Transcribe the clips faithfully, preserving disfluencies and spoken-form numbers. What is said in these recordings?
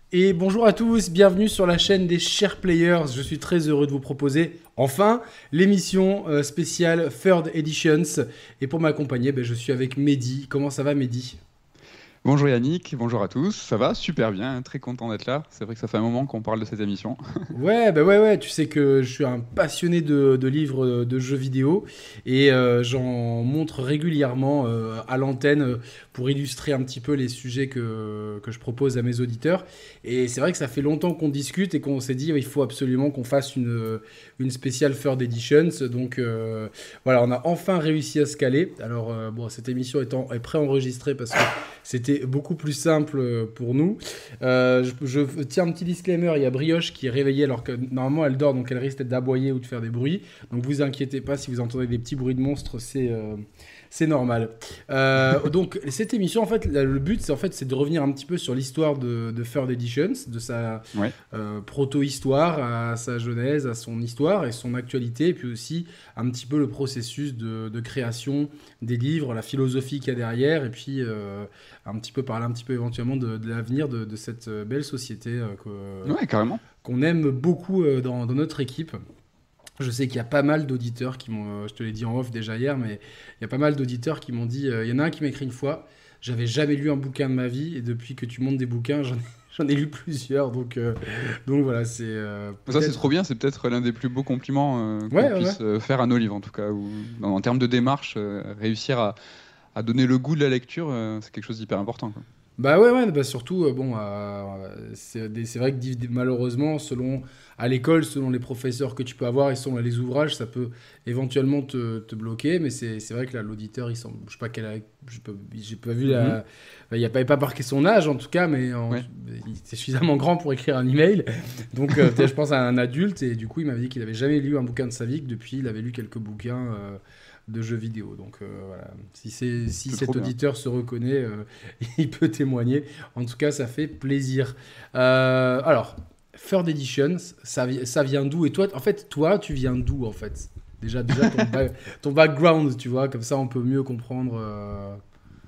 Et bonjour à tous, bienvenue sur la chaîne des Chers Players. Je suis très heureux de vous proposer enfin l'émission euh, spéciale Third Editions. Et pour m'accompagner, ben, je suis avec Mehdi. Comment ça va, Mehdi? Bonjour Yannick, bonjour à tous, ça va super bien, très content d'être là. C'est vrai que ça fait un moment qu'on parle de cette émission. Ouais, bah ouais, ouais, tu sais que je suis un passionné de, de livres, euh, de jeux vidéo, et euh, j'en montre régulièrement euh, à l'antenne euh, pour illustrer un petit peu les sujets que, que je propose à mes auditeurs. Et c'est vrai que ça fait longtemps qu'on discute et qu'on s'est dit il faut absolument qu'on fasse une, une spéciale Third Editions. Donc euh, voilà, on a enfin réussi à se caler. Alors euh, bon, cette émission étant, est préenregistrée parce que c'était beaucoup plus simple euh, pour nous. Euh, je, je tiens un petit disclaimer, il y a Brioche qui est réveillée alors que normalement elle dort, donc elle risque d'aboyer ou de faire des bruits. Donc vous inquiétez pas si vous entendez des petits bruits de monstres, c'est euh, c'est normal. Euh, donc cette émission, en fait, le but, c'est en fait, c'est de revenir un petit peu sur l'histoire de, de Third Editions, de sa Ouais, euh, proto-histoire à sa genèse, à son histoire et son actualité, et puis aussi un petit peu le processus de, de création des livres, la philosophie qu'il y a derrière, et puis euh, un petit peu parler un petit peu éventuellement de, de l'avenir de, de cette euh, belle société euh, que- ouais, carrément. qu'on aime beaucoup euh, dans, dans notre équipe. Je sais qu'il y a pas mal d'auditeurs qui m'ont, euh, je te l'ai dit en off déjà hier, mais il y a pas mal d'auditeurs qui m'ont dit, euh, il y en a un qui m'a écrit une fois, j'avais jamais lu un bouquin de ma vie, et depuis que tu montes des bouquins, j'en ai, j'en ai lu plusieurs, donc, euh, donc voilà, c'est euh, Ça c'est trop peut-être... bien, c'est peut-être l'un des plus beaux compliments euh, qu'on Ouais, ouais, ouais. puisse euh, faire à nos livres en tout cas, ou dans- en termes de démarche, euh, réussir à, à donner le goût de la lecture, euh, c'est quelque chose d'hyper important, quoi. Bah ouais, ouais, bah surtout, euh, bon, euh, c'est des- c'est vrai que div- malheureusement, selon à l'école, selon les professeurs que tu peux avoir et selon les ouvrages, ça peut éventuellement te, te bloquer, mais c'est c'est vrai que là, l'auditeur, il semble, je sais pas quel âge- je peux- j'ai pas vu Mhm. la, il y a pas, il a pas marqué son âge en tout cas, mais en- Ouais. il était suffisamment grand pour écrire un email, donc euh, peut-être je pense à un adulte, et du coup, il m'avait dit qu'il avait jamais lu un bouquin de sa vie, que depuis, il avait lu quelques bouquins euh, de jeux vidéo, donc euh, voilà, si c'est si C'est trop cet bien. auditeur se reconnaît. euh, il peut témoigner. En tout cas, ça fait plaisir. Euh, alors, Third Editions, ça, vi- ça vient d'où? Et toi, en fait, toi, tu viens d'où, en fait? Déjà, déjà ton, ba- ton background, tu vois, comme ça, on peut mieux comprendre. euh,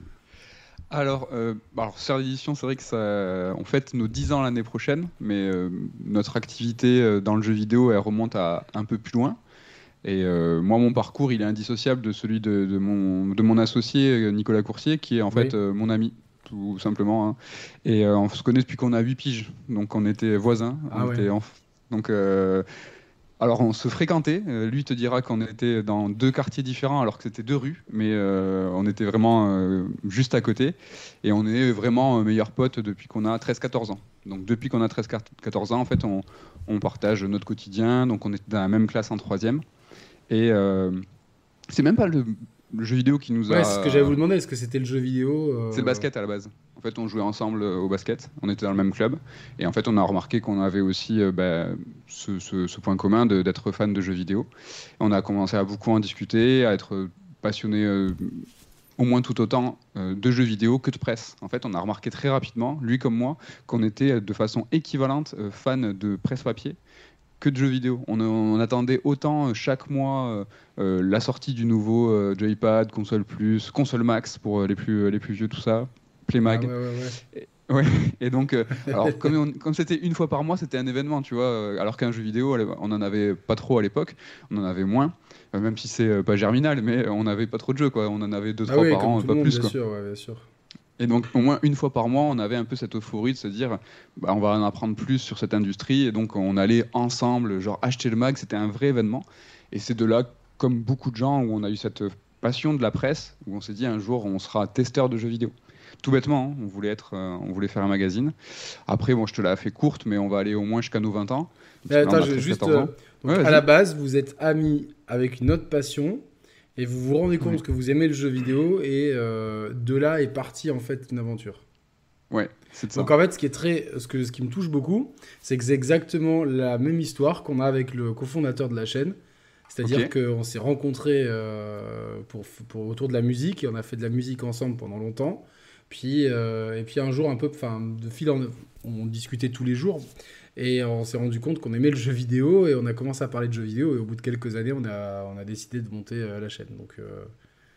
Alors, euh, bah, alors Sœur d'édition, c'est vrai que ça, on fête nos dix ans l'année prochaine, mais euh, notre activité euh, dans le jeu vidéo, elle remonte à un peu plus loin. Et euh, moi, mon parcours, il est indissociable de celui de, de mon, de mon associé euh, Nicolas Coursier, qui est en fait Oui. euh, mon ami, tout simplement, hein. Et euh, on se connaît depuis qu'on a huit piges, donc on était voisins, on Ah ouais. était enf- donc euh, alors on se fréquentait. Euh, lui te dira qu'on était dans deux quartiers différents, alors que c'était deux rues, mais euh, on était vraiment euh, juste à côté, et on est vraiment euh, meilleurs potes depuis qu'on a treize quatorze ans. Donc depuis qu'on a treize quatorze ans, en fait, on, on partage notre quotidien, donc on est dans la même classe en troisième. Et euh, c'est même pas le, le jeu vidéo qui nous Ouais, c'est ce que j'allais vous a. demander. Est-ce que c'était le jeu vidéo C'est le euh, basket à la base. En fait, on jouait ensemble euh, au basket. On était dans le même club. Et en fait, on a remarqué qu'on avait aussi euh, bah, ce, ce- ce point commun de- d'être fan de jeux vidéo. On a commencé à beaucoup en discuter, à être passionné euh, au moins tout autant euh, de jeux vidéo que de presse. En fait, on a remarqué très rapidement, lui comme moi, qu'on était euh, de façon équivalente euh, fan de presse papier que de jeux vidéo. On, on attendait autant euh, chaque mois euh, euh, la sortie du nouveau euh, Joypad, console plus, console max pour euh, les plus, euh, les plus vieux, tout ça, Ah Playmag. ouais, ouais, Et, ouais. Et donc, euh, alors comme ouais. on- comme c'était une fois par mois, c'était un événement, tu vois. euh, Alors qu'un jeu vidéo, on en avait pas trop à l'époque, on en avait moins. Euh, Même si c'est euh, pas Germinal, mais on n'avait pas trop de jeux, quoi. On en avait deux, Ah trois oui, par comme an, tout le pas monde, plus, bien quoi. sûr, ouais, bien sûr. Et donc, au moins une fois par mois, on avait un peu cette euphorie de se dire, bah, on va en apprendre plus sur cette industrie. Et donc, on allait ensemble, genre, acheter le mag. C'était un vrai événement. Et c'est de là, comme beaucoup de gens, où on a eu cette passion de la presse, où on s'est dit, un jour, on sera testeur de jeux vidéo. Tout bêtement, hein, on voulait être, euh, on voulait faire un magazine. Après, bon, je te l'ai fait courte, mais on va aller au moins jusqu'à nos vingt ans, Mais parce que là, on attends, a je, treize juste. quatorze euh, ans. Ouais, donc, à la vas-y. base, vous êtes amis avec une autre passion et vous vous rendez Ouais, compte que vous aimez le jeu vidéo et euh, de là est partie en fait une aventure. ouais, c'est de Donc ça. en fait, ce qui est très, ce que, ce qui me touche beaucoup, c'est que c'est exactement la même histoire qu'on a avec le cofondateur de la chaîne. Ok. C'est-à-dire qu'on s'est rencontrés euh, pour, pour, autour de la musique et on a fait de la musique ensemble pendant longtemps. Puis, euh, et puis un jour, un peu, enfin, de fil en, on discutait tous les jours et on s'est rendu compte qu'on aimait le jeu vidéo et on a commencé à parler de jeux vidéo et au bout de quelques années, on a, on a décidé de monter euh, la chaîne. Donc, euh,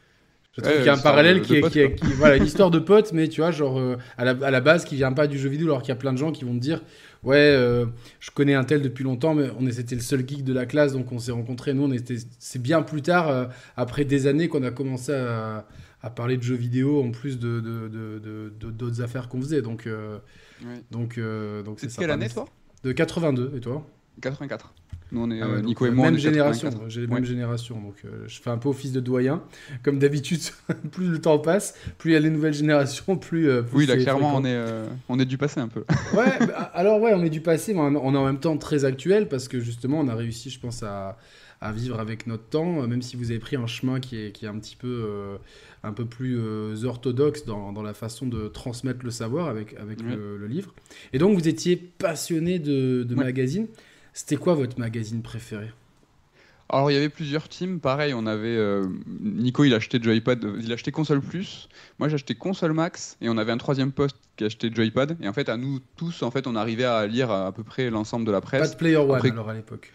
Je trouve Ouais, qu'il y a un l'histoire parallèle de- qui de est, potes, qui est- quoi. qui- voilà, une histoire de potes, mais tu vois, genre euh, à, la, à la base qui vient pas du jeu vidéo, alors qu'il y a plein de gens qui vont te dire, ouais, euh, je connais un tel depuis longtemps, mais on est, c'était le seul geek de la classe, donc on s'est rencontrés. Nous, on était, c'est bien plus tard, euh, après des années, qu'on a commencé à, à parler de jeux vidéo en plus de, de, de- de- de- d'autres affaires qu'on faisait. Donc, euh, Ouais. donc, euh, donc C'est de ça. quelle Enfin, année, toi? De quatre-vingt-deux, et toi? quatre-vingt-quatre. Nous, on est, Ah ouais, euh, donc, Nico et euh, moi, on même est de génération, quatre-vingt-quatre. j'ai les Ouais. mêmes générations, donc euh, je fais un peu office de doyen. Comme d'habitude, plus le temps passe, plus il y a les nouvelles générations, plus, euh, plus Oui, là, c'est clairement, fréquent. on est, euh, on est du passé un peu. Ouais, bah, alors ouais, on est du passé, mais on on est en même temps très actuel parce que justement, on a réussi, je pense, à, à vivre avec notre temps, euh, même si vous avez pris un chemin qui est, qui est un petit peu, euh, un peu plus euh, orthodoxe dans, dans la façon de transmettre le savoir avec, avec Ouais. le, le livre. Et donc, vous étiez passionné de, de Ouais. magazines. C'était quoi votre magazine préféré? Alors, il y avait plusieurs teams. Pareil, on avait. euh, Nico, il achetait Joypad, euh, il achetait Console Plus. Moi, j'achetais Console Max. Et on avait un troisième poste qui achetait Joypad. Et en fait, à nous tous, en fait, on arrivait à lire à, à peu près l'ensemble de la Pas presse. de Player One Après, alors à l'époque.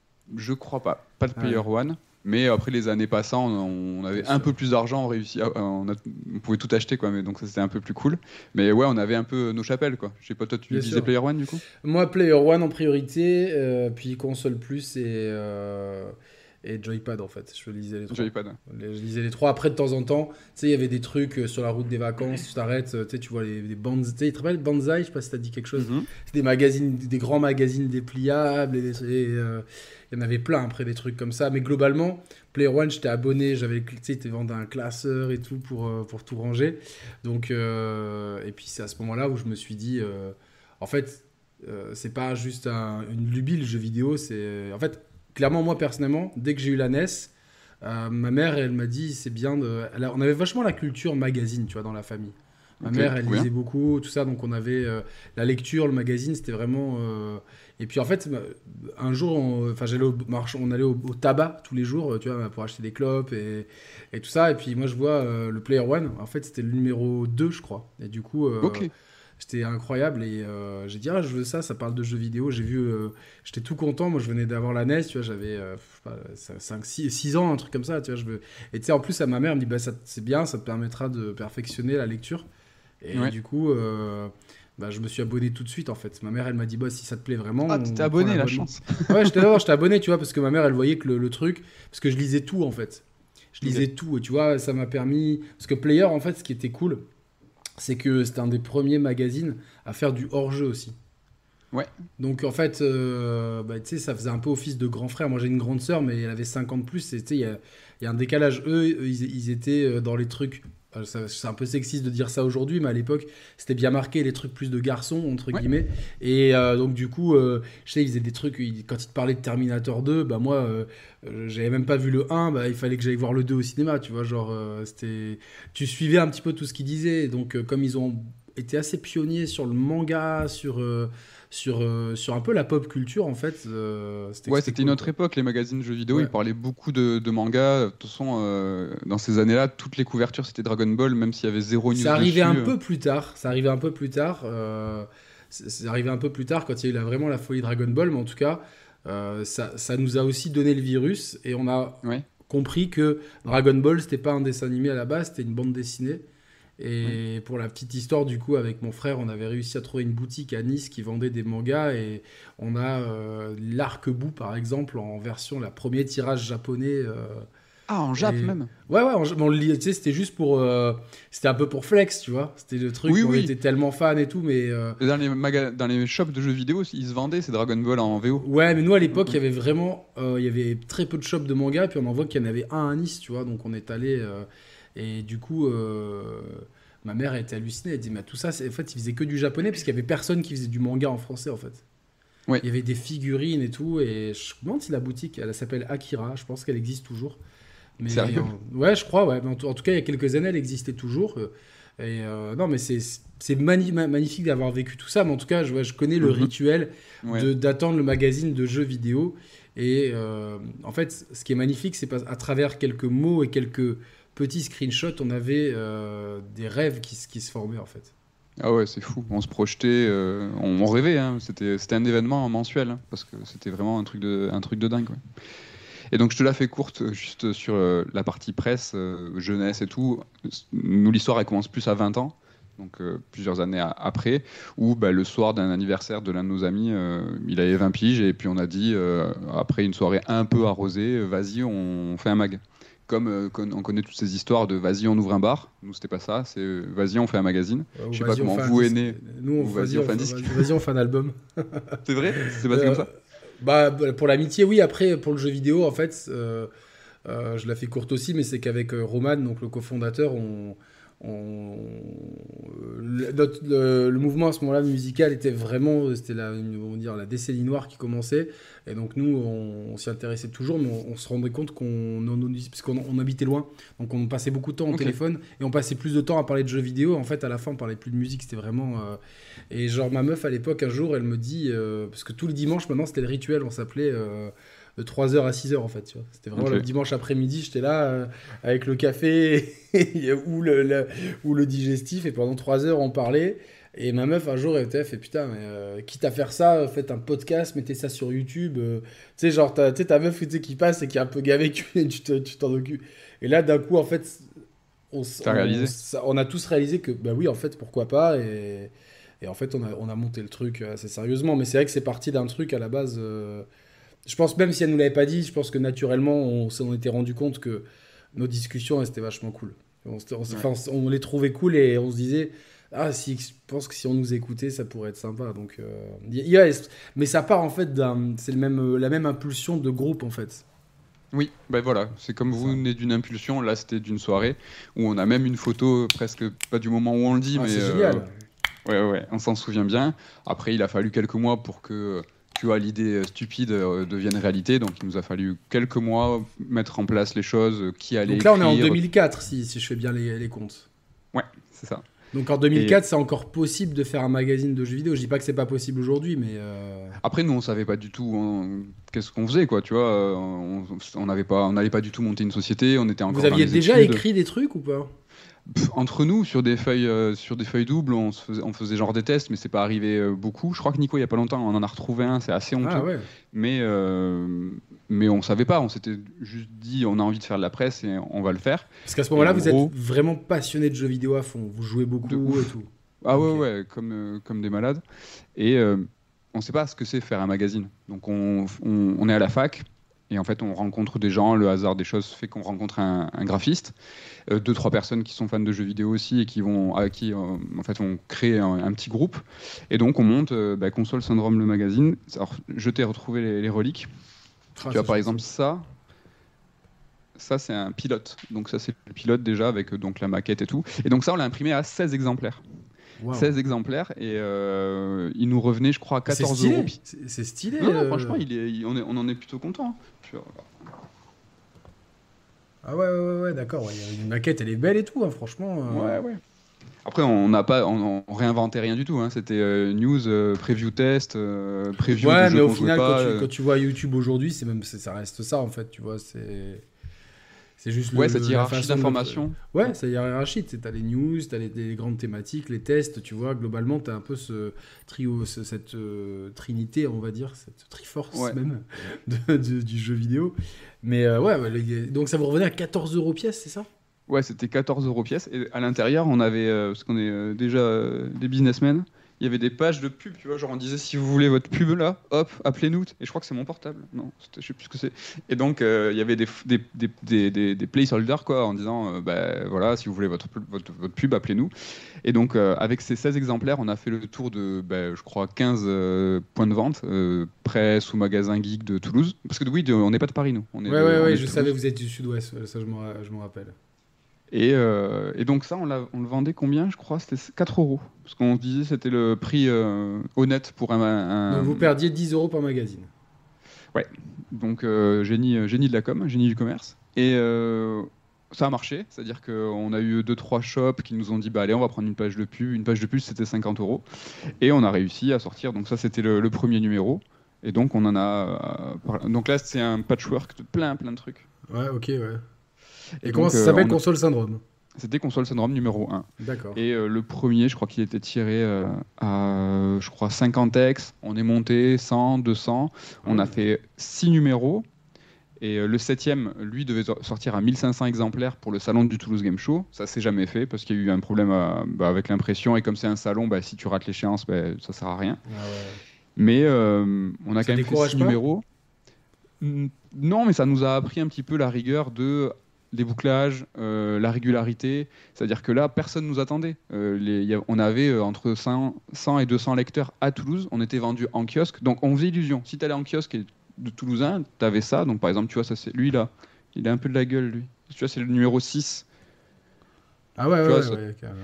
je crois pas. Pas de Ah Player ouais. One. Mais après les années passant, on, on avait Bien un sûr. peu plus d'argent, on, réussit à- on, a- on pouvait tout acheter, quoi. Mais donc, ça, c'était un peu plus cool. Mais ouais, on avait un peu nos chapelles, quoi. Je sais pas, toi, tu Bien disais sûr. Player One, du coup? Moi, Player One en priorité, euh, puis Console Plus et, euh, et Joypad en fait. Je lisais les trois. Joypad. Les- Je lisais les trois. Après, de temps en temps, tu sais, il y avait des trucs euh, sur la route des vacances, tu t'arrêtes, euh, tu sais, tu vois les, les bands. Tu sais, tu te rappelles Banzai, je sais pas si t'as dit quelque chose. Mhm. C'est des magazines, des grands magazines dépliables, et, des- et, euh, il y en avait plein après, des trucs comme ça. Mais globalement, Player One, j'étais abonné, j'avais, tu sais, ils te vendaient un classeur et tout pour, euh, pour tout ranger. Donc, euh, et puis c'est à ce moment-là où je me suis dit, euh, en fait, euh, c'est pas juste un- une lubie le jeu vidéo, c'est. En fait, clairement, moi personnellement, dès que j'ai eu la N E S, euh, ma mère, elle m'a dit, c'est bien de. elle a- On avait vachement la culture magazine, tu vois, dans la famille. Ma Ok, mère, elle trop bien. lisait beaucoup, tout ça, donc on avait euh, la lecture, le magazine, c'était vraiment. euh, Et puis en fait, ma- un jour, on, enfin, j'allais au marché, on allait au, au tabac tous les jours, euh, tu vois, pour acheter des clopes et, et tout ça. Et puis moi, je vois euh, le Player One, en fait, c'était le numéro deux, je crois. Et du coup, euh, Ok. c'était incroyable. Et euh, j'ai dit, ah, je veux ça, ça parle de jeux vidéo. J'ai vu, euh, j'étais tout content. Moi, je venais d'avoir la N E S, tu vois, j'avais euh, cinq, six ans, un truc comme ça, tu vois. Je veux... Et tu sais, en plus, à ma mère, elle me dit, bah, ça, c'est bien, ça te permettra de perfectionner la lecture. Et Ouais. du coup, euh, bah, je me suis abonné tout de suite, en fait. Ma mère, elle m'a dit, bah, si ça te plaît vraiment, Ah, on t'étais prend abonné, la l'abonnement. chance. Ouais, j'étais là, j'étais abonné, tu vois, parce que ma mère, elle voyait que le, le truc, parce que je lisais tout, en fait. Je Ok. lisais tout, et tu vois, ça m'a permis. Parce que Player, en fait, ce qui était cool, c'est que c'était un des premiers magazines à faire du hors-jeu aussi. Ouais. Donc en fait, euh, bah, tu sais, ça faisait un peu office de grand frère. Moi j'ai une grande sœur, mais elle avait cinq ans de plus. Et tu sais, il y a, il y a un décalage. Eux, eux, ils, ils étaient euh, dans les trucs. euh, ça- C'est un peu sexiste de dire ça aujourd'hui, mais à l'époque, c'était bien marqué les trucs plus de garçons, entre Ouais. guillemets. Et euh, donc, du coup, euh, je sais, ils faisaient des trucs. ils- Quand ils te parlaient de Terminator deux, bah moi, euh, euh, j'avais même pas vu le un, bah il fallait que j'aille voir le deux au cinéma, tu vois. Genre, euh, c'était. Tu suivais un petit peu tout ce qu'ils disaient. Et donc, euh, comme ils ont été assez pionniers sur le manga, sur. euh, sur, euh, sur un peu la pop culture en fait. euh, c'était Ouais, c'était c'était une cool, autre quoi. époque, les magazines jeux vidéo, Ouais. ils parlaient beaucoup de, de mangas. De toute façon, euh, dans ces années-là, toutes les couvertures, c'était Dragon Ball, même s'il y avait zéro news Ça arrivait dessus. un peu plus tard. Ça arrivait un peu plus tard. euh, c'est c'est arrivé un peu plus tard quand il y a eu la- vraiment la folie Dragon Ball, mais en tout cas, euh, ça, ça nous a aussi donné le virus et on a Ouais, compris que Dragon Ball c'était pas un dessin animé à la base, c'était une bande dessinée. Et pour la petite histoire, du coup, avec mon frère, on avait réussi à trouver une boutique à Nice qui vendait des mangas et on a euh, l'Arc-Bout, par exemple, en version, la premier tirage japonais. euh, ah, en Jap et- même. Ouais, ouais, on, on le lit- tu sais, c'était juste pour. euh, c'était un peu pour flex, tu vois. C'était le truc, Oui, on oui. était tellement fans et tout, mais. euh, Et Dans les, maga- dans les shops de jeux vidéo, ils se vendaient ces Dragon Ball en V O. Ouais, mais nous à l'époque, Mhm. il y avait vraiment. euh, Il y avait très peu de shops de manga, puis on en voit qu'il y en avait un à Nice, tu vois. Donc on est allé. euh, et du coup, euh, ma mère était hallucinée. Elle dit, mais tout ça, c'est- en fait, ils faisaient que du japonais, parce qu'il y avait personne qui faisait du manga en français, en fait. Ouais. Il y avait des figurines et tout, et je me demande si la boutique, elle s'appelle Akira, je pense qu'elle existe toujours. Mais, Sérieux euh, ouais, je crois, ouais. Mais en, tout, en tout cas, il y a quelques années, elle existait toujours. euh, Et euh, non, mais c'est c'est mani- ma- magnifique d'avoir vécu tout ça. Mais en tout cas, je, ouais, je connais le Mhm. rituel Ouais. de- d'attendre le magazine de jeux vidéo. Et euh, en fait, ce qui est magnifique, c'est qu'à travers quelques mots et quelques petits screenshots, on avait euh, des rêves qui, se- qui se formaient, en fait. Ah ouais, c'est fou. On se projetait, euh, on, on rêvait. Hein. C'était, c'était un événement mensuel, hein, parce que c'était vraiment un truc de, un truc de dingue. Ouais. Et donc je te la fais courte, juste sur euh, la partie presse, euh, jeunesse et tout. Nous, l'histoire, elle commence plus à vingt ans, donc euh, plusieurs années à- après, où bah, le soir d'un anniversaire de l'un de nos amis, euh, il avait vingt piges, et puis on a dit, euh, après une soirée un peu arrosée, euh, vas-y, on fait un mag. Comme euh, con- on connaît toutes ces histoires de vas-y, on ouvre un bar. Nous, c'était pas ça, c'est euh, vas-y, on fait un magazine. Euh, Je sais pas vas-y, on comment fait un vous est disque. né, Nous, on, ou vas-y, vas-y, on on, fait un fait- disque. vas-y, on fait un album. C'est vrai? C'est passé Euh, comme ça? bah, pour l'amitié, oui. Après, pour le jeu vidéo, en fait, euh, euh, je la fais courte aussi, mais c'est qu'avec euh, Roman, donc le cofondateur, on, on- le, notre- le- le mouvement à ce moment-là musical était vraiment, c'était la, on va dire, la décennie noire qui commençait. Et donc nous, on, on s'y intéressait toujours, mais on, on se rendait compte qu'on, on- on- parce qu'on on habitait loin, donc on passait beaucoup de temps au Ok. téléphone et on passait plus de temps à parler de jeux vidéo. En fait, à la fin, on parlait plus de musique, c'était vraiment. euh, Et genre ma meuf à l'époque, un jour, elle me dit, euh, parce que tous les dimanches maintenant, c'était le rituel, on s'appelait. euh, de trois heures à six heures en fait, tu vois. C'était vraiment Ok. le dimanche après-midi, j'étais là euh, avec le café ou, le, le- ou le digestif et pendant trois heures on parlait. Et ma meuf un jour elle était elle fait putain mais euh, quitte à faire ça, faites un podcast, mettez ça sur YouTube. euh, tu sais genre t'as- tu sais, ta meuf tu sais, qui passe et qui est un peu gavée, tu tu te- tu t'en occupes. Et là d'un coup en fait on, s- T'as on, réalisé? ça- on a tous réalisé que bah oui en fait pourquoi pas et, et en fait on a, on a monté le truc assez sérieusement. Mais c'est vrai que c'est parti d'un truc à la base. euh, je pense même si elle nous l'avait pas dit, je pense que naturellement on s'en était rendu compte que nos discussions elles, c'était vachement cool. On, s'était- on, s'est- Ouais. enfin, on- on les trouvait cool et on se disait ah si je pense que si on nous écoutait ça pourrait être sympa. Donc euh, y- y a- mais ça part en fait d'un c'est le même euh, la même impulsion de groupe en fait. Oui, ben voilà, c'est comme Ça. vous venez d'une impulsion, là c'était d'une soirée où on a même une photo, euh, presque pas du moment où on le dit, Ah, mais c'est euh, génial. ouais, ouais, on s'en souvient bien. Après, il a fallu quelques mois pour que euh, tu vois, l'idée euh, stupide euh, devienne réalité, donc il nous a fallu quelques mois mettre en place les choses, euh, qui allait Donc là on est en écrire. deux mille quatre si, si je fais bien les, les comptes. Ouais, c'est ça. Donc en deux mille quatre c'est encore possible de faire un magazine de jeux vidéo. Je dis pas que c'est pas possible aujourd'hui mais euh, Après, nous, on savait pas du tout hein, qu'est-ce qu'on faisait, quoi, tu vois. euh, On on n'avait pas, on n'allait pas du tout monter une société, on était encore vous dans aviez les déjà études. écrit des trucs ou pas? Pff, entre nous, sur des feuilles, euh, sur des feuilles doubles, on, se faisait, on faisait genre des tests, mais c'est pas arrivé euh, beaucoup. Je crois que Nico, il y a pas longtemps, on en a retrouvé un, c'est assez honteux. Ah ouais. Mais, euh, mais on savait pas, on s'était juste dit, on a envie de faire de la presse et on va le faire. Parce qu'à ce moment-là, Et en vous gros- êtes vraiment passionné de jeux vidéo à fond. Vous jouez beaucoup De ouf. et tout. Ah ouais, Ok. ouais, comme, euh, comme des malades. Et euh, on sait pas ce que c'est faire un magazine. Donc on, on, on est à la fac. Et en fait, on rencontre des gens, le hasard des choses fait qu'on rencontre un, un graphiste, euh, deux, trois personnes qui sont fans de jeux vidéo aussi et qui vont, à qui, euh, en fait, on crée un, un petit groupe. Et donc, on monte euh, bah, Console Syndrome, le magazine. Alors, je t'ai retrouvé les, les reliques. Ah, Tu c'est vois, par gentil. exemple, ça, ça c'est un pilote. Donc, ça, c'est le pilote déjà avec euh, donc, la maquette et tout. Et donc, ça, on l'a imprimé à seize exemplaires. Waouh. seize exemplaires et euh, il nous revenait, je crois, à C'est quatorze stylé. euros. C'est c'est stylé. Non, non, euh. franchement, il est, il- on, est, on en est plutôt content. Tu vois. Ah ouais, ouais, ouais, ouais, d'accord. Ouais. Il y a une maquette, elle est belle et tout, hein, franchement. euh. Ouais, ouais. Après, on n'a pas, on, on réinventait rien du tout. Hein. C'était euh, news, euh, preview test, euh, preview Ouais, de jeux mais au qu'on jouait final, pas. quand, tu, euh. quand tu vois YouTube aujourd'hui, c'est même, c'est- ça reste ça en fait, tu vois. C'est, c'est juste le, Ouais, cette le- la hiérarchie façon de- d'information. Ouais, c'est hiérarchie. Tu as les news, tu as les, les grandes thématiques, les tests, tu vois. Globalement, tu as un peu ce trio, ce- cette euh, trinité, on va dire, cette triforce Ouais. même de- de- du jeu vidéo. Mais euh, ouais, ouais, les- donc ça vous revenait à quatorze euros pièce, c'est ça? Ouais, c'était quatorze euros pièce. Et à l'intérieur, on avait, euh, parce qu'on est euh, déjà euh, des businessmen, il y avait des pages de pub, tu vois, genre on disait si vous voulez votre pub là, hop, appelez-nous. Et je crois que c'est mon portable. Non, c'était- je sais plus ce que c'est. Et donc euh, il y avait des, f- des, des, des, des, des placeholders quoi, en disant euh, bah, voilà, si vous voulez votre, pub- votre, votre pub, appelez-nous. Et donc euh, avec ces seize exemplaires, on a fait le tour de, bah, je crois, quinze euh, points de vente, euh, presse ou magasin geek de Toulouse. Parce que oui, de- on n'est pas de Paris nous. On est Ouais, de- ouais, on est ouais, de je Toulouse. savais, vous êtes du sud-ouest, ouais, ça je me, ra- je me rappelle. Et, euh, et donc ça, on, l'a- on le vendait combien? Je crois c'était quatre euros. Parce qu'on se disait c'était le prix euh, honnête pour un... un- Donc vous perdiez dix euros par magazine. donc euh, génie, euh, génie de la com, génie du commerce. Et euh, ça a marché, c'est-à-dire qu'on a eu deux trois shops qui nous ont dit bah allez on va prendre une page de pub. Une page de pub c'était cinquante euros. Et on a réussi à sortir, donc ça c'était le, le premier numéro. Et donc on en a... euh, par- donc là c'est un patchwork de plein plein de trucs. Ouais, ok, ouais. Et, Et comment donc, ça euh, s'appelle on a- Console Syndrome? C'était Console Syndrome numéro un. D'accord. Et euh, le premier, je crois qu'il était tiré euh, à, je crois, cinquante ex. On est monté cent, deux cents. On a fait six numéros. Et euh, le septième, lui, devait sortir à mille cinq cents exemplaires pour le salon du Toulouse Game Show. Ça s'est jamais fait parce qu'il y a eu un problème à, bah, avec l'impression. Et comme c'est un salon, bah, si tu rates l'échéance, bah, ça sert à rien. Ah ouais. Mais euh, on a Ça quand même fait six pas numéros. Non, mais ça nous a appris un petit peu la rigueur de des bouclages, euh, la régularité. C'est-à-dire que là, personne ne nous attendait. Euh, les, y a, on avait euh, entre cent, cent et deux cents lecteurs à Toulouse. On était vendus en kiosque. Donc, on faisait illusion. Si tu allais en kiosque et de Toulousain, tu avais ça. Donc, par exemple, tu vois, ça, c'est, lui, là, il a un peu de la gueule, lui. Tu vois, c'est le numéro six. Ah ouais, tu ouais, vois, ouais, ça, ouais, carrément.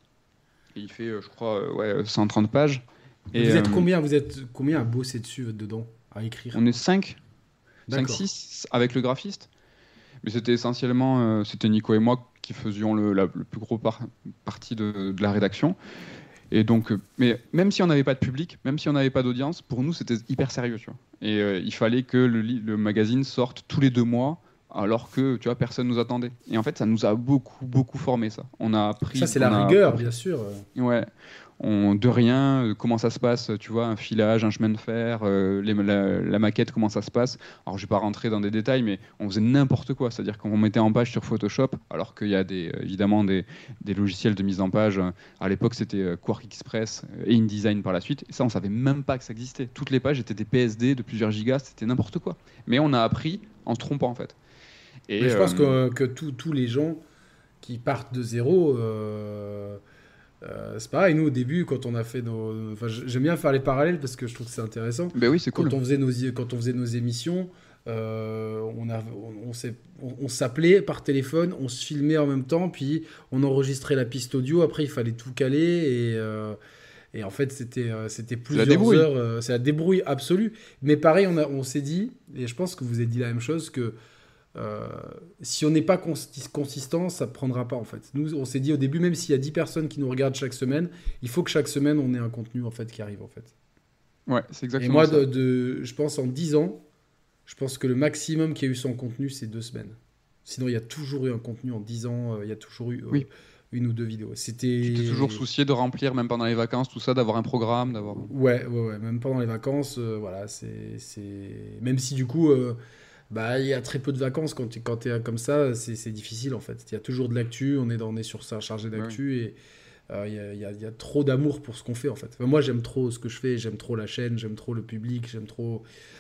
il fait, euh, je crois, euh, ouais, cent trente pages. Et et, vous êtes euh, combien Vous êtes combien à bosser dessus, dedans, à écrire? On est cinq. cinq D'accord. six avec le graphiste. Mais c'était essentiellement, euh, c'était Nico et moi qui faisions le, la, le plus gros par, partie de, de la rédaction. Et donc, euh, mais même si on n'avait pas de public, même si on n'avait pas d'audience, pour nous c'était hyper sérieux, tu vois. Et euh, il fallait que le, le magazine sorte tous les deux mois, alors que tu vois personne nous attendait. Et en fait, ça nous a beaucoup beaucoup formé ça. On a appris. Ça, c'est on la a rigueur, appris- bien sûr. Ouais. On, de rien, euh, comment ça se passe, tu vois, un filage, un chemin de fer, euh, les- la, la maquette, comment ça se passe. Alors, je vais pas rentrer dans des détails, mais on faisait n'importe quoi. C'est-à-dire qu'on mettait en page sur Photoshop, alors qu'il y a des, euh, évidemment des, des logiciels de mise en page. À l'époque, c'était euh, Quark Express euh, et InDesign par la suite. Et ça, on savait même pas que ça existait. Toutes les pages étaient des P S D de plusieurs gigas, c'était n'importe quoi. Mais on a appris en se trompant, en fait. Et Mais je pense euh, que, que tous tous les gens qui partent de zéro, euh, euh, c'est pareil. Nous, au début, quand on a fait nos. Enfin, j'aime bien faire les parallèles parce que je trouve que c'est intéressant. ben oui, c'est cool. Quand on faisait nos, quand on faisait nos émissions, euh, on, a, on, on, s'est- on- on s'appelait par téléphone, on se filmait en même temps, puis on enregistrait la piste audio. Après, il fallait tout caler et. euh, et en fait, c'était euh, c'était la plusieurs débrouille. heures. euh, c'est la débrouille absolue. Mais pareil, on, a, on s'est dit, et je pense que vous avez dit la même chose, que euh, si on n'est pas consi- consistant, ça ne prendra pas en fait. Nous, on s'est dit au début, même s'il y a dix personnes qui nous regardent chaque semaine, il faut que chaque semaine, on ait un contenu en fait qui arrive en fait. Ouais, c'est Et exactement moi, ça. de, de- je pense en dix ans, je pense que le maximum qui a eu son contenu, c'est deux semaines. Sinon, il y a toujours eu un contenu en dix ans, euh, il y a toujours eu euh, Oui. une ou deux vidéos. Tu C'était... t'es toujours soucié de remplir, même pendant les vacances, tout ça, d'avoir un programme, d'avoir. Ouais, ouais, ouais, même pendant les vacances, euh, voilà, c'est, c'est... Même si du coup, euh, bah, il y a très peu de vacances quand tu quand es comme ça, c'est c'est difficile en fait. Il y a toujours de l'actu, on est, dans, on est sur ça, chargé Ouais, oui. d'actu et euh, il y a, il y a- il y a trop d'amour pour ce qu'on fait en fait. Enfin, moi, j'aime trop ce que je fais, j'aime trop la chaîne, j'aime trop le public, j'aime trop...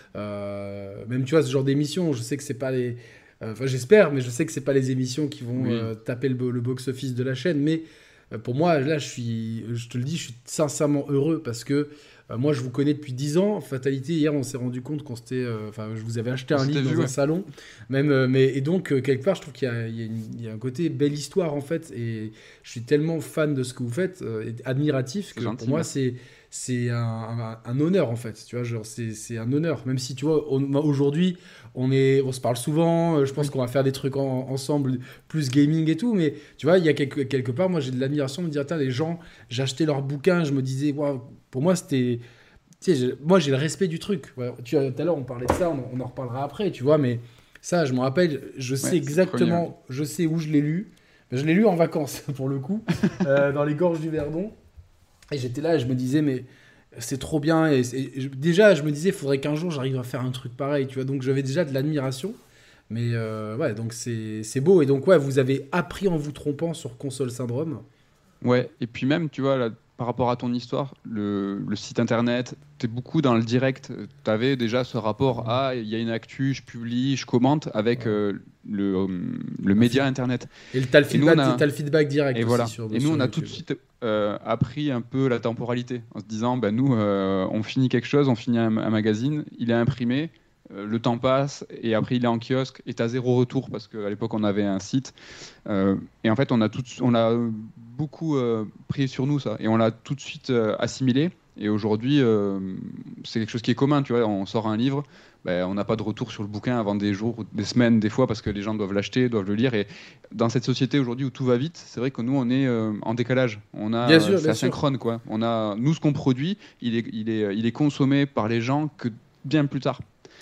euh, même, tu vois, ce genre d'émission, je sais que c'est pas les... euh, Enfin, j'espère, mais je sais que c'est pas les émissions qui vont Oui. euh, taper le, bo- le box-office de la chaîne, mais euh, pour moi, là, je suis, je te le dis, je suis sincèrement heureux parce que euh, moi, je vous connais depuis dix ans. Fatalité, hier, on s'est rendu compte qu'on s'était. euh, Enfin, je vous avais acheté On un s'était livre vu, dans un ouais. salon. Même, euh, mais, et donc, euh, quelque part, je trouve qu'il y a, il y a une- il y a un côté belle histoire, en fait. Et je suis tellement fan de ce que vous faites, euh, et admiratif, C'est que gentil, pour moi, merci. c'est. C'est un, un- un honneur en fait, tu vois, genre c'est c'est un honneur. Même si tu vois, on- moi, aujourd'hui, on est, on se parle souvent. euh, Je pense Oui. qu'on va faire des trucs en- ensemble, plus gaming et tout. Mais tu vois, il y a quelque, quelque part, moi, j'ai de l'admiration de me dire, tiens, les gens, j'ai acheté leurs bouquins, je me disais, waouh, pour moi, c'était, tu sais, j'ai- moi, j'ai le respect du truc. Ouais, tu vois, tout à l'heure, on parlait de ça, on, on en reparlera après, tu vois, mais ça, je me rappelle, je sais Ouais, c'est le premier, ouais. exactement, je sais où je l'ai lu. Je l'ai lu en vacances, pour le coup, euh, dans les gorges du Verdon. Et j'étais là et je me disais, mais c'est trop bien. Et, c'est- et je- déjà, je me disais, il faudrait qu'un jour j'arrive à faire un truc pareil, tu vois. Donc j'avais déjà de l'admiration. Mais euh, ouais, donc c'est c'est beau. Et donc, ouais, vous avez appris en vous trompant sur Console Syndrome. Ouais, et puis même, tu vois, là, par rapport à ton histoire, le, le site internet, tu es beaucoup dans le direct. Tu avais déjà ce rapport à, il y a une actu, je publie, je commente avec Ouais. euh, le, euh, le média internet. Et le- t'as le Et nous, feedback, on a- t'as le feedback direct Et aussi voilà. sur, Et nous, sur on a YouTube. tout de suite euh, appris un peu la temporalité, en se disant, bah, nous, euh, on finit quelque chose, on finit un, un magazine, il est imprimé, euh, le temps passe, et après il est en kiosque, et tu as zéro retour, parce qu'à l'époque, on avait un site. Euh, et en fait, on a, tout, de- on a euh, beaucoup euh, pris sur nous ça, et on l'a tout de suite euh, assimilé. Et aujourd'hui, euh, c'est quelque chose qui est commun, tu vois, on sort un livre, ben, on n'a pas de retour sur le bouquin avant des jours, des semaines, des fois, parce que les gens doivent l'acheter, doivent le lire. Et dans cette société aujourd'hui où tout va vite, c'est vrai que nous, on est euh, en décalage. On a, Bien euh, sûr, c'est bien sûr. asynchrone, quoi. On a, nous, ce qu'on produit, il est, il est, il est consommé par les gens que bien plus tard.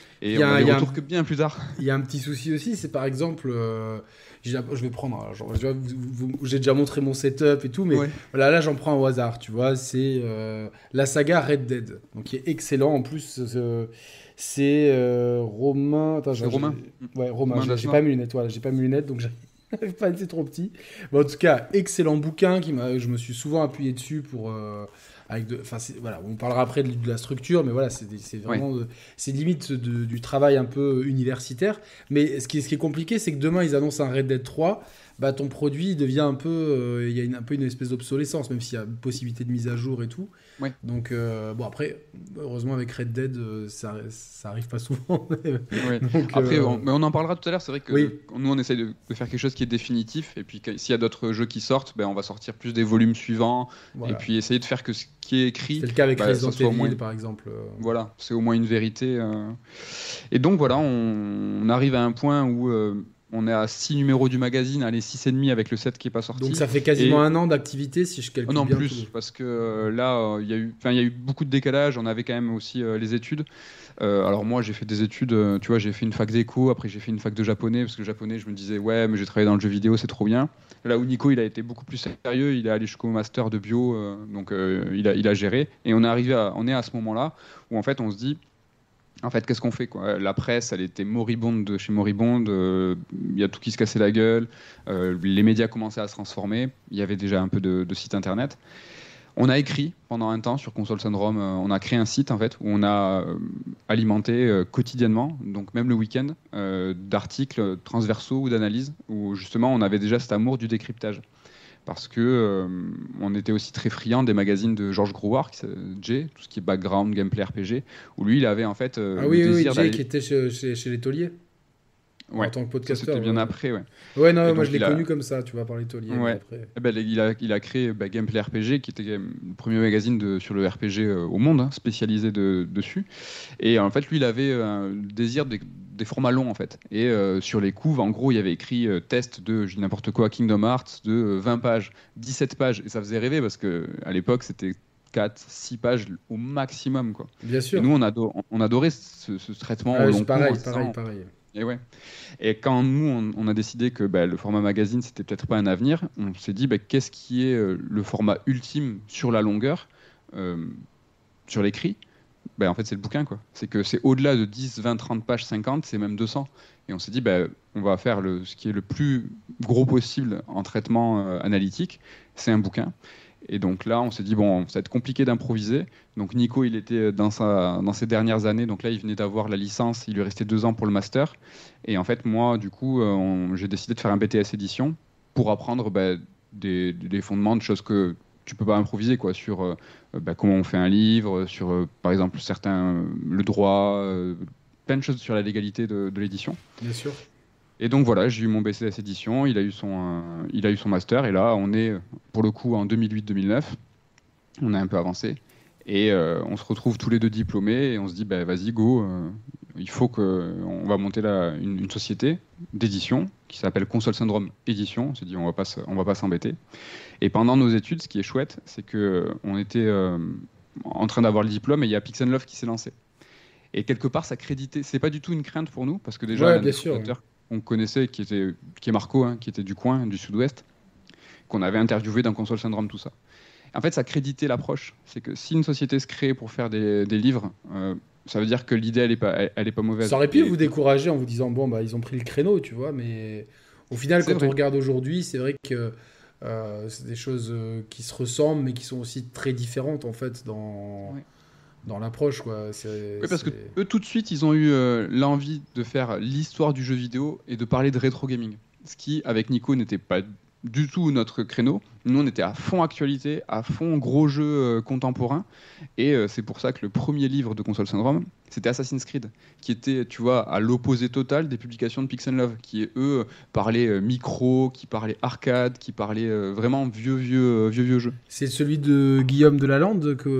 Et Il y a on un- a il des y a retours un- que bien plus tard. Il y a un petit souci aussi, c'est par exemple, euh, j'ai- je vais prendre, alors, genre, je- vous- vous- j'ai déjà montré mon setup et tout, mais Ouais. voilà, là j'en prends au hasard, tu vois, c'est euh, la saga Red Dead, donc qui est excellent en plus. euh, c'est euh, Romain, attends, C'est j'ai- Romain. j'ai- ouais, Romain, Romain j'ai j'ai Dassin. pas mes lunettes, voilà, j'ai pas mes lunettes, donc j'arrive pas, c'est trop petit. Mais en tout cas, excellent bouquin qui m'a, je me suis souvent appuyé dessus pour. euh, avec de, enfin, c'est- voilà, on parlera après de, de la structure, mais voilà, c'est des- c'est vraiment, euh, c'est limite de- du travail un peu universitaire. Mais ce qui, est- ce qui est compliqué, c'est que demain ils annoncent un Red Dead trois, bah ton produit il devient un peu, euh, il y a une, un peu une espèce d'obsolescence, même s'il y a une possibilité de mise à jour et tout. Ouais. Donc euh, bon après, heureusement avec Red Dead, euh, ça, ça arrive pas souvent. Ouais. Donc, Après, euh, on, mais on en parlera tout à l'heure. C'est vrai que Oui. nous, on essaie de, de faire quelque chose qui est définitif. Et puis, que- s'il y a d'autres jeux qui sortent, ben, on va sortir plus des volumes suivants. voilà. Et puis, essayer de faire que ce qui est écrit, C'est le cas avec bah, Resident ça soit au Evil moins- par exemple. euh. voilà, c'est au moins une vérité. euh. Et donc, voilà, on, on arrive à un point où euh, on est à six numéros du magazine, allez, six et demi avec le sept qui est pas sorti. Donc ça fait quasiment Et- un an d'activité si je calcule Oh non, bien. plus, tout. parce que euh, là, euh, il y a eu, enfin, il y a eu beaucoup de décalage. On avait quand même aussi euh, les études. Euh, alors moi, j'ai fait des études. euh, tu vois, j'ai fait une fac d'éco. Après, j'ai fait une fac de japonais parce que le japonais, je me disais, ouais, mais j'ai travaillé dans le jeu vidéo, c'est trop bien. Là où Nico, il a été beaucoup plus sérieux. Il est allé jusqu'au master de bio, euh, donc euh, il a, il a géré. Et on est arrivé, à, on est à ce moment-là où en fait, on se dit. En fait, qu'est-ce qu'on fait quoi? La presse, elle était moribonde de chez moribonde. euh, Il y a tout qui se cassait la gueule. euh, les médias commençaient à se transformer. Il y avait déjà un peu de, de sites internet. On a écrit pendant un temps sur Console Syndrome. euh, on a créé un site en fait où on a euh, alimenté euh, quotidiennement, donc même le week-end, euh, d'articles transversaux ou d'analyses où justement on avait déjà cet amour du décryptage. Parce que euh, on était aussi très friand des magazines de Georges Grouard, qui s'appelle Jay, tout ce qui est background, gameplay, R P G, où lui il avait en fait euh, Ah le oui, oui, oui, désir Jay d'aller. qui était chez, chez, chez les tauliers Ouais. en tant que Ça, podcasteur. c'était bien ouais. après, ouais. Ouais, non, Et moi donc, je l'ai il a- connu comme ça, tu vois, par les tauliers. mais Ouais. Après. Eh ben, il, a, il a créé bah, Gameplay R P G, qui était quand même le premier magazine de, sur le R P G euh, au monde, hein, spécialisé de- dessus. Et en fait, lui, il avait euh, un désir des, des formats longs, en fait. Et euh, sur les couves, en gros, il y avait écrit euh, test de, je dis n'importe quoi, Kingdom Hearts, de euh, vingt pages, dix-sept pages. Et ça faisait rêver, parce qu'à l'époque, c'était quatre, six pages au maximum, quoi. Bien Et sûr. nous, on, ado- on adorait ce, ce traitement Ah, au c'est long pareil, cours, en pareil, disant, pareil. et ouais. Et quand nous, on, on a décidé que bah, le format magazine, c'était peut-être pas un avenir, on s'est dit, bah, qu'est-ce qui est euh, le format ultime sur la longueur, euh, sur l'écrit? Bah, en fait, c'est le bouquin, quoi. C'est que c'est au-delà de dix, vingt, trente pages, cinquante, c'est même deux cents. Et on s'est dit, bah, on va faire le, ce qui est le plus gros possible en traitement euh, analytique, c'est un bouquin. Et donc là, on s'est dit, bon, ça va être compliqué d'improviser. Donc Nico, il était dans, sa, dans ses dernières années. Donc là, il venait d'avoir la licence. Il lui restait deux ans pour le master. Et en fait, moi, du coup, euh, on- j'ai décidé de faire un B T S édition pour apprendre bah, des, des fondements de choses que tu peux pas improviser, quoi, sur euh, bah, comment on fait un livre, sur, euh, par exemple, certains, euh, le droit, euh, plein de choses sur la légalité de, de l'édition. Bien sûr. Et donc voilà, j'ai eu mon B C S édition, il a eu son, euh, il a eu son master, et là on est pour le coup en deux mille huit deux mille neuf, on a un peu avancé, et euh, on se retrouve tous les deux diplômés, et on se dit bah, vas-y go, euh, il faut que on va monter là une, une société d'édition qui s'appelle Console Syndrome Édition. On s'est dit on va pas, se- on va pas s'embêter. Et pendant nos études, ce qui est chouette, c'est que euh, on était euh, en train d'avoir le diplôme, et il y a Pix and Love qui s'est lancé. Et quelque part, ça créditait. C'est pas du tout une crainte pour nous, parce que déjà, Ouais, l'un bien des sûr, fondateurs qu'on connaissait, qui, était, qui est Marco, hein, qui était du coin, du sud-ouest, qu'on avait interviewé dans Console Syndrome, tout ça. En fait, ça créditait l'approche. C'est que si une société se crée pour faire des, des livres, euh, ça veut dire que l'idée, elle est pas, elle, elle est pas mauvaise. Ça aurait pu Et- vous décourager en vous disant, bon, bah, ils ont pris le créneau, tu vois, mais au final, C'est quand vrai. on regarde aujourd'hui, c'est vrai que euh, c'est des choses euh, qui se ressemblent, mais qui sont aussi très différentes, en fait, dans, Ouais. dans l'approche, quoi. C'est- Oui, parce que c'est- eux, tout de suite, ils ont eu euh, l'envie de faire l'histoire du jeu vidéo et de parler de rétro gaming. Ce qui, avec Nico, n'était pas du tout notre créneau. Nous, on était à fond actualité, à fond gros jeu euh, contemporain. Et euh, c'est pour ça que le premier livre de Console Syndrome, c'était Assassin's Creed, qui était, tu vois, à l'opposé total des publications de Pix and Love, qui, eux, parlaient euh, micro, qui parlaient arcade, qui parlaient euh, vraiment vieux, vieux, euh, vieux, vieux jeux. C'est celui de Guillaume Delalande, que,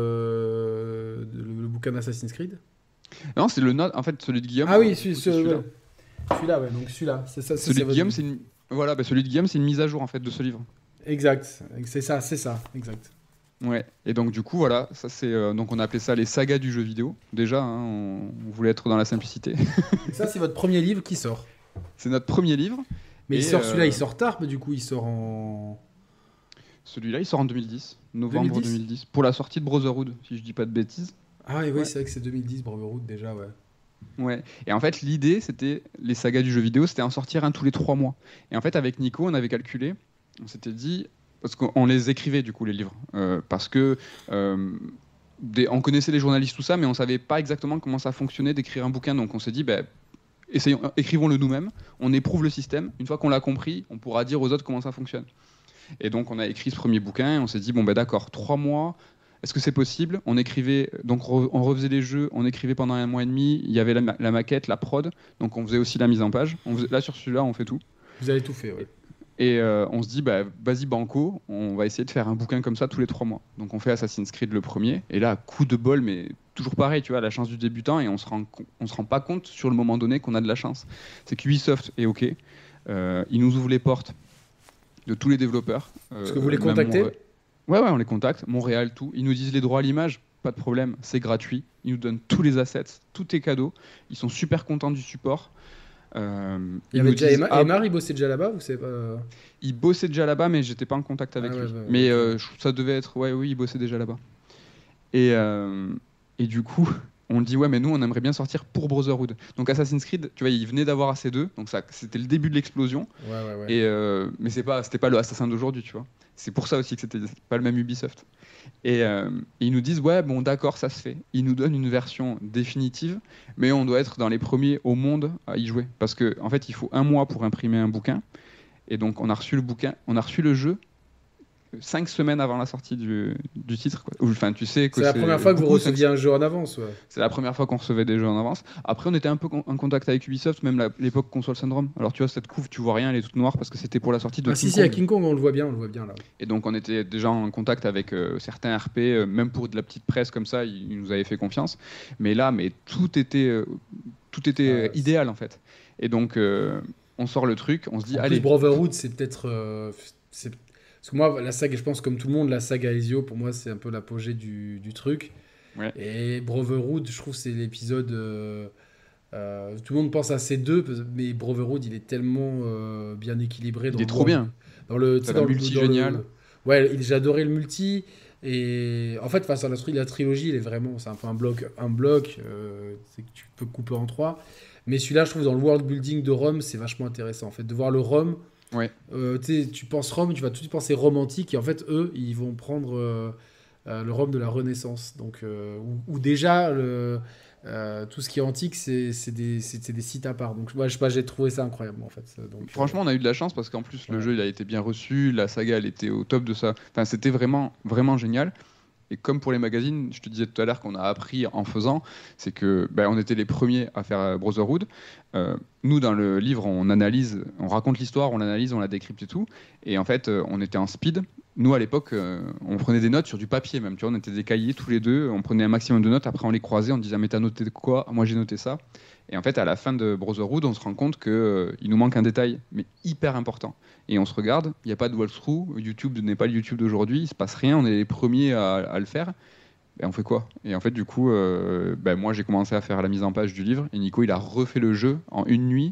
euh, de- le, le bouquin d'Assassin's Creed. Non, c'est le note, en fait, celui de Guillaume. Ah oui, celui- c'est ce- celui-là. ouais. celui-là, ouais, donc celui-là. C'est ça, c'est Celui ça, de votre- Guillaume, c'est une... Voilà, bah, celui de Guillaume, c'est une mise à jour en fait de ce livre. Exact, c'est ça, c'est ça, exact. Ouais. Et donc du coup voilà, ça c'est euh, donc on appelait ça les sagas du jeu vidéo. Déjà, hein, on, on voulait être dans la simplicité. Et ça, c'est votre premier livre qui sort. C'est notre premier livre. Mais il Et sort celui-là, il euh, sort tard, mais du coup, il sort en celui-là, il sort en deux mille dix, novembre deux mille dix. deux mille dix, pour la sortie de Brotherhood, si je dis pas de bêtises. Ah oui, oui, Ouais. c'est vrai que c'est deux mille dix, Brotherhood déjà, ouais. Ouais. Et en fait, l'idée, c'était les sagas du jeu vidéo, c'était en sortir un tous les trois mois. Et en fait, avec Nico, on avait calculé, on s'était dit, parce qu'on les écrivait du coup les livres, euh, parce que euh, des- on connaissait les journalistes tout ça, mais on savait pas exactement comment ça fonctionnait d'écrire un bouquin. Donc on s'est dit, ben, essayons, euh, écrivons-le nous-mêmes. On éprouve le système. Une fois qu'on l'a compris, on pourra dire aux autres comment ça fonctionne. Et donc on a écrit ce premier bouquin. Et on s'est dit, bon ben d'accord, trois mois. Est-ce que c'est possible? On écrivait, donc re- on refaisait les jeux, on écrivait pendant un mois et demi. Il y avait la, ma- la maquette, la prod, donc on faisait aussi la mise en page. On faisait- là sur celui-là, on fait tout. Vous avez tout fait, ouais. Et euh, on se dit, bah, vas-y banco, on va essayer de faire un bouquin comme ça tous les trois mois. Donc on fait Assassin's Creed le premier, et là, coup de bol, mais toujours pareil, tu vois, la chance du débutant, et on se rend, co- on se rend pas compte sur le moment donné qu'on a de la chance. C'est qu'Ubisoft est OK, euh, ils nous ouvrent les portes de tous les développeurs. Est-ce euh, que vous les même contactez? Monré- Ouais, ouais, on les contacte, Montréal, tout. Ils nous disent les droits à l'image, pas de problème, c'est gratuit. Ils nous donnent tous les assets, tout est cadeau. Ils sont super contents du support. Euh, Il y ils avait nous déjà disent, Emma, ah, Emma, il bossait déjà là-bas, ou c'est pas... il bossait déjà là-bas, mais j'étais pas en contact avec Ah ouais, lui. ouais, Mais ok. euh, je- ça devait être, ouais, oui, il bossait déjà là-bas. Et, euh, et du coup, on dit, ouais, mais nous, on aimerait bien sortir pour Brotherhood. Donc Assassin's Creed, tu vois, il venait d'avoir A C deux, donc ça, c'était le début de l'explosion. Ouais, ouais, ouais. Et euh, mais c'est pas, c'était pas le Assassin d'aujourd'hui, tu vois. C'est pour ça aussi que c'était pas le même Ubisoft. Et, euh, et ils nous disent, ouais, bon, d'accord, ça se fait. Ils nous donnent une version définitive, mais on doit être dans les premiers au monde à y jouer. Parce qu'en en fait, il faut un mois pour imprimer un bouquin. Et donc, on a reçu le bouquin, on a reçu le jeu cinq semaines avant la sortie du, du titre, quoi. Ou, Enfin, tu sais que C'est la c'est première fois que vous beaucoup, cinq- receviez un jeu en avance, ouais. c'est la première fois qu'on recevait des jeux en avance. Après, on était un peu con- en contact avec Ubisoft, même la- l'époque Console Syndrome. Alors, tu vois, cette couve, tu vois rien, elle est toute noire parce que c'était pour la sortie de Ah King si, si, à Kong. King Kong, on le voit bien, on le voit bien, là. Et donc, on était déjà en contact avec euh, certains R P, euh, même pour de la petite presse comme ça, ils, ils nous avaient fait confiance. Mais là, mais tout était, euh, tout était Ah, euh, idéal, en fait. Et donc, euh, on sort le truc, on se dit, En allez, plus, Brotherhood, c'est peut-être... euh, c'est- Parce que moi, la saga, je pense comme tout le monde, la saga Ezio, pour moi, c'est un peu l'apogée du, du truc. ouais, Et Brotherhood, je trouve que c'est l'épisode... euh, euh, tout le monde pense à ces deux, parce- mais Brotherhood, il est tellement euh, bien équilibré dans il est le trop monde. bien. Dans le, tu T'as sais, la dans le, multi dans le- géniale. Ouais, il- j'ai adoré le multi. Et en fait, face à la, tri- la trilogie, il est vraiment, c'est un peu un bloc, un bloc. euh, c'est que tu peux couper en trois. Mais celui-là, je trouve dans le world building de Rome, c'est vachement intéressant. En fait, de voir le Rome. Ouais. euh, tu sais, tu penses Rome, tu vas tout de suite penser romantique. Et en fait, eux, ils vont prendre euh, euh, le Rome de la Renaissance. Donc, euh, où, où déjà le, euh, tout ce qui est antique, c'est c'est des, c'est- c'est des sites à part. Donc, moi, je sais pas, j'ai trouvé ça incroyable, en fait. Donc, Franchement, on a eu de la chance parce qu'en plus, le Ouais. jeu, il a été bien reçu, la saga, elle était au top de ça. Enfin, c'était vraiment, vraiment génial. Et comme pour les magazines, je te disais tout à l'heure qu'on a appris en faisant, c'est que ben, on était les premiers à faire euh, Brotherhood. Euh, nous, dans le livre, on analyse, on raconte l'histoire, on l'analyse, on la décrypte et tout. Et en fait, euh, on était en speed. Nous, à l'époque, euh, on prenait des notes sur du papier même. Tu vois, on était des cahiers tous les deux. On prenait un maximum de notes. Après, on les croisait. On disait, ah, mais t'as noté quoi? Moi, j'ai noté ça. Et en fait, à la fin de Brotherhood, on se rend compte qu'il euh, il nous manque un détail, mais hyper important. Et on se regarde, il n'y a pas de walkthrough, YouTube n'est pas le YouTube d'aujourd'hui, il se passe rien, on est les premiers à, à le faire. Ben, on fait quoi? Et en fait, du coup, euh, ben, moi j'ai commencé à faire la mise en page du livre, et Nico il a refait le jeu en une nuit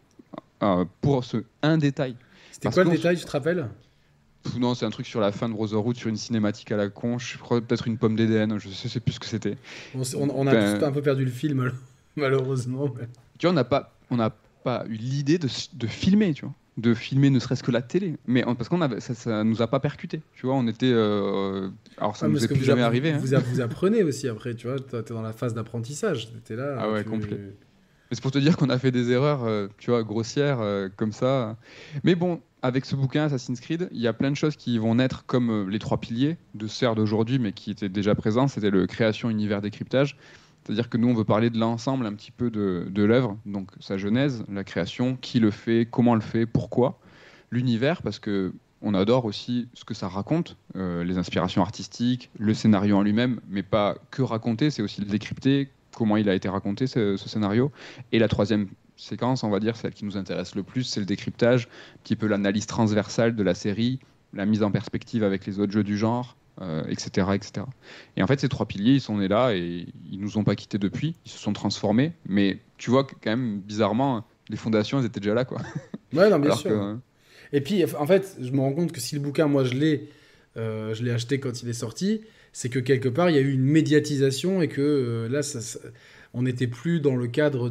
euh, pour ce un détail. C'était Parce quoi le qu'on- détail, tu te rappelles? Pff, non, c'est un truc sur la fin de Brotherhood, sur une cinématique à la con, je crois peut-être une pomme d'Éden, je sais, sais plus ce que c'était. On, s- on- on a Ben- tous un peu perdu le film, mal- malheureusement. mais- Tu vois, on n'a pas, on n'a pas eu l'idée de, s- de filmer, tu vois, de filmer ne serait-ce que la télé, mais on- parce qu'on avait, ça, ça nous a pas percuté, tu vois, on était, euh, alors ça Ah, nous parce est que plus vous, jamais app- arrivé. Hein. vous, app- vous apprenez aussi après, tu vois, t'es t'es dans la phase d'apprentissage. T'es là. Ah ouais, tu- complet. Mais c'est pour te dire qu'on a fait des erreurs, euh, tu vois, grossières euh, comme ça. Mais bon, avec ce bouquin Assassin's Creed, il y a plein de choses qui vont naître comme euh, les trois piliers de C E R d'aujourd'hui, mais qui étaient déjà présents. C'était le création, univers, décryptage. C'est-à-dire que nous, on veut parler de l'ensemble un petit peu de, de l'œuvre, donc sa genèse, la création, qui le fait, comment le fait, pourquoi. L'univers, parce que on adore aussi ce que ça raconte, euh, les inspirations artistiques, le scénario en lui-même, mais pas que raconter, c'est aussi le décrypter, comment il a été raconté ce, ce scénario. Et la troisième séquence, on va dire, celle qui nous intéresse le plus, c'est le décryptage, un petit peu l'analyse transversale de la série, la mise en perspective avec les autres jeux du genre, euh, et cetera, et cetera. Et en fait, ces trois piliers, ils sont nés là et ils nous ont pas quittés depuis. Ils se sont transformés. Mais tu vois que quand même, bizarrement, les fondations, elles étaient déjà là, quoi. Ouais, non, bien Alors sûr. que Et puis, en fait, je me rends compte que si le bouquin, moi, je l'ai, euh, je l'ai acheté quand il est sorti, c'est que quelque part, il y a eu une médiatisation et que euh, là, ça, ça- on n'était plus dans le cadre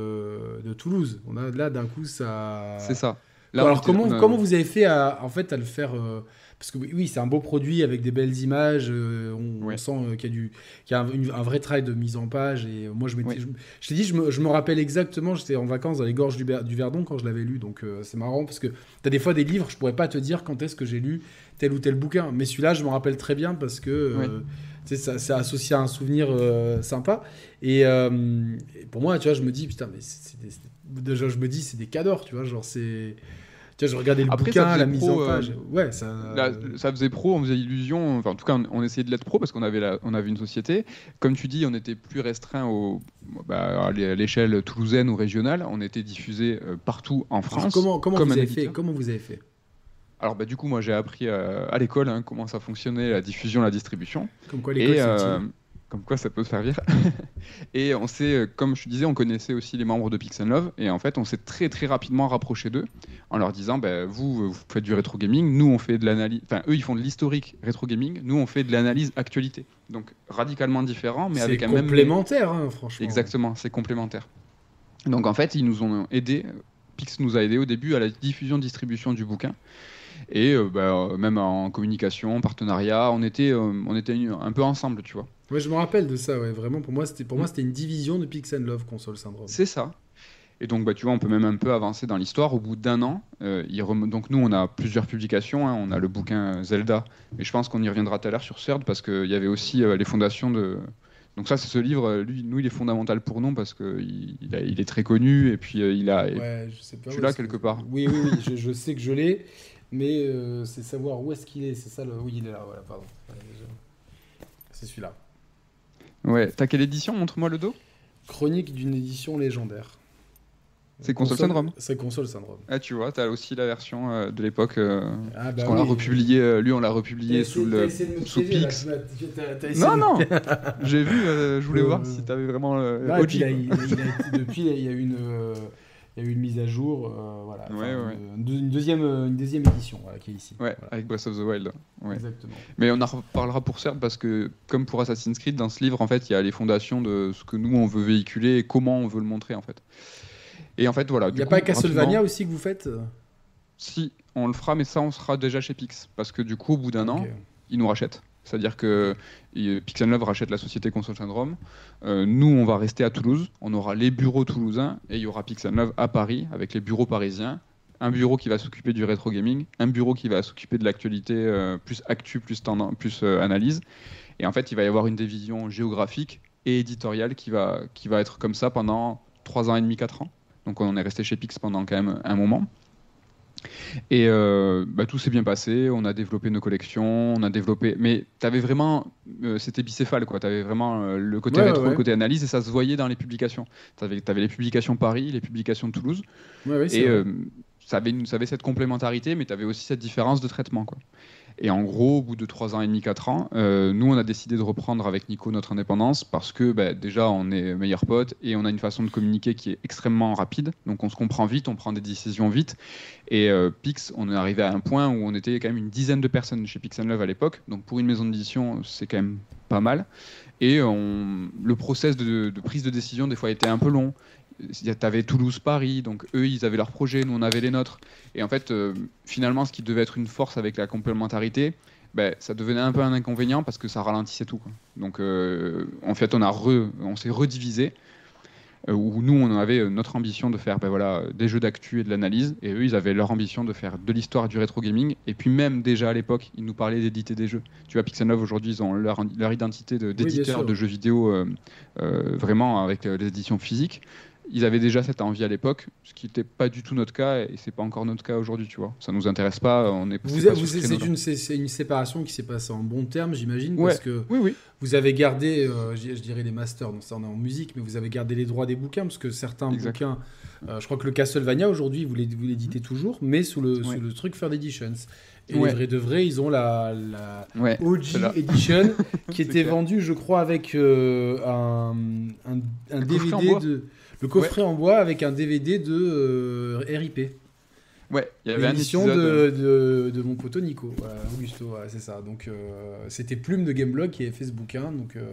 de, de Toulouse. On a, là, d'un coup, c'est ça. ça. Bon, Là, on alors, était, comment, on a- comment vous avez fait à, en fait, à le faire euh, parce que oui, oui, c'est un beau produit avec des belles images. euh, on, on ouais, sent euh, qu'il y a, du, qu'il y a un, une- un vrai travail de mise en page. Et euh, moi, je m'étais, ouais. je, je t'ai dit, je me, je me rappelle exactement, j'étais en vacances dans les gorges du, Ber- du Verdon quand je l'avais lu. Donc, euh, c'est marrant parce que tu as des fois des livres, je pourrais pas te dire quand est-ce que j'ai lu tel ou tel bouquin. Mais celui-là, je me rappelle très bien parce que Ouais. euh, tu sais, ça, c'est associé à un souvenir euh, sympa. Et, euh, et pour moi, tu vois, je me dis, putain, mais c'est, c'est des- c'est- déjà, je me dis, c'est des cadors, tu vois, genre, c'est. Tu vois, je regardais le Après, ça bouquin, faisait la mise en pro. euh, page. Ouais, ça. Là, ça faisait pro, on faisait illusion. Enfin, en tout cas, on, on essayait de l'être pro parce qu'on avait, la- on avait une société. Comme tu dis, on était plus restreint au, bah, à l'é- à l'échelle toulousaine ou régionale. On était diffusé euh, partout en Alors, France comment, comment comme vous un avez fait? éditeur. Comment vous avez fait? Alors, bah, du coup, moi, j'ai appris euh, à l'école hein, comment ça fonctionnait, la diffusion, la distribution. Comme quoi l'école Et c'est euh, utile. comme quoi, ça peut servir. Et on s'est, euh, comme je te disais, on connaissait aussi les membres de Pix and Love. Et en fait, on s'est très, très rapidement rapproché d'eux en leur disant bah, vous, vous faites du rétro gaming, nous, on fait de l'analyse. Enfin, eux, ils font de l'historique rétro gaming, nous, on fait de l'analyse actualité. Donc, radicalement différent, mais C'est avec un même. complémentaire, hein, franchement. Exactement, c'est complémentaire. Donc, en fait, ils nous ont aidés. Pix nous a aidés au début à la diffusion-distribution du bouquin. Et euh, bah, euh, même en communication, en partenariat, on était, euh, on était un peu ensemble, tu vois. Ouais, je me rappelle de ça, ouais. Vraiment, pour moi, c'était, pour Mm. moi, c'était une division de Pix and Love Console Syndrome. C'est ça. Et donc, bah, tu vois, on peut même un peu avancer dans l'histoire. Au bout d'un an, euh, il rem- donc nous, on a plusieurs publications. Hein. On a le bouquin Zelda, mais je pense qu'on y reviendra tout à l'heure sur CERD parce qu'il y avait aussi euh, les fondations de. Donc ça, c'est ce livre. euh, Lui, nous, il est fondamental pour nous parce qu'il il a- il est très connu et puis euh, il a. Ouais, je sais pas Tu où l'as est-ce que. quelque part. Oui, oui, oui, je, je sais que je l'ai, mais euh, c'est savoir où est-ce qu'il est. C'est ça le. Oui, il est là, voilà, pardon. Ouais, je- C'est celui-là. Ouais. T'as quelle édition? Montre-moi le dos. Chronique d'une édition légendaire. C'est Console Syndrome. C'est Console Syndrome. Ah, tu vois, t'as aussi la version euh, de l'époque. euh, Ah parce bah qu'on l'a oui. republié. euh, lui, on l'a republié T'as sous essayé- le t'as essayé de me sous piéger, là, Pix. tu m'as- tu- t'as- t'as essayé Non, de- non. J'ai vu. euh, je voulais Euh, voir si t'avais vraiment le Non, et O G. puis là, quoi. il, il a été- depuis, il y a eu une, euh, il y a eu une mise à jour, euh, voilà, enfin, Ouais, ouais. Une, une deux- une deuxième, une deuxième édition voilà, qui est ici. Ouais, Voilà, avec Breath of the Wild. Ouais. exactement. Mais on en reparlera pour certes parce que, comme pour Assassin's Creed, dans ce livre, en fait, il y a les fondations de ce que nous on veut véhiculer et comment on veut le montrer, en fait. Et en fait, voilà. Il Du n'y a coup, pas Castlevania rapidement, aussi que vous faites? si on le fera, mais ça, on sera déjà chez Pix parce que du coup, au bout d'un an, Ok. ils nous rachètent. C'est-à-dire que euh, Pix and Love rachète la société Console Syndrome. Euh, nous, on va rester à Toulouse. On aura les bureaux toulousains et il y aura Pix and Love à Paris avec les bureaux parisiens. Un bureau qui va s'occuper du rétro gaming, un bureau qui va s'occuper de l'actualité euh, plus actu, plus, tendance, plus euh, analyse. Et en fait, il va y avoir une division géographique et éditoriale qui va, qui va être comme ça pendant trois ans et demi, quatre ans. Donc on est resté chez Pix pendant quand même un moment. Et euh, bah, tout s'est bien passé, on a développé nos collections, on a développé... Mais t'avais vraiment... euh, c'était bicéphale, quoi. T'avais vraiment euh, le côté Ouais, rétro, ouais, le ouais. côté analyse, et ça se voyait dans les publications. T'avais, t'avais les publications Paris, les publications de Toulouse, Ouais, ouais, c'est et vrai. euh, ça, avait une, ça avait cette complémentarité, mais t'avais aussi cette différence de traitement, quoi. Et en gros, au bout de trois ans et demi, quatre ans, euh, nous, on a décidé de reprendre avec Nico notre indépendance parce que bah, déjà, on est meilleurs potes et on a une façon de communiquer qui est extrêmement rapide. Donc, on se comprend vite, on prend des décisions vite. Et euh, Pix, on est arrivé à un point où on était quand même une dizaine de personnes chez Pix and Love à l'époque. Donc, pour une maison d'édition, c'est quand même pas mal. Et on, le process de, de prise de décision, des fois, était un peu long. Tu avais Toulouse, Paris, donc eux, ils avaient leurs projets, nous, on avait les nôtres. Et en fait, euh, finalement, ce qui devait être une force avec la complémentarité, ben, ça devenait un peu un inconvénient parce que ça ralentissait tout, quoi. Donc, euh, en fait, on, a re, on s'est redivisé, euh, où nous, on avait notre ambition de faire ben, voilà, des jeux d'actu et de l'analyse, et eux, ils avaient leur ambition de faire de l'histoire et du rétro gaming. Et puis, même déjà à l'époque, ils nous parlaient d'éditer des jeux. Tu vois, Pix and Love, aujourd'hui, ils ont leur, leur identité de- Oui, bien d'éditeur sûr. de jeux vidéo, euh, euh, vraiment avec euh, les éditions physiques. ils avaient déjà cette envie à l'époque, ce qui n'était pas du tout notre cas et c'est pas encore notre cas aujourd'hui, tu vois. Ça nous intéresse pas, on est. Vous, C'est pas vous- sur ce c'est créneau-là. une, c'est c'est une séparation qui s'est passée en bon terme, j'imagine, Ouais, parce que oui, oui, vous avez gardé, euh, je, je dirais les masters, donc ça on est en musique, mais vous avez gardé les droits des bouquins, parce que certains exact. bouquins, euh, je crois que le Castlevania aujourd'hui, vous l'é- vous l'éditez toujours, mais sous le, sous Ouais, le truc Third Editions. Et les ouais, vrais de vrais, ils ont la, la ouais, O G celle-là, Edition, qui c'est était clair. vendue, je crois, avec euh, un, un, un Le coffret en D V D bois. de... Le Ouais, coffret en bois avec un D V D de euh, R I P. ouais, il y avait un L'émission épisode. euh, de, de, de mon poteau Nico, voilà, Augusto, ouais, c'est ça. Donc euh, c'était Plume de Gameblog qui avait fait ce bouquin, donc euh,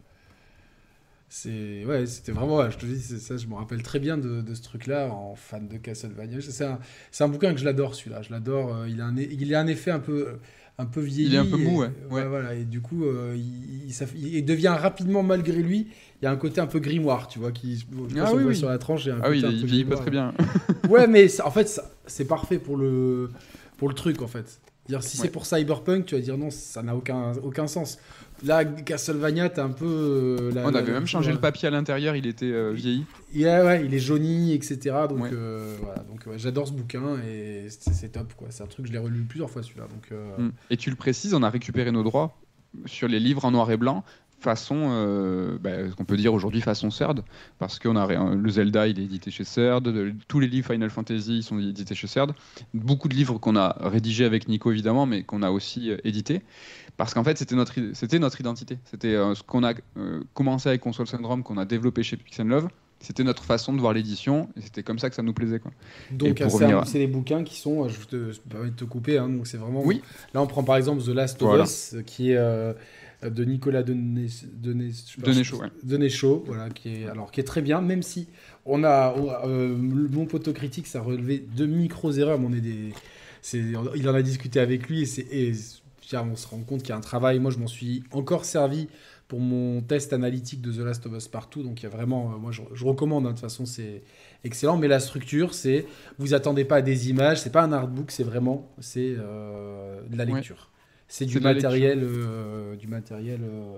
c'est ouais, c'était vraiment, ouais, je te dis, c'est ça, je me rappelle très bien de, de ce truc-là, en fan de Castlevania. C'est un, c'est un bouquin que je l'adore, celui-là, je l'adore. euh, il a un, e- il a un effet un peu, un peu Il est un peu vieilli, mou, et, ouais, ouais, ouais, voilà, et du coup, euh, il, il, ça- il devient rapidement malgré lui. Il y a un côté un peu grimoire, tu vois, qui, quand Ah on le oui, voit oui. sur la tranche, il y a un Ah oui, côté il, un est- il peu vieillit pas grimoire. très bien. Ouais, mais ça- en fait, ça- c'est parfait pour le, pour le truc, en fait. Dire si c'est Ouais. pour Cyberpunk, tu vas dire non, ça n'a aucun, aucun sens. Là, Castlevania, t'as un peu. euh, la, On la- avait la- même changé le papier à l'intérieur, il était euh, vieilli. il, ouais, ouais, il est jauni, et cetera. Donc, Ouais. euh, voilà. Donc, ouais, j'adore ce bouquin et c'est c'est top, quoi. C'est un truc, je l'ai relu plusieurs fois, celui-là. Donc, euh, Mm. Et tu le précises, on a récupéré nos droits sur les livres en noir et blanc, façon, euh, bah, ce qu'on peut dire aujourd'hui façon Third, parce qu'on a ré- le Zelda, il est édité chez Third, de- tous les livres Final Fantasy, ils sont édités chez Third, beaucoup de livres qu'on a rédigés avec Nico évidemment, mais qu'on a aussi euh, édités, parce qu'en fait c'était notre, i- c'était notre identité, c'était euh, ce qu'on a euh, commencé avec Console Syndrome, qu'on a développé chez Pix and Love, c'était notre façon de voir l'édition, et c'était comme ça que ça nous plaisait, quoi. Et donc pour c'est un- revenir... c'est les bouquins qui sont. Je te, je me permets de te couper. Hein, donc, c'est vraiment. Oui, Là, on prend par exemple The Last of voilà, Us, qui est euh, de Nicolas Denes, Denes, je sais pas, je- Denéchaud, ouais. Denéchaud, voilà, qui est, alors, qui est très bien, même si on a, on a, euh, mon poteau critique, ça a relevé de micros erreurs, mais on est des, c'est, il en a discuté avec lui et, c'est, et tiens, on se rend compte qu'il y a un travail. Moi, je m'en suis encore servi pour mon test analytique de The Last of Us Partout, donc il y a vraiment, euh, moi, je, je recommande, hein, de toute façon, c'est excellent, mais la structure, c'est, vous attendez pas à des images, c'est pas un artbook, c'est vraiment, c'est euh, de la Ouais, lecture. C'est du c'est de la lecture. matériel, euh, du matériel euh,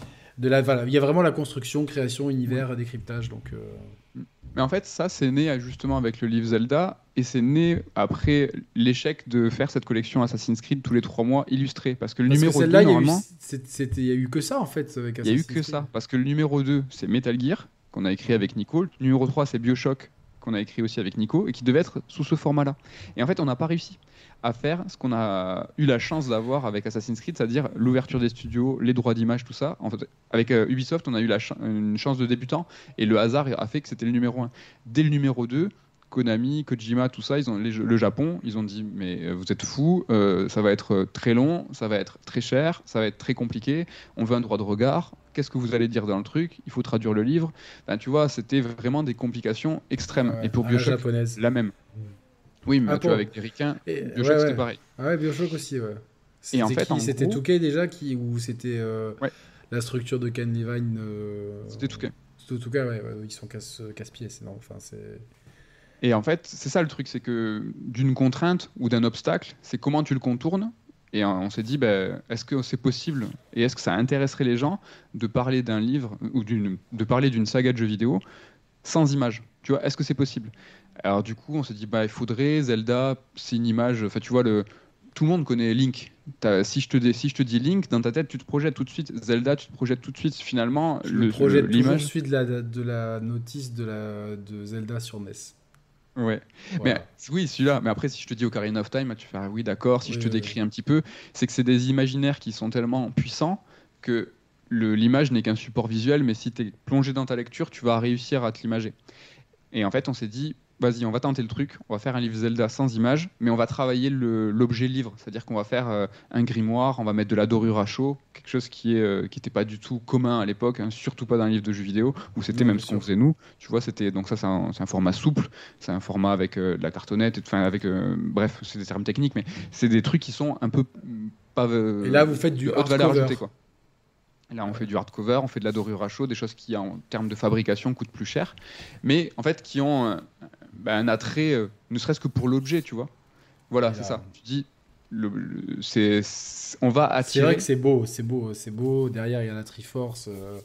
de la. Voilà, il y a vraiment la construction, création, Ouais. univers, décryptage. Donc, euh, Mais en fait, ça, c'est né euh, justement avec le livre Zelda, et c'est né après l'échec de faire cette collection Assassin's Creed tous les trois mois illustrée. Parce que le parce que numéro deux, celle-là, il y a eu, normalement, c'est- c'était, il y a eu que ça en fait avec il n'y a eu Assassin's que Creed. ça. Parce que le numéro deux, c'est Metal Gear, qu'on a écrit avec Nico. Le numéro trois, c'est BioShock, qu'on a écrit aussi avec Nico, et qui devait être sous ce format-là. Et en fait, on n'a pas réussi à faire ce qu'on a eu la chance d'avoir avec Assassin's Creed, c'est-à-dire l'ouverture des studios, les droits d'image, tout ça. En fait, avec euh, Ubisoft, on a eu la ch- une chance de débutant, et le hasard a fait que c'était le numéro un. Dès le numéro deux, Konami, Kojima, tout ça, ils ont, les jeux- le Japon, ils ont dit mais euh, vous êtes fous, euh, ça va être euh, très long, ça va être très cher, ça va être très compliqué, on veut un droit de regard, qu'est-ce que vous allez dire dans le truc, il faut traduire le livre. Ben, tu vois, c'était vraiment des complications extrêmes. Ouais, Et pour à la BioShock, japonaise. la même. Oui, mais Ah, tu pour- vois, avec les ricains, Et- BioShock ouais, c'était ouais. pareil. Ah ouais, BioShock aussi, ouais. Et C'était en fait, qui en C'était gros, deux K déjà qui, ou c'était euh, ouais, la structure de Ken Levine euh, c'était tout. C'était deux K, ouais, ouais, ils sont casse, casse-pieds, c'est non, enfin, c'est. Et en fait, c'est ça le truc, c'est que d'une contrainte ou d'un obstacle, c'est comment tu le contournes. Et euh, on s'est dit, ben, est-ce que c'est possible et est-ce que ça intéresserait les gens de parler d'un livre ou d'une, de parler d'une saga de jeux vidéo sans image? Tu vois, est-ce que c'est possible? Alors du coup, on s'est dit, bah, il faudrait, Zelda, c'est une image, enfin tu vois, le, tout le monde connaît Link. T'as- si, je te, dis- si je te dis Link, dans ta tête, tu te projettes tout de suite. Zelda, tu te projettes tout de suite. Finalement, Je le, me le- projette toujours l'image... celui de la, de la notice de, la, de Zelda sur N E S. Ouais. Mais Voilà. oui, celui-là. Mais après, si je te dis Ocarina of Time, tu fais ah oui, d'accord. Si Oui, je te oui, décris un petit peu, c'est que c'est des imaginaires qui sont tellement puissants que le- l'image n'est qu'un support visuel, mais si tu es plongé dans ta lecture, tu vas réussir à te l'imager. Et en fait, on s'est dit, vas-y, on va tenter le truc, on va faire un livre Zelda sans image, mais on va travailler le- l'objet livre, c'est-à-dire qu'on va faire euh, un grimoire, on va mettre de la dorure à chaud, quelque chose qui est euh, qui n'était pas du tout commun à l'époque, hein, surtout pas dans un livre de jeux vidéo, où c'était Non, même bien ce qu'on sûr. faisait nous. Tu vois, c'était donc ça, c'est un, c'est un format souple, c'est un format avec euh, de la cartonnette, et- enfin avec, euh, bref, c'est des termes techniques, mais c'est des trucs qui sont un peu mm, pas euh, Et là, vous faites du de haute valeur hardcover. ajoutée, quoi. Là, on fait du hardcover, on fait de la dorure à chaud, des choses qui, en termes de fabrication, coûtent plus cher, mais en fait qui ont euh, ben, un attrait, euh, ne serait-ce que pour l'objet, tu vois. Voilà, Et c'est là- ça. Tu dis, le, le- c'est, c'est- on va C'est attirer. vrai que c'est beau, c'est beau, c'est beau. Derrière, il y a la Triforce. euh,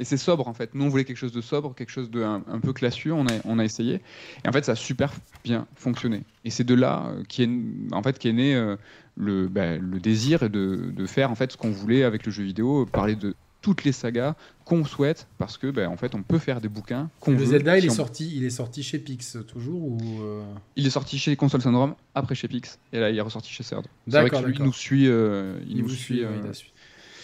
Et c'est sobre en fait. Nous on voulait quelque chose de sobre, quelque chose de un, un peu classieux. On a, on a essayé. Et en fait ça a super bien fonctionné. Et c'est de là euh, qui est, en fait, qui est né euh, le, bah, le désir de, de faire en fait ce qu'on voulait avec le jeu vidéo, parler de toutes les sagas qu'on souhaite, parce que bah, en fait on peut faire des bouquins qu'on Le veut. Zelda, il si est on- sorti, il est sorti chez Pix toujours ou euh, Il est sorti chez Console Syndrome, après chez Pix, et là il est ressorti chez Third. C'est vrai que D'accord, lui il nous d'accord. suit, euh, il, Il nous vous suit. suit, euh, oui, il a suivi.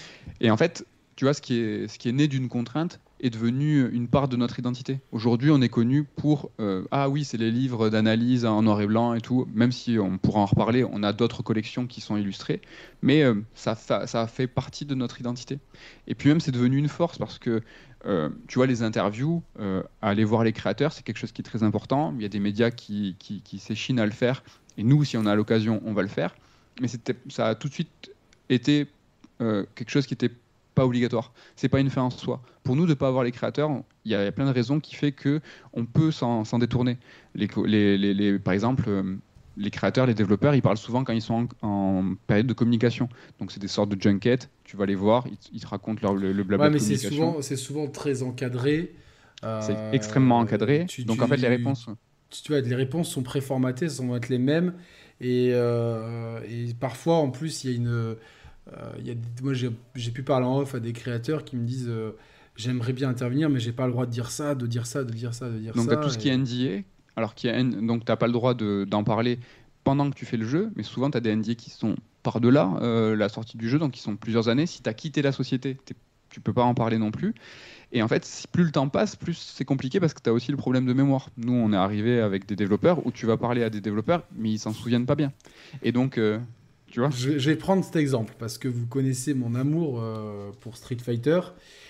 Et en fait, tu vois, ce qui est, ce qui est né d'une contrainte est devenu une part de notre identité. Aujourd'hui, on est connu pour euh, ah oui, c'est les livres d'analyse en noir et blanc et tout. Même si on pourra en reparler, on a d'autres collections qui sont illustrées, mais euh, ça, fa- ça fait partie de notre identité. Et puis même, c'est devenu une force parce que euh, tu vois, les interviews, euh, aller voir les créateurs, c'est quelque chose qui est très important. Il y a des médias qui, qui, qui s'échinent à le faire, et nous, si on a l'occasion, on va le faire. Mais c'était, ça a tout de suite été euh, quelque chose qui n'était pas obligatoire. C'est pas une fin en soi. Pour nous, de ne pas avoir les créateurs, il y, a il y a plein de raisons qui fait que on peut s'en s'en détourner. Les, co- les- les- les- par exemple, euh, les créateurs, les développeurs, ils parlent souvent quand ils sont en, en période de communication. Donc c'est des sortes de junkets. Tu vas les voir, ils, te ils te racontent leur, le, le blabla Ouais, de mais c'est communication. souvent, c'est souvent très encadré. C'est extrêmement Euh, encadré. tu, Donc en fait, les tu, réponses. tu, tu vois, les réponses sont préformatées, ça vont être les mêmes. Et, euh, et parfois, en plus, il y a une. euh, il y a, des- moi, j'ai j'ai pu parler en off à des créateurs qui me disent euh, j'aimerais bien intervenir, mais j'ai pas le droit de dire ça, de dire ça, de dire ça, de dire Donc tu as tout ça. ce qui est Et... N D A. Alors qu'il y a N- donc tu n'as pas le droit de- d'en parler pendant que tu fais le jeu, mais souvent tu as des N D A qui sont par-delà euh, la sortie du jeu, donc qui sont plusieurs années. Si tu as quitté la société, t'es- tu peux pas en parler non plus. Et en fait, si plus le temps passe, plus c'est compliqué parce que tu as aussi le problème de mémoire. Nous, on est arrivé avec des développeurs où tu vas parler à des développeurs, mais ils s'en souviennent pas bien. Et donc, euh, tu vois, Je, je vais prendre cet exemple parce que vous connaissez mon amour euh, pour Street Fighter.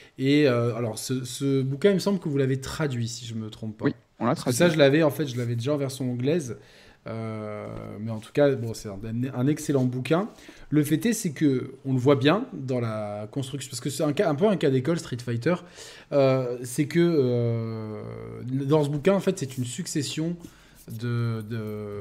Et euh, alors, ce, ce bouquin, il me semble que vous l'avez traduit, si je me trompe oui, pas. on l'a Parce que ça, traduit. je l'avais, en fait, je l'avais déjà en version anglaise. Euh, mais en tout cas, bon, c'est un, un excellent bouquin. Le fait est, c'est que on le voit bien dans la construction, parce que c'est un, cas, un peu un cas d'école Street Fighter. Euh, c'est que euh, dans ce bouquin, en fait, c'est une succession de, de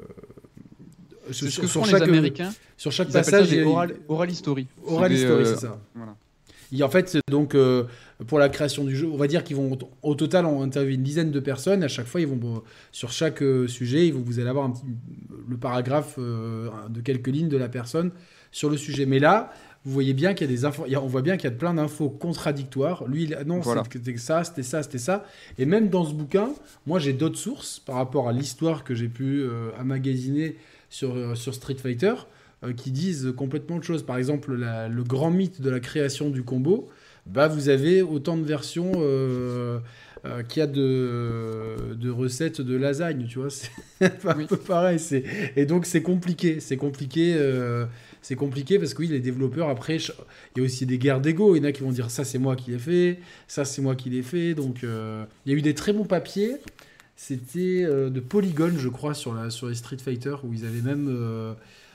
C'est ce sur, que sur font chaque les Américains. sur chaque Ils appellent ça passage, il des y a- oral, oral history. C'est oral des, history, euh, c'est ça. voilà. Et en fait, c'est donc euh, pour la création du jeu, on va dire qu'ils vont au total on interviewer une dizaine de personnes. À chaque fois, ils vont bon, sur chaque euh, sujet, ils vont, vous allez avoir un petit- le paragraphe euh, de quelques lignes de la personne sur le sujet. Mais là, vous voyez bien qu'il y a des infos, il y a- on voit bien qu'il y a plein d'infos contradictoires. Lui, il a- non, Voilà. c'était ça, c'était ça, c'était ça. Et même dans ce bouquin, moi, j'ai d'autres sources par rapport à l'histoire que j'ai pu euh, amagasiner sur, euh, sur Street Fighter euh, qui disent complètement autre chose. Par exemple, la- le grand mythe de la création du combo, bah, vous avez autant de versions euh, euh, qu'il y a de, de recettes de lasagne, tu vois. C'est un Oui. peu pareil. c'est- Et donc, c'est compliqué. C'est compliqué. euh, C'est compliqué parce que oui, les développeurs, après, ch- il y a aussi des guerres d'ego. Il y en a qui vont dire ça, c'est moi qui l'ai fait, ça, c'est moi qui l'ai fait. Donc, euh, il y a eu des très bons papiers. C'était euh, de Polygon, je crois, sur, la, sur les Street Fighter, où ils avaient même. euh,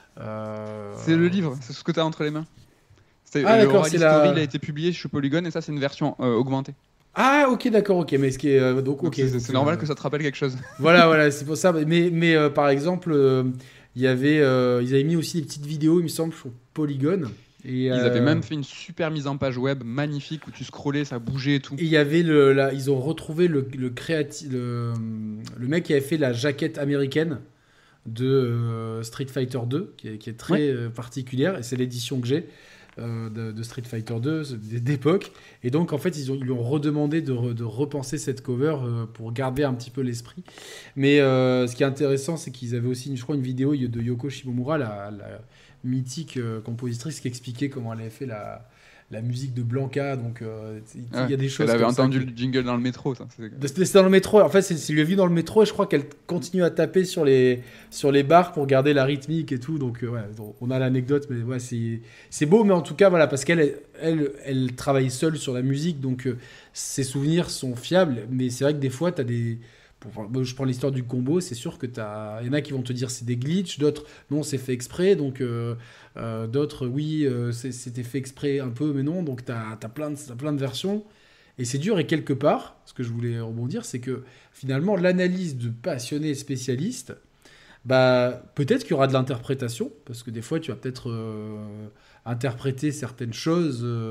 euh, C'est le livre, c'est ce que tu as entre les mains. C'est- Ah, le d'accord, Oral c'est History, la. il a été publié chez Polygon et ça, c'est une version euh, augmentée. Ah, ok, d'accord, ok. Mais ce qui est. euh, donc, Donc ok. c'est donc, c'est normal euh, que ça te rappelle quelque chose. Voilà, voilà, c'est pour ça. Mais, mais euh, par exemple, euh, il y avait, euh, ils avaient mis aussi des petites vidéos, il me semble, sur Polygon. Et Ils avaient euh, même fait une super mise en page web magnifique où tu scrollais, ça bougeait et tout. et il y avait le, là, ils ont retrouvé le, le, créati- le, le mec qui avait fait la jaquette américaine de euh, Street Fighter deux, qui est, qui est très Ouais. euh, particulière, et c'est l'édition que j'ai euh, de, de Street Fighter deux c'est d'époque. Et donc, en fait, ils, ont, ils lui ont redemandé de, re- de repenser cette cover euh, pour garder un petit peu l'esprit. Mais euh, ce qui est intéressant, c'est qu'ils avaient aussi, je crois, une vidéo de Yoko Shimomura, la, la mythique euh, compositrice, qui expliquait comment elle avait fait la, la musique de Blanca. Donc, euh, il y a Ouais. des choses Elle avait comme ça entendu qui- le jingle dans le métro. Ça. c'est- de- C'était dans le métro. En fait, c'est c'est lui a vu dans le métro et je crois qu'elle continue à taper sur les, sur les barres pour garder la rythmique et tout. Donc, euh, ouais, donc, on a l'anecdote, mais ouais, c'est c'est beau. Mais en tout cas, voilà, parce qu'elle elle, elle travaille seule sur la musique, donc euh, ses souvenirs sont fiables. Mais c'est vrai que des fois, tu as des. Pour, moi, je prends l'histoire du combo, c'est sûr que t'as. Il y en a qui vont te dire c'est des glitches, d'autres non, c'est fait exprès, donc euh, euh, d'autres oui, euh, c'est- c'était fait exprès un peu, mais non, donc t'as as plein, de- t'as plein de versions. Et c'est dur, et quelque part, ce que je voulais rebondir, c'est que finalement, l'analyse de passionnés spécialistes, bah, peut-être qu'il y aura de l'interprétation, parce que des fois, tu vas peut-être euh, interpréter certaines choses euh,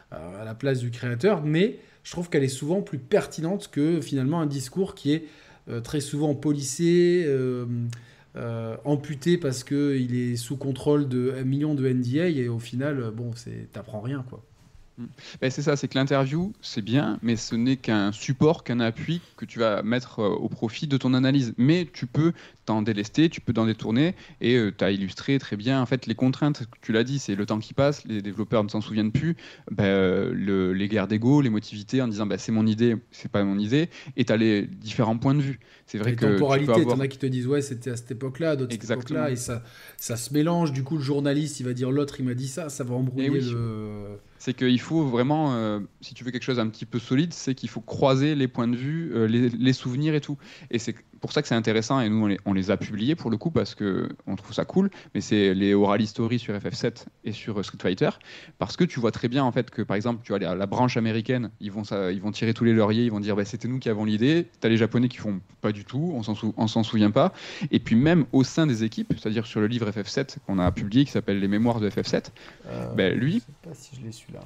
à la place du créateur, mais je trouve qu'elle est souvent plus pertinente que finalement un discours qui est euh, très souvent policé, euh, euh, amputé parce qu'il est sous contrôle de un million de N D A et au final, bon, c'est, t'apprends rien, quoi. Ben c'est ça, c'est que l'interview, c'est bien, mais ce n'est qu'un support, qu'un appui que tu vas mettre euh, au profit de ton analyse. Mais tu peux t'en délester, tu peux t'en détourner, et euh, tu as illustré très bien en fait, les contraintes. Tu l'as dit, c'est le temps qui passe, les développeurs ne s'en souviennent plus, ben, euh, le, les guerres d'ego, l'émotivité en disant ben, c'est mon idée, c'est pas mon idée, et tu as les différents points de vue. C'est vrai les que temporalités, tu t'en peux avoir... as qui te disent ouais c'était à cette époque-là, d'autres cette Exactement. époque-là, et ça, ça se mélange. Du coup, le journaliste, il va dire l'autre, il m'a dit ça, ça va embrouiller oui. le... C'est qu'il faut vraiment, euh, si tu veux quelque chose un petit peu solide, c'est qu'il faut croiser les points de vue, euh, les, les souvenirs et tout. Et c'est pour ça que c'est intéressant, et nous on les, on les a publiés pour le coup, parce qu'on trouve ça cool, mais c'est les Oral History sur F F sept et sur Street Fighter, parce que tu vois très bien en fait que par exemple, tu vois la, la branche américaine, ils vont, ça, ils vont tirer tous les lauriers, ils vont dire bah, c'était nous qui avons l'idée, t'as les Japonais qui font pas du tout, on s'en, sou- on s'en souvient pas, et puis même au sein des équipes, c'est-à-dire sur le livre F F sept qu'on a publié, qui s'appelle Les Mémoires de F F sept, euh, ben, lui... Je sais pas si je l'ai celui-là.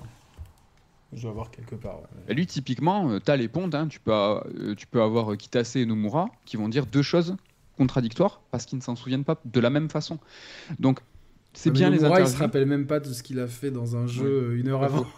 Je dois avoir quelque part. Ouais. Lui, typiquement, tu as les pontes, hein, tu, peux, euh, tu peux avoir Kitase et Nomura qui vont dire deux choses contradictoires parce qu'ils ne s'en souviennent pas de la même façon. Donc, c'est ouais, bien Nomura, les interviews. Il se rappelle même pas de ce qu'il a fait dans un jeu ouais. une heure avant.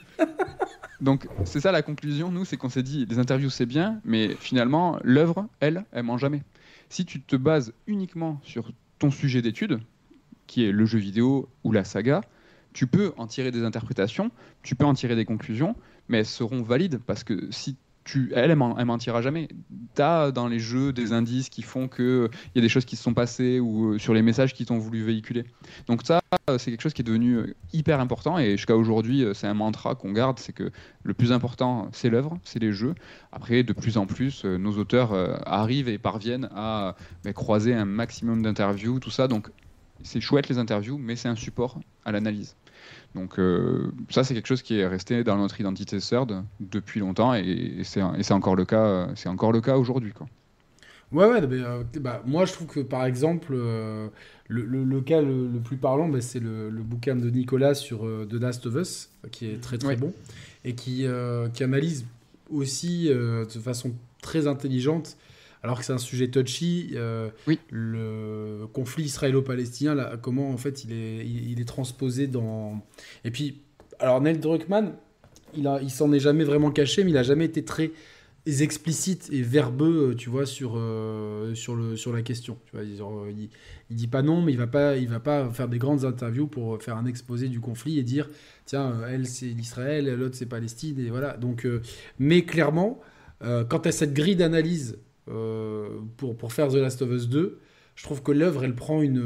Donc, c'est ça la conclusion, nous, c'est qu'on s'est dit, les interviews, c'est bien, mais finalement, l'œuvre, elle, elle ment jamais. Si tu te bases uniquement sur ton sujet d'étude, qui est le jeu vidéo ou la saga, tu peux en tirer des interprétations, tu peux en tirer des conclusions, mais elles seront valides parce que si tu, elle, elle, elle mentira jamais. Tu as dans les jeux des indices qui font qu'il euh, y a des choses qui se sont passées ou euh, sur les messages qu'ils t'ont voulu véhiculer. Donc ça, euh, c'est quelque chose qui est devenu euh, hyper important et jusqu'à aujourd'hui, euh, c'est un mantra qu'on garde, c'est que le plus important, c'est l'œuvre, c'est les jeux. Après, de plus en plus, euh, nos auteurs euh, arrivent et parviennent à bah, croiser un maximum d'interviews, tout ça. Donc c'est chouette les interviews, mais c'est un support à l'analyse. Donc euh, ça, c'est quelque chose qui est resté dans notre identité third depuis longtemps et, et, c'est, et c'est encore le cas, c'est encore le cas aujourd'hui, quoi. Ouais, ouais, mais, euh, bah, moi je trouve que par exemple, euh, le, le, le cas le, le plus parlant, bah, c'est le, le bouquin de Nicolas sur euh, The Last of Us, qui est très très ouais. bon et qui, euh, qui analyse aussi euh, de façon très intelligente. Alors que c'est un sujet touchy, euh, oui. le conflit israélo-palestinien, là, comment en fait il est, il, il est transposé dans... Et puis, alors Neil Druckmann, il, a, il s'en est jamais vraiment caché, mais il a jamais été très explicite et verbeux, tu vois, sur, euh, sur, le, sur la question. Tu vois, il, il, il dit pas non, mais il va pas, il va pas faire des grandes interviews pour faire un exposé du conflit et dire, tiens, elle c'est l'Israël, l'autre c'est Palestine, et voilà. Donc, euh, mais clairement, euh, quant à cette grille d'analyse, Euh, pour, pour faire The Last of Us deux, je trouve que l'œuvre elle prend une,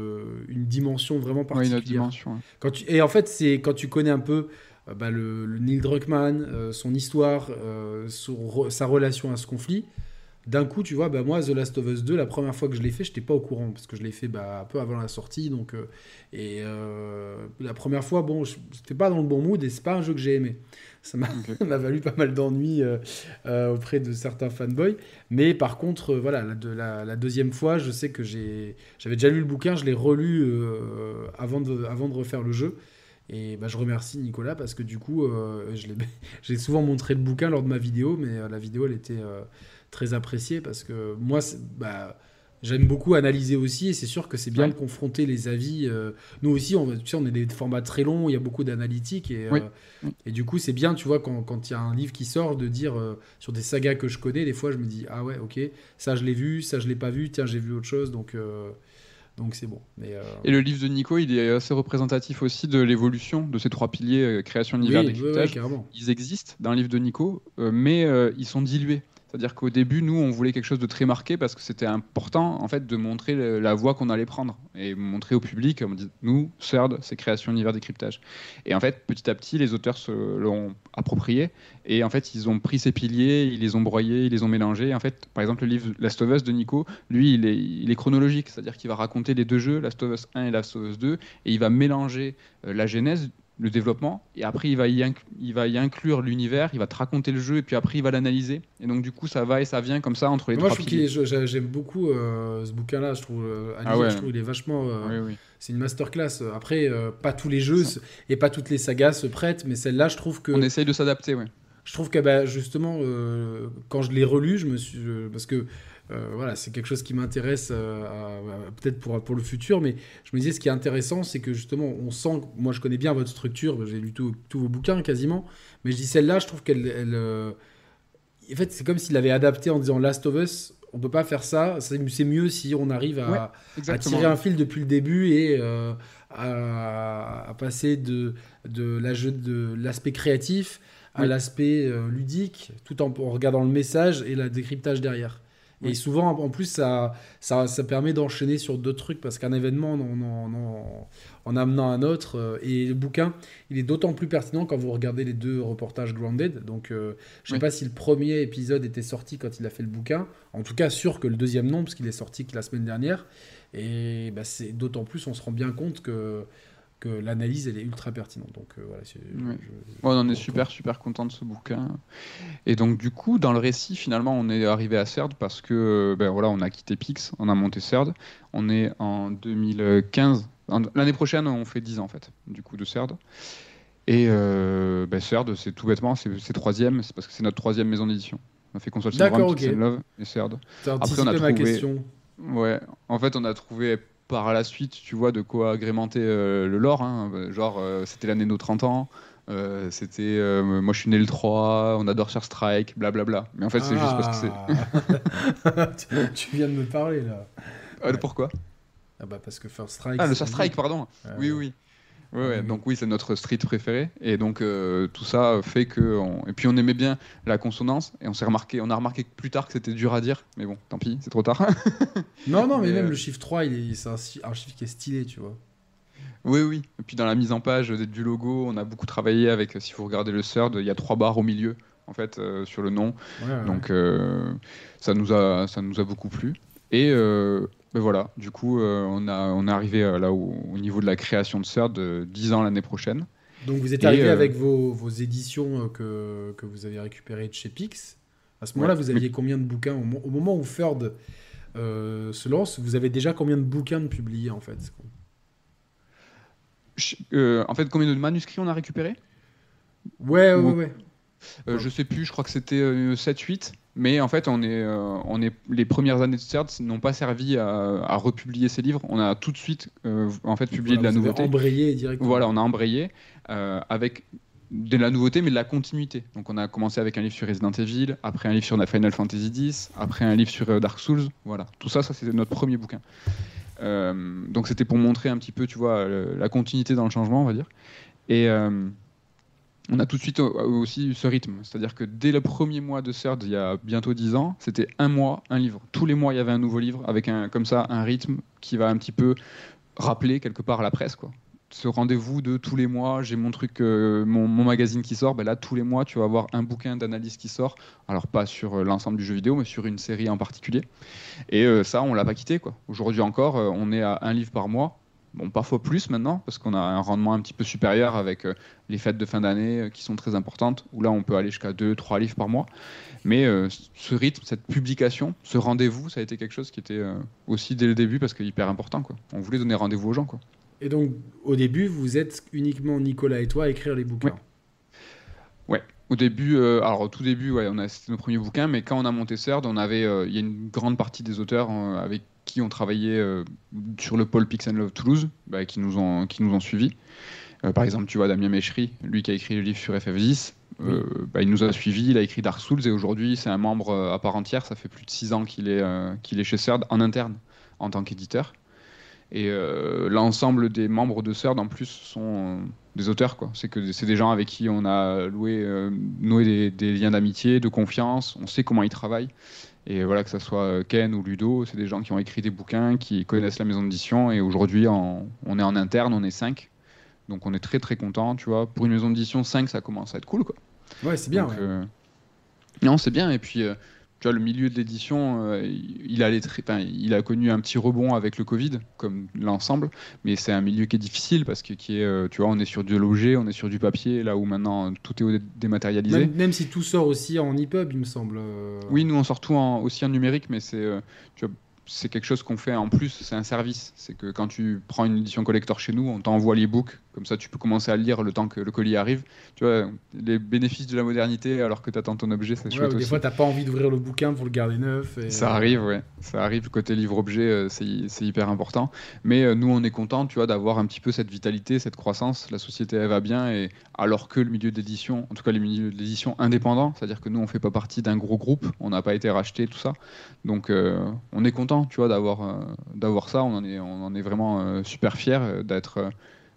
une dimension vraiment particulière. Ouais, une dimension, ouais. Quand tu, et en fait, c'est quand tu connais un peu euh, bah, le, le Neil Druckmann, euh, son histoire, euh, son, sa relation à ce conflit, d'un coup, tu vois, bah, moi, The Last of Us deux, la première fois que je l'ai fait, je n'étais pas au courant, parce que je l'ai fait bah, un peu avant la sortie. Donc, euh, et euh, la première fois, bon, je n'étais pas dans le bon mood et c'est pas un jeu que j'ai aimé. Ça m'a, okay. m'a valu pas mal d'ennuis euh, euh, auprès de certains fanboys. Mais par contre, euh, voilà, la, de, la, la deuxième fois, je sais que j'ai, j'avais déjà lu le bouquin, je l'ai relu euh, avant, de, avant de refaire le jeu. Et bah, je remercie Nicolas parce que du coup, euh, je l'ai, j'ai souvent montré le bouquin lors de ma vidéo, mais euh, la vidéo, elle était euh, très appréciée parce que moi, bah, j'aime beaucoup analyser aussi et c'est sûr que c'est bien ouais. de confronter les avis. Euh, nous aussi, on, tu sais, on est des formats très longs, il y a beaucoup d'analytiques et, oui. euh, et du coup, c'est bien, tu vois, quand, quand il y a un livre qui sort, de dire euh, sur des sagas que je connais, des fois, je me dis, ah ouais, ok, ça je l'ai vu, ça je l'ai pas vu, tiens, j'ai vu autre chose, donc... Euh, Donc c'est bon. Mais euh... Et le livre de Nico, il est assez représentatif aussi de l'évolution de ces trois piliers, euh, création, univers, oui, décryptage. Oui, oui, ils existent dans le livre de Nico, euh, mais euh, ils sont dilués. C'est-à-dire qu'au début, nous, on voulait quelque chose de très marqué parce que c'était important, en fait, de montrer le, la voie qu'on allait prendre et montrer au public, on dit, nous, third, c'est création, univers, décryptage. Et en fait, petit à petit, les auteurs se l'ont approprié et en fait, ils ont pris ces piliers, ils les ont broyés, ils les ont mélangés. Et en fait, par exemple, le livre Last of Us de Nico, lui, il est, il est chronologique, c'est-à-dire qu'il va raconter les deux jeux, Last of Us un et Last of Us deux, et il va mélanger euh, la genèse le développement, et après il va, y inc- il va y inclure l'univers, il va te raconter le jeu, et puis après il va l'analyser. Et donc du coup ça va et ça vient comme ça entre les Mais moi, je trois trouve qu'il est- piliers. je- j'a- j'aime beaucoup euh, ce bouquin-là. Je trouve, euh, à Ah lire, je ouais, trouve il est vachement. euh, oui, oui. c'est une masterclass. Après, euh, pas tous les jeux Ça. se- et pas toutes les sagas se prêtent, mais celle-là, je trouve On que essaye de s'adapter, ouais. je trouve que bah, justement, euh, quand je l'ai relu, je me suis, euh, parce que euh, voilà, c'est quelque chose qui m'intéresse euh, à- à- peut-être pour, pour le futur, mais je me disais ce qui est intéressant, c'est que justement, on sent, que- moi je connais bien votre structure, j'ai lu tout- tous vos bouquins quasiment, mais je dis celle-là, je trouve qu'elle, elle, euh, en fait, c'est comme s'il avait adapté en disant Last of Us. On peut pas faire ça. C'est c'est mieux si on arrive Ouais, à, à exactement. tirer un fil depuis le début et euh, à, à passer de, de la jeu- de l'aspect créatif à Oui. l'aspect euh, ludique, tout en, en regardant le message et le décryptage derrière. Et Oui. souvent, en plus, ça, ça, ça permet d'enchaîner sur d'autres trucs parce qu'un événement, en, en, en- en amenant un autre, euh, et le bouquin, il est d'autant plus pertinent quand vous regardez les deux reportages Grounded. Donc, euh, je sais Oui. pas si le premier épisode était sorti quand il a fait le bouquin. En tout cas, sûr que le deuxième non, parce qu'il est sorti que la semaine dernière. Et bah, c'est d'autant plus, on se rend bien compte que, que l'analyse, elle est ultra pertinente. Donc, euh, voilà. c'est- Ouais. je- Ouais, on en est je- super, super content de ce bouquin. Et donc, du coup, dans le récit, finalement, on est arrivé à CERD parce que, ben voilà, on a quitté Pix, on a monté CERD. On est en deux mille quinze. En- L'année prochaine, on fait dix ans, en fait, du coup, de CERD. Et euh, ben, CERD, c'est tout bêtement, c'est c'est troisième, c'est parce que c'est notre troisième maison d'édition. On a fait Console Syndrome, D'accord, Pix ok. and Love et CERD. T'as Après, on a anticipé ma trouvé. question. Ouais, en fait, on a trouvé par la suite, tu vois, de quoi agrémenter euh, le lore. Hein. Euh, Genre, euh, c'était l'année de nos trente ans. euh, c'était euh, moi, je suis né le trois, on adore Sur Strike, blablabla. Mais en fait, c'est juste parce que c'est. Ah tu, tu viens de me parler là. Ah, Ouais. pourquoi? Ah bah parce que First Strike. Ah, le c'est Sur bien. Strike, pardon. Ah Oui, ouais. oui. Ouais, Ah ouais, oui. donc oui, c'est notre street préféré. Et donc, euh, tout ça fait que. on- Et puis, on aimait bien la consonance. Et on s'est remarqué, on a remarqué plus tard que c'était dur à dire. Mais bon, tant pis, c'est trop tard. Non, non, mais, Mais, même euh, le chiffre trois, il est, c'est un, chi- un chiffre qui est stylé, tu vois. Oui, oui. Et puis dans la mise en page euh, du logo, on a beaucoup travaillé avec, euh, si vous regardez le CERD, il y a trois barres au milieu, en fait, euh, sur le nom. Ouais, ouais. Donc euh, ça nous a, ça nous a beaucoup plu. Et euh, ben voilà, du coup, euh, on a, on est arrivé euh, là au, au niveau de la création de CERD, euh, dix ans l'année prochaine. Donc vous êtes Et arrivé euh, avec vos, vos éditions euh, que, que vous avez récupérées de chez Pix. À ce moment-là, ouais. vous Mais aviez combien de bouquins au, mo- au moment où Ferd euh, se lance, vous avez déjà combien de bouquins de publiés en fait? ch- euh, en fait, combien de manuscrits on a récupéré? Ouais, ouais, ouais. Ou ouais. Euh, Ouais. je sais plus, je crois que c'était euh, sept huit. Mais en fait, on est, euh, on est, les premières années de CERD n'ont pas servi à, à republier ces livres. On a tout de suite euh, en fait, publié Voilà, de la vous avez nouveauté. embrayé directement. Voilà, on a embrayé euh, avec de la nouveauté, mais de la continuité. Donc on a commencé avec un livre sur Resident Evil, après un livre sur la Final Fantasy X, après un livre sur euh, Dark Souls. Voilà, tout ça, ça c'était notre premier bouquin. Euh, donc c'était pour montrer un petit peu, tu vois, le- la continuité dans le changement, on va dire. Et euh, on a tout de suite au- aussi eu ce rythme. C'est-à-dire que dès le premier mois de CERD, il y a bientôt dix ans, c'était un mois, un livre. Tous les mois, il y avait un nouveau livre, avec un, comme ça un rythme qui va un petit peu rappeler quelque part la presse, quoi. Ce rendez-vous de tous les mois, j'ai mon truc, euh, mon, mon magazine qui sort, ben là tous les mois tu vas avoir un bouquin d'analyse qui sort, alors pas sur euh, l'ensemble du jeu vidéo, mais sur une série en particulier. Et euh, ça, on l'a pas quitté, quoi. Aujourd'hui encore, euh, on est à un livre par mois. Bon, parfois plus maintenant, parce qu'on a un rendement un petit peu supérieur avec euh, les fêtes de fin d'année euh, qui sont très importantes, où là on peut aller jusqu'à deux, trois livres par mois. Mais euh, ce rythme, cette publication, ce rendez-vous, ça a été quelque chose qui était euh, aussi dès le début, parce que hyper important, quoi. On voulait donner rendez-vous aux gens, quoi. Et donc, au début, vous êtes uniquement Nicolas et toi à écrire les bouquins. Ouais. Au début, euh, alors au tout début, ouais, on a c'était nos premiers bouquins, mais quand on a monté CERD, on avait, euh, il y a une grande partie des auteurs euh, avec qui on travaillait euh, sur le pôle Pix and Love Toulouse, bah, qui nous ont qui nous ont suivis. Euh, par exemple, tu vois Damien Méchery, lui qui a écrit le livre sur F F dix, euh, bah, il nous a suivis, il a écrit Dark Souls et aujourd'hui c'est un membre euh, à part entière. Ça fait plus de six ans qu'il est euh, qu'il est chez CERD en interne en tant qu'éditeur. Et euh, l'ensemble des membres de CERD en plus sont euh, des auteurs, quoi. C'est que c'est des gens avec qui on a loué, euh, noué des, des liens d'amitié, de confiance. On sait comment ils travaillent. Et voilà, que ce soit Ken ou Ludo, c'est des gens qui ont écrit des bouquins, qui connaissent la maison d'édition. Et aujourd'hui, en- on est en interne, on est cinq. Donc on est très très content, tu vois. Pour une maison d'édition, cinq, ça commence à être cool, quoi. Ouais, c'est bien. Donc, Ouais. euh, non, c'est bien. Et puis, euh, tu vois, le milieu de l'édition, euh, il, a les tri- enfin, il a connu un petit rebond avec le Covid, comme l'ensemble, mais c'est un milieu qui est difficile parce que qui est, euh, tu vois, on est sur du l'objet, on est sur du papier, là où maintenant euh, tout est dématérialisé. Même, même si tout sort aussi en EPUB, il me semble. euh. Oui, nous on sort tout en, aussi en numérique, mais c'est euh, tu vois, c'est quelque chose qu'on fait en plus, c'est un service. C'est que quand tu prends une édition collector chez nous, on t'envoie l'e-book, comme ça tu peux commencer à le lire le temps que le colis arrive. Tu vois, les bénéfices de la modernité alors que tu attends ton objet, c'est Ouais, chouette ou des aussi. fois, t'as pas envie d'ouvrir le bouquin pour le garder neuf. Et, Ça euh, arrive, ouais. Ça arrive, côté livre-objet, euh, c'est c'est hyper important. Mais euh, nous, on est content, tu vois, d'avoir un petit peu cette vitalité, cette croissance. La société, elle va bien, et alors que le milieu d'édition, en tout cas les milieux d'édition indépendants, c'est-à-dire que nous, on fait pas partie d'un gros groupe, on n'a pas été racheté, tout ça. Donc, euh, on est content, tu vois, d'avoir euh, d'avoir ça. On en est, on en est vraiment euh, super fiers euh, d'être euh,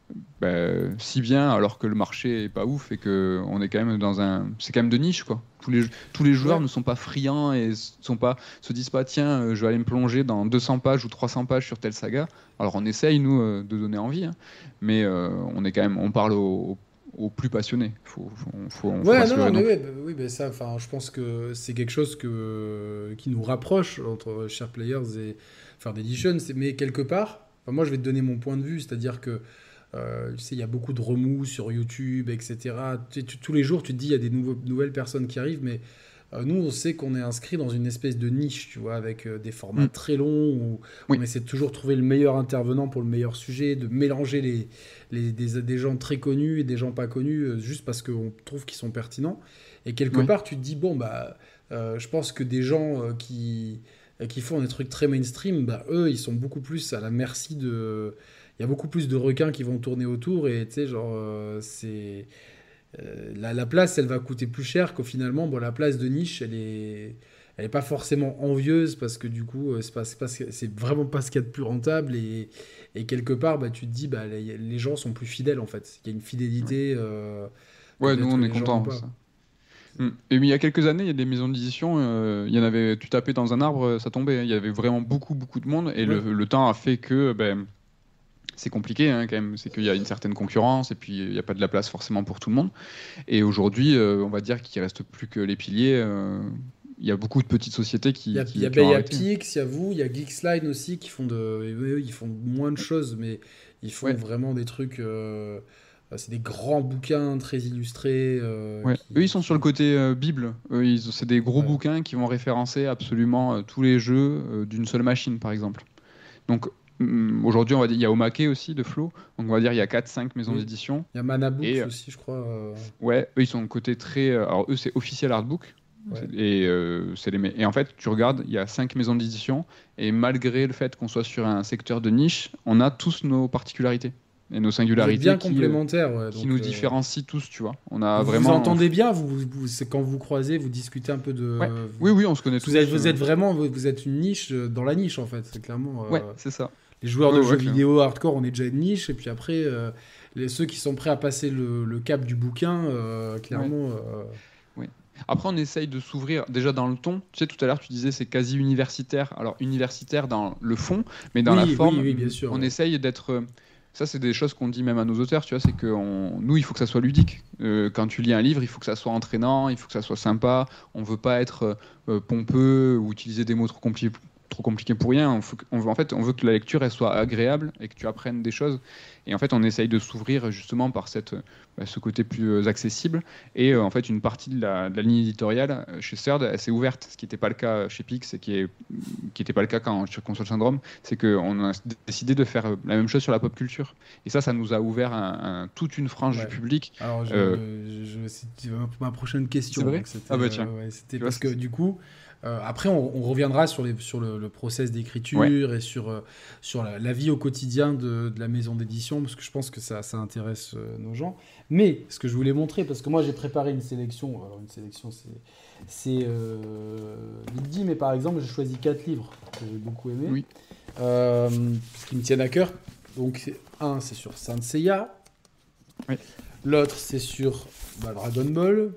ben, si bien alors que le marché est pas ouf et que on est quand même dans un, c'est quand même de niche quoi. Tous les tous les joueurs Ouais. ne sont pas friands et sont pas se disent pas tiens euh, je vais aller me plonger dans deux cents pages ou trois cents pages sur telle saga. Alors on essaye nous euh, de donner envie, hein, mais euh, on est quand même on parle aux, aux plus passionnés. Faut faut, faut, faut Ouais, pas se non, leurrer non, non mais plus. ouais, bah, oui, bah, ça, enfin, je pense que c'est quelque chose que, qui nous rapproche entre Share Players et Third Edition, c'est- mais quelque part, enfin, moi je vais te donner mon point de vue, c'est-à-dire que euh, tu sais, il y a beaucoup de remous sur YouTube, et cetera. Tu sais, tu- tous les jours, tu te dis, il y a des nouveaux- nouvelles personnes qui arrivent, mais euh, nous, on sait qu'on est inscrit dans une espèce de niche, tu vois, avec euh, des formats Mm. très longs, où Oui, on essaie de toujours trouver le meilleur intervenant pour le meilleur sujet, de mélanger les, les- des, des gens très connus et des gens pas connus, euh, juste parce qu'on trouve qu'ils sont pertinents. Et quelque oui, part, tu te dis, bon, bah, euh, je pense que des gens euh, qui, euh, qui font des trucs très mainstream, bah, eux, ils sont beaucoup plus à la merci de. Il y a beaucoup plus de requins qui vont tourner autour et tu sais, genre, euh, c'est. euh, la, la place, elle va coûter plus cher qu'au finalement, bon, la place de niche, elle est. Elle n'est pas forcément envieuse parce que du coup, euh, c'est pas, c'est pas ce que- c'est vraiment pas ce qu'il y a de plus rentable et, et quelque part, bah, tu te dis, bah, les, les gens sont plus fidèles en fait. Il y a une fidélité euh, que ouais, nous peut-être on est les gens n'ont contents. pas. Mm. Et mais il y a quelques années, il y a des maisons d'édition, euh, il y en avait, tu tapais dans un arbre, euh, ça tombait, hein. Il y avait vraiment beaucoup, beaucoup de monde, et Ouais. le, le temps a fait que ben, c'est compliqué hein, quand même, c'est qu'il y a une certaine concurrence, et puis il n'y a pas de la place forcément pour tout le monde. Et aujourd'hui, euh, on va dire qu'il reste plus que les piliers. euh, Il y a beaucoup de petites sociétés Il y qui, a, il y a, qui, qui ben, il ont y a arrêté. Pix, il y a vous, il y a Geeksline aussi qui font de, eux, ils font moins de choses, mais ils font Ouais, vraiment des trucs. euh, euh, c'est des grands bouquins très illustrés euh, ouais. Eux, ils qui, sont sur le qui- côté euh, Bible. Eux, ils- c'est des gros ouais. bouquins qui vont référencer absolument euh, tous les jeux euh, d'une seule machine, par exemple. Donc hum, aujourd'hui, on va dire, il y a Omake aussi de Flo. Donc on va dire il y a quatre cinq maisons Oui. d'édition. Il y a Mana Et Books euh, aussi, je crois. euh, ouais, eux, ils sont côté très. euh, Alors eux, c'est officiel artbook. ouais. C'est- Et, euh, c'est les... me- et en fait, tu regardes, il y a cinq maisons d'édition. Et malgré le fait qu'on soit sur un secteur de niche, on a tous nos particularités et nos Vous êtes singularités bien qui, euh, complémentaires, ouais, qui donc nous euh, différencient tous, tu vois. On a vous vous vraiment. entendez bien, vous, vous- vous- c'est quand vous vous croisez, vous discutez un peu Ouais. de. Oui, Vous, oui, on se connaît vous êtes, tous. vous euh, êtes vraiment, vous vous êtes une niche euh, dans la niche en fait. C'est clairement. Ouais, euh, c'est ça. Les joueurs Ouais, de ouais, jeux clairement. vidéo hardcore, on est déjà une niche, et puis après, euh, les, ceux qui sont prêts à passer le, le cap du bouquin, euh, Ouais. clairement. euh, Oui. Après, on essaye de s'ouvrir déjà dans le ton. Tu sais, tout à l'heure, tu disais c'est quasi universitaire. Alors, universitaire dans le fond, mais dans la Oui, oui, forme, oui, bien mm, sûr. on Ouais. essaye d'être. euh, Ça, c'est des choses qu'on dit même à nos auteurs, tu vois, c'est que on- nous, il faut que ça soit ludique. Euh, quand tu lis un livre, il faut que ça soit entraînant, il faut que ça soit sympa. On veut pas être euh, euh, pompeux ou utiliser des mots trop compliqués, trop compliqués pour rien. On, faut que- on veut, en fait, on veut que la lecture, elle soit agréable et que tu apprennes des choses. Et en fait, on essaye de s'ouvrir justement par cette, euh, bah, ce côté plus euh, accessible. Et euh, en fait, une partie de la, de la ligne éditoriale euh, chez Third, elle s'est ouverte, ce qui n'était pas le cas chez Pix et qui est, qui n'était pas le cas quand chez Console Syndrome. C'est qu'on a décidé de faire euh, la même chose sur la pop culture. Et ça, ça nous a ouvert un- un- toute une frange du Ouais. public. Alors, je, Euh, je, c'était ma prochaine c'est question. vrai? Donc c'était, Ah bah tiens. euh, ouais, c'était Tu vois, parce que c'est- du coup, euh, après, on, on reviendra sur, les, sur le, le process ouais, d'écriture et sur, euh, sur la, la vie au quotidien de, de la maison d'édition, parce que je pense que ça, ça intéresse euh, nos gens. Mais ce que je voulais montrer, parce que moi j'ai préparé une sélection, alors une sélection c'est, c'est euh, vite dit, mais par exemple j'ai choisi quatre livres que j'ai beaucoup aimés, oui, euh, parce qu'ils me tiennent à cœur. Donc un c'est sur Saint Seiya, oui. l'autre c'est sur bah, Dragon Ball,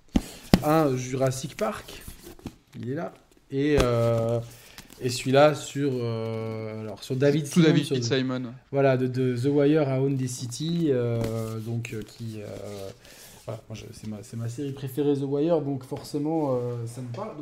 un Jurassic Park, il est là, et, euh, et celui-là sur, euh, alors, sur David Tout Simon, David sur- Pete Simon. voilà, de, de The Wire à Own the City, euh, donc euh, qui, euh, voilà, moi, je- c'est ma, c'est ma série préférée The Wire, donc forcément euh, ça me parle. Donc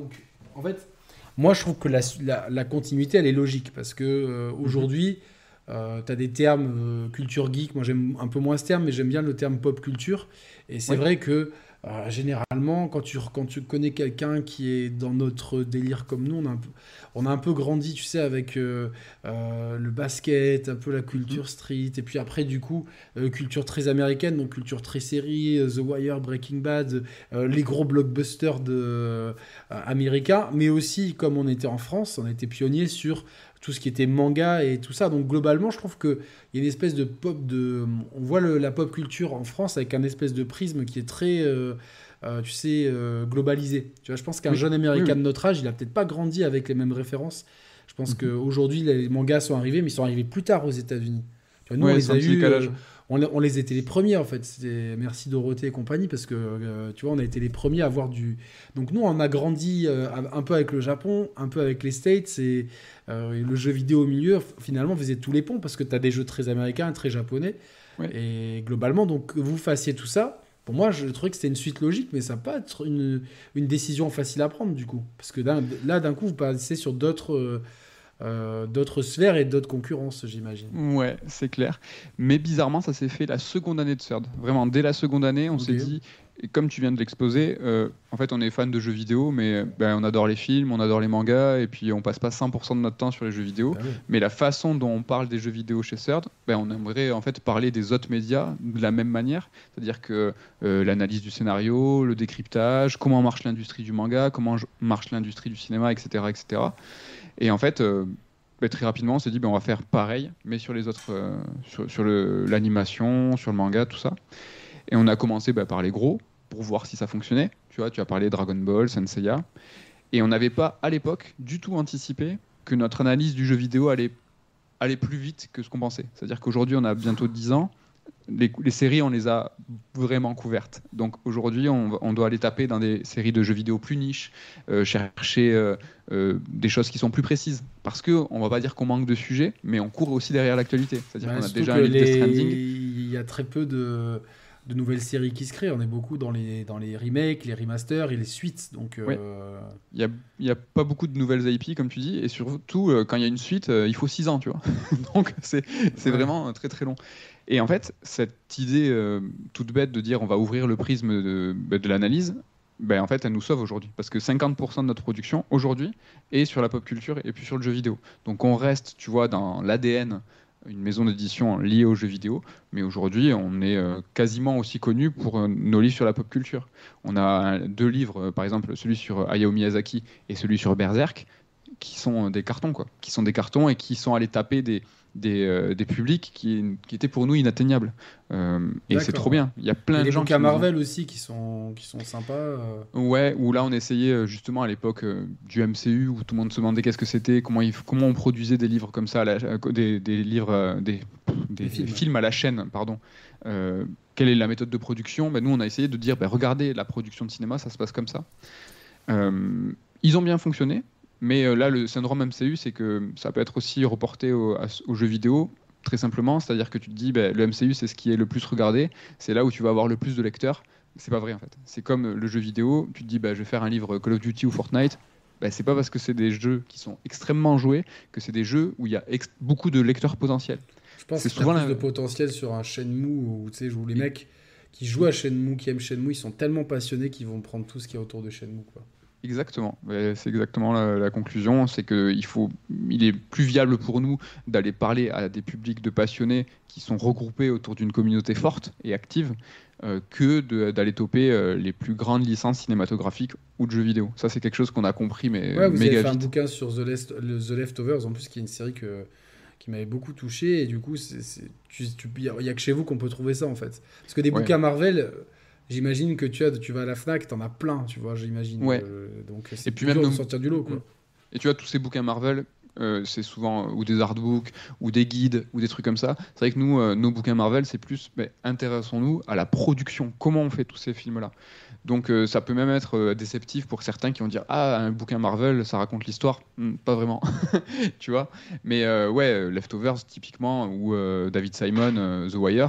En fait, moi, je trouve que la, la, la continuité, elle est logique. Parce que euh, aujourd'hui, euh, tu as des termes euh, culture geek. Moi, j'aime un peu moins ce terme, mais j'aime bien le terme pop culture. Et c'est Oui. vrai que euh, généralement, quand tu, quand tu connais quelqu'un qui est dans notre délire comme nous, on a un peu, on a un peu grandi, tu sais, avec euh, euh, le basket, un peu la Mhm. culture street. Et puis après, du coup, euh, culture très américaine, donc culture très série, euh, The Wire, Breaking Bad, euh, les gros blockbusters de, euh, américains. Mais aussi, comme on était en France, on a été pionnier sur tout ce qui était manga et tout ça. Donc globalement, je trouve qu'il y a une espèce de pop de... On voit le- la pop culture en France avec un espèce de prisme qui est très, euh, euh, tu sais, euh, globalisé. Tu vois, je pense qu'un Oui, jeune oui, Américain oui. de notre âge, il a peut-être pas grandi avec les mêmes références. Je pense Mhm. qu'aujourd'hui, les mangas sont arrivés, mais ils sont arrivés plus tard aux États-Unis. Tu vois, nous, on Ouais, les c'est a un petit eus, euh, décalage. on, on les était les premiers en fait. C'était merci Dorothée et compagnie parce que euh, tu vois, on a été les premiers à avoir du. Donc nous, on a grandi euh, un peu avec le Japon, un peu avec les States et, euh, et le jeu vidéo au milieu. Finalement, faisait tous les ponts parce que tu as des jeux très américains, très japonais Oui. et globalement, donc que vous fassiez tout ça. Pour moi, je trouvais que c'était une suite logique, mais ça va pas être une, une décision facile à prendre du coup. Parce que d'un- là, d'un coup, vous passez sur d'autres euh, euh, d'autres sphères et d'autres concurrences, j'imagine. Ouais, c'est clair. Mais bizarrement, ça s'est fait la seconde année de CERD. Vraiment, dès la seconde année, on Ok. s'est dit, et comme tu viens de l'exposer, euh, en fait, on est fan de jeux vidéo, mais euh, ben, on adore les films, on adore les mangas, et puis on passe pas cent pour cent de notre temps sur les jeux vidéo. Bah oui. Mais la façon dont on parle des jeux vidéo chez CERD, ben, on aimerait en fait parler des autres médias de la même manière. C'est-à-dire que euh, l'analyse du scénario, le décryptage, comment marche l'industrie du manga, comment j- marche l'industrie du cinéma, et cetera, et cetera. Et en fait, euh, bah, très rapidement, on s'est dit, bah, on va faire pareil, mais sur les autres, euh, sur, sur le- l'animation, sur le manga, tout ça. Et on a commencé bah, par les gros pour voir si ça fonctionnait. Tu vois, tu as parlé Dragon Ball, Senseiya. Et on n'avait pas, à l'époque, du tout anticipé que notre analyse du jeu vidéo allait, allait plus vite que ce qu'on pensait. C'est-à-dire qu'aujourd'hui, on a bientôt dix ans. Les, les séries, on les a vraiment couvertes. Donc aujourd'hui, on, on doit aller taper dans des séries de jeux vidéo plus niches, euh, chercher euh, euh, des choses qui sont plus précises. Parce que on va pas dire qu'on manque de sujets, mais on court aussi derrière l'actualité. C'est-à-dire Bah, qu'on a surtout déjà que un livre Death les... Stranding. il y a très peu de... de nouvelles séries qui se créent. On est beaucoup dans les, dans les remakes, les remasters et les suites. Donc, Ouais, euh, il y a, il y a pas beaucoup de nouvelles I P, comme tu dis, et surtout, euh, quand il y a une suite, euh, il faut six ans, tu vois. Donc c'est c'est ouais. vraiment euh, très très long. Et en fait, cette idée euh, toute bête de dire on va ouvrir le prisme de, bah, de l'analyse, ben, en fait, elle nous sauve aujourd'hui. Parce que cinquante pour cent de notre production, aujourd'hui, est sur la pop culture et puis sur le jeu vidéo. Donc on reste, tu vois, dans l'A D N, une maison d'édition liée aux jeux vidéo, mais aujourd'hui, on est euh, quasiment aussi connu pour euh, nos livres sur la pop culture. On a euh, deux livres, euh, par exemple, celui sur euh, Hayao Miyazaki et celui sur Berserk, qui sont euh, des cartons, quoi. Qui sont des cartons et qui sont allés taper des, des, euh, des publics qui, qui étaient pour nous inatteignables. Euh, et c'est trop D'accord, ouais. bien. Il y a Il y a plein de les gens bouquins qui nous ont. Marvel aussi qui sont, qui sont sympas. euh. Ouais, où là on essayait euh, justement à l'époque euh, du M C U où tout le monde se demandait qu'est-ce que c'était, comment, il f- comment on produisait des livres comme ça, à la- euh, des, des livres, euh, des, Les des films. films à la chaîne, pardon. Euh, quelle est la méthode de production? Ben, nous on a essayé de dire, ben, regardez la production de cinéma, ça se passe comme ça. Euh, Ils ont bien fonctionné, mais euh, là, le syndrome M C U, c'est que ça peut être aussi reporté au- à- aux jeux vidéo, très simplement. C'est-à-dire que tu te dis, ben, le M C U, c'est ce qui est le plus regardé, c'est là où tu vas avoir le plus de lecteurs. C'est pas vrai, en fait. C'est comme euh, le jeu vidéo, tu te dis, ben, je vais faire un livre Call of Duty ou Fortnite. Ben, c'est pas parce que c'est des jeux qui sont extrêmement joués que c'est des jeux où il y a ex- beaucoup de lecteurs potentiels. Je pense C'est que tu as souvent plus de la... potentiel sur un Shenmue où, tu sais, où les e- mecs qui jouent à Shenmue, qui aiment Shenmue, ils sont tellement passionnés qu'ils vont prendre tout ce qu'il y a autour de Shenmue, quoi. Exactement. Ouais, c'est exactement la, la conclusion. C'est que il faut, il est plus viable pour nous d'aller parler à des publics de passionnés qui sont regroupés autour d'une communauté forte et active euh, que de- d'aller toper euh, les plus grandes licences cinématographiques ou de jeux vidéo. Ça, c'est quelque chose qu'on a compris, mais Ouais, vous avez méga fait un vite. bouquin sur The, Lest- le- The Leftovers, en plus, qui est une série que, qui m'avait beaucoup touché. Et du coup, c'est, c'est- tu, tu- il n'y a, que chez vous qu'on peut trouver ça, en fait. Parce que des Ouais, bouquins Marvel, euh, j'imagine que tu as, tu vas à la Fnac, t'en as plein, tu vois, j'imagine. ouais. euh, donc Et c'est puis plus même dur de nos... sortir du lot, Mm, mm. quoi. Et tu vois, tous ces bouquins Marvel, euh, c'est souvent euh, ou des artbooks, ou des guides, ou des trucs comme ça. C'est vrai que nous, euh, nos bouquins Marvel, c'est plus, ben, intéressons-nous à la production. Comment on fait tous ces films-là? Donc euh, ça peut même être euh, déceptif pour certains qui vont dire ah un bouquin Marvel ça raconte l'histoire. Hmm, pas vraiment tu vois, mais euh, ouais euh, Leftovers typiquement ou euh, David Simon euh, The Wire,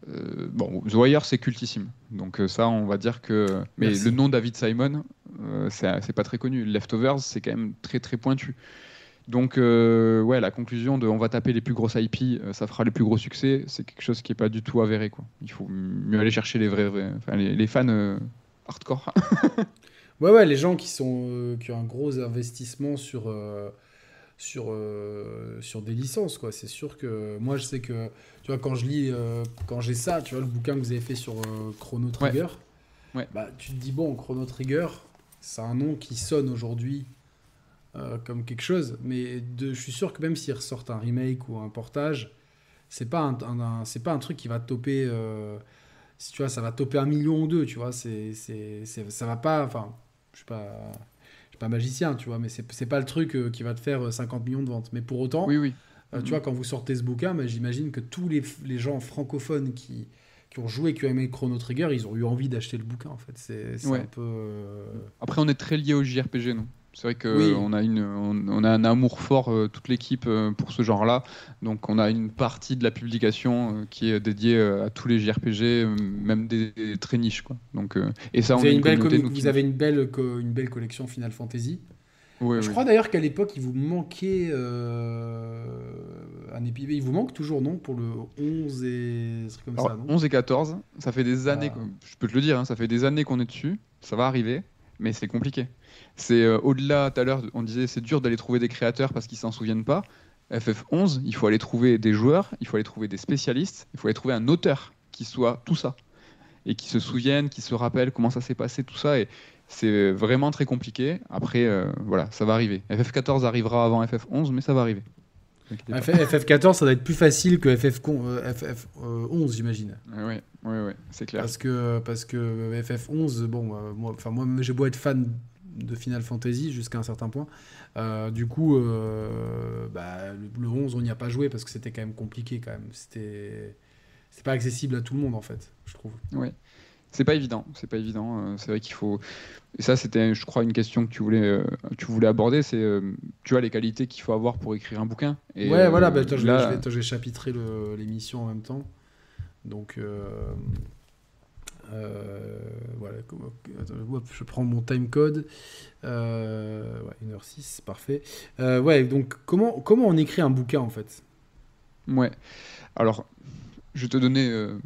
Euh, bon, The Wire, c'est cultissime. Donc euh, ça, on va dire que... Mais Merci. le nom David Simon, euh, c'est c'est pas très connu. Leftovers, c'est quand même très très pointu. Donc, euh, ouais, la conclusion de on va taper les plus grosses I P, euh, ça fera les plus gros succès, c'est quelque chose qui est pas du tout avéré, quoi. Il faut mieux aller chercher les vrais, vrais enfin, les, les fans euh, hardcore. Ouais, ouais, les gens qui sont euh, qui ont un gros investissement sur euh, sur euh, sur des licences, quoi. C'est sûr que moi, je sais que tu vois quand je lis euh, quand j'ai ça, tu vois le bouquin que vous avez fait sur euh, Chrono Ouais, Trigger, ouais. bah tu te dis bon, Chrono Trigger, c'est un nom qui sonne aujourd'hui euh, comme quelque chose, mais de, je suis sûr que même s'ils ressortent un remake ou un portage, c'est pas un, un- un- c'est pas un truc qui va toper. Euh, si tu vois, ça va toper un million ou deux, tu vois. C'est, c'est, c'est- ça va pas. Enfin, je suis pas, je suis pas magicien, tu vois, mais c'est, c'est pas le truc euh, qui va te faire euh, cinquante millions de ventes. Mais pour autant, Oui, oui. euh, tu Mhm. vois, quand vous sortez ce bouquin, bah, j'imagine que tous les, les gens francophones qui, qui ont joué, qui ont aimé Chrono Trigger, ils ont eu envie d'acheter le bouquin, en fait. C'est, c'est un Ouais. peu. euh, Après, on est très lié au J R P G, nous. C'est vrai Oui, qu'on a, une, on, on a un amour fort, euh, toute l'équipe, euh, pour ce genre-là. Donc, on a une partie de la publication euh, qui est dédiée euh, à tous les J R P G, euh, même des, des très niches, quoi. Donc, euh, et ça, vous on a avez une une belle, communauté, commu- nous, qui vous nous... avez une belle, co- une belle collection Final Fantasy. Oui, Je oui. crois d'ailleurs qu'à l'époque, il vous manquait euh, un épi... Il vous manque toujours, non? Pour le onze et des trucs comme ça, Alors, non? onze et quatorze, ça fait des années, que- Ah. je peux te le dire, hein, ça fait des années qu'on est dessus, ça va arriver, mais c'est compliqué. C'est euh, au-delà, tout à l'heure, on disait c'est dur d'aller trouver des créateurs parce qu'ils s'en souviennent pas. F F onze, il faut aller trouver des joueurs, il faut aller trouver des spécialistes, il faut aller trouver un auteur qui soit tout ça et qui se souvienne, qui se rappelle comment ça s'est passé, tout ça. Et c'est vraiment très compliqué. Après, euh, voilà, ça va arriver. F F quatorze arrivera avant F F onze, mais ça va arriver. Ne vous inquiétez pas. F F quatorze, ça doit être plus facile que F F, con- euh, F F onze, j'imagine. Ouais, ouais, ouais, ouais, c'est clair. Parce que, parce que F F onze, bon, euh, moi, enfin, moi j'ai beau être fan de Final Fantasy jusqu'à un certain point. Euh, du coup, euh, bah, le, le onze, on n'y a pas joué parce que c'était quand même compliqué quand même. C'était, c'est pas accessible à tout le monde en fait, je trouve. Ouais. C'est pas évident, c'est pas évident. euh, C'est vrai qu'il faut. Et ça, c'était, je crois, une question que tu voulais, euh, tu voulais aborder. C'est, euh, tu vois, les qualités qu'il faut avoir pour écrire un bouquin. Et Ouais, voilà, bah, euh, attends, je vais, je vais, là, attends, je vais chapitrer le- l'émission en même temps. Donc, euh, euh, voilà, comment- attends, hop, je prends mon timecode. Euh, ouais, une heure six, parfait. Euh, ouais, donc comment, comment on écrit un bouquin en fait? ouais. Alors, je vais te donner euh,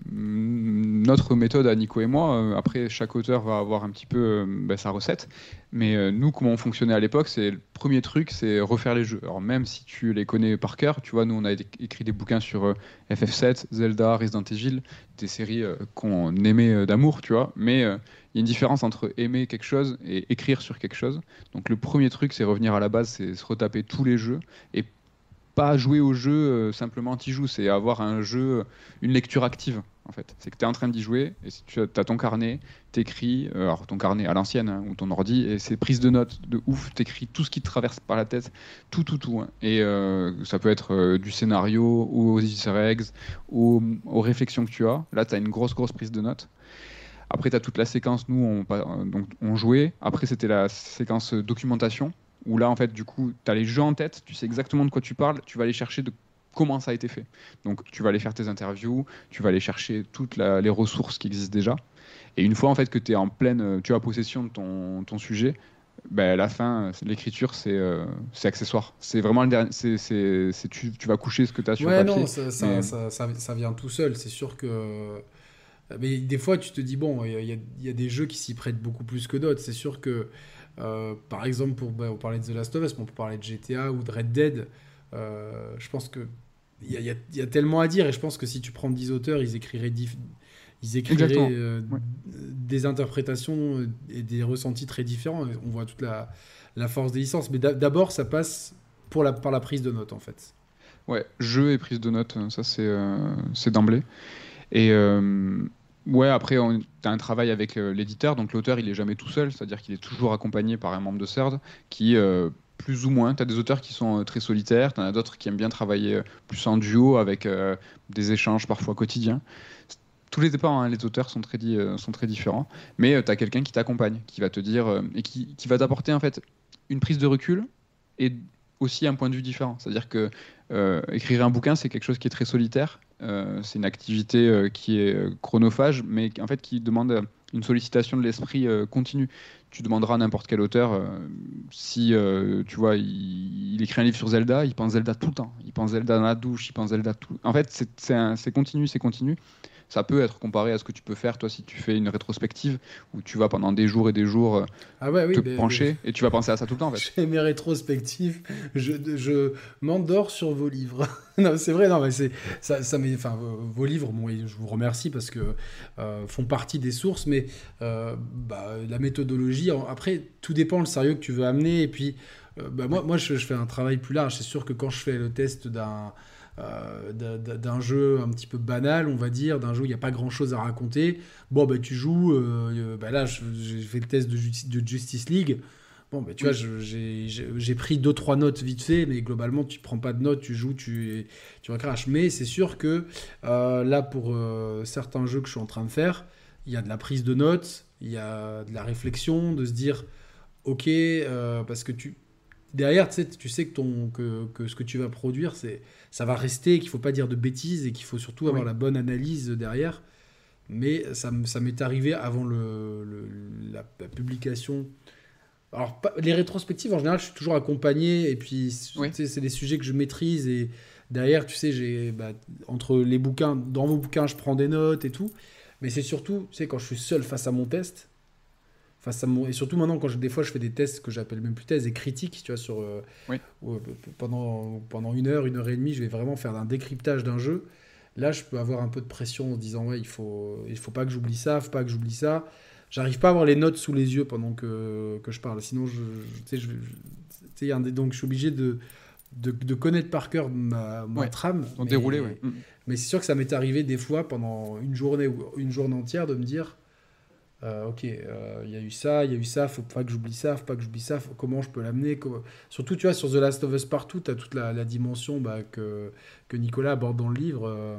notre méthode à Nico et moi. Euh, Après, chaque auteur va avoir un petit peu euh, bah, sa recette. Mais euh, nous, comment on fonctionnait à l'époque, c'est le premier truc, c'est refaire les jeux. Alors même si tu les connais par cœur, tu vois, nous on a é- écrit des bouquins sur euh, F F sept, Zelda, Resident Evil, des séries euh, qu'on aimait euh, d'amour, tu vois. Mais euh, il y a une différence entre aimer quelque chose et écrire sur quelque chose. Donc le premier truc, c'est revenir à la base, c'est se retaper tous les jeux et pas jouer au jeu euh, simplement t'y joues, c'est avoir un jeu, une lecture active en fait. C'est que tu es en train d'y jouer et si tu as ton carnet, t'écris, euh, alors ton carnet à l'ancienne hein, ou ton ordi, et c'est prise de notes de ouf, t'écris tout ce qui te traverse par la tête, tout, tout, tout. Hein. Et euh, ça peut être euh, du scénario, aux easter eggs, aux, aux réflexions que tu as. Là, tu as une grosse, grosse prise de notes. Après, tu as toute la séquence, nous, on, pa- donc, on jouait. Après, c'était la séquence euh, documentation, où là, en fait, du coup, tu as les jeux en tête, tu sais exactement de quoi tu parles, tu vas aller chercher de comment ça a été fait. Donc, tu vas aller faire tes interviews, tu vas aller chercher toutes la- les ressources qui existent déjà. Et une fois, en fait, que tu es en pleine, euh, tu as possession de ton, ton sujet, ben, à la fin, euh, l'écriture, c'est euh, c'est accessoire. C'est vraiment le dernier. C'est, c'est, c'est- tu, tu vas coucher ce que tu as sur le Ouais, non, papier. ça, ça, Mais ça, ça, ça vient tout seul. C'est sûr que. Mais des fois, tu te dis, bon, il y a, il y a des jeux qui s'y prêtent beaucoup plus que d'autres. C'est sûr que, euh, par exemple, pour bah, on parlait de The Last of Us, mais on peut parler de G T A ou de Red Dead. Euh, je pense que il y a, il y a- il y a tellement à dire et je pense que si tu prends dix auteurs, ils écriraient, dif- ils écriraient exactement. euh, Ouais. des interprétations et des ressentis très différents. On voit toute la, la force des licences. Mais d'a- d'abord, ça passe pour la, par la prise de notes, en fait. Ouais, jeu et prise de notes, euh, ça c'est euh, c'est d'emblée. Et euh, ouais, après, on a un travail avec euh, l'éditeur, donc l'auteur, il est jamais tout seul, c'est-à-dire qu'il est toujours accompagné par un membre de C E R D qui, euh, plus ou moins, tu as des auteurs qui sont euh, très solitaires, tu en as d'autres qui aiment bien travailler euh, plus en duo avec euh, des échanges parfois quotidiens. Tous les départ, hein, les auteurs sont très, di- euh, sont très différents, mais tu as quelqu'un qui t'accompagne, qui va te dire, euh, et qui, qui va t'apporter en fait une prise de recul et aussi un point de vue différent. C'est-à-dire que euh, écrire un bouquin, c'est quelque chose qui est très solitaire. Euh, c'est une activité euh, qui est euh, chronophage, mais qui- en fait qui demande euh, une sollicitation de l'esprit euh, continue. Tu demanderas à n'importe quel auteur euh, si euh, tu vois, il, il écrit un livre sur Zelda, il pense Zelda tout le temps. Il pense Zelda dans la douche, il pense Zelda tout. En fait, c'est c'est un- c'est continu, c'est continu. Ça peut être comparé à ce que tu peux faire toi si tu fais une rétrospective où tu vas pendant des jours et des jours euh, Ah ouais, te oui, mais, mais pencher et tu vas penser à ça tout le temps en fait. j'ai mes rétrospectives, je, je m'endors sur vos livres. Non, c'est vrai, non, mais c'est ça, ça m'est- enfin, vos vos livres, bon, et je vous remercie parce que euh, font partie des sources, mais euh, bah, la méthodologie, en- après, tout dépend le sérieux que tu veux amener, et puis euh, bah, moi, Oui, moi je, je fais un travail plus large. C'est sûr que quand je fais le test d'un euh, d'un d'un jeu un petit peu banal, on va dire, d'un jeu où il n'y a pas grand chose à raconter. Bon, bah, tu joues, euh, euh, bah, là, je- j'ai fait le test de, Justi- de Justice League. Bon, bah, tu vois, oui, je- j'ai j'ai- j'ai pris deux, trois notes vite fait, mais globalement, tu prends pas de notes, tu joues, tu, tu recraches. Mais c'est sûr que euh, là, pour euh, certains jeux que je suis en train de faire, il y a de la prise de notes, il y a de la réflexion, de se dire, ok, euh, parce que tu, derrière, tu sais, tu sais que, ton, que, que ce que tu vas produire, c'est, ça va rester, qu'il faut pas dire de bêtises et qu'il faut surtout avoir oui. la bonne analyse derrière. Mais ça, m- ça m'est arrivé avant le, le- la, la publication. Alors, pas- les rétrospectives, en général, je suis toujours accompagné et puis, tu Oui. sais, c'est des sujets que je maîtrise et derrière, tu sais, j'ai, bah, entre les bouquins, dans mon bouquin, je prends des notes et tout. Mais c'est surtout, tu sais, quand je suis seul face à mon test, face à mon, et surtout maintenant, quand je, des fois, je fais des tests que j'appelle même plus tests, des critiques, tu vois, sur, euh, Oui. où, euh, pendant, pendant une heure, une heure et demie, je vais vraiment faire un décryptage d'un jeu. Là, je peux avoir un peu de pression en se disant, ouais, il faut, il faut pas que j'oublie ça, faut pas que j'oublie ça. J'arrive pas à avoir les notes sous les yeux pendant que, que je parle. Sinon, je, je- tu sais, je- je- tu sais, il y a un des- donc je suis obligé de, de, de connaître par cœur ma, ma Ouais. trame. Ton déroulé, ouais. Mais, Mm. mais c'est sûr que ça m'est arrivé des fois pendant une journée ou une journée entière de me dire, euh, ok, euh, il y a eu ça, il y a eu ça, faut pas que j'oublie ça, faut pas que j'oublie ça, faut- comment je peux l'amener. comment- Surtout, tu vois, sur The Last of Us Partout, tu as toute la, la dimension bah, que, que Nicolas aborde dans le livre euh,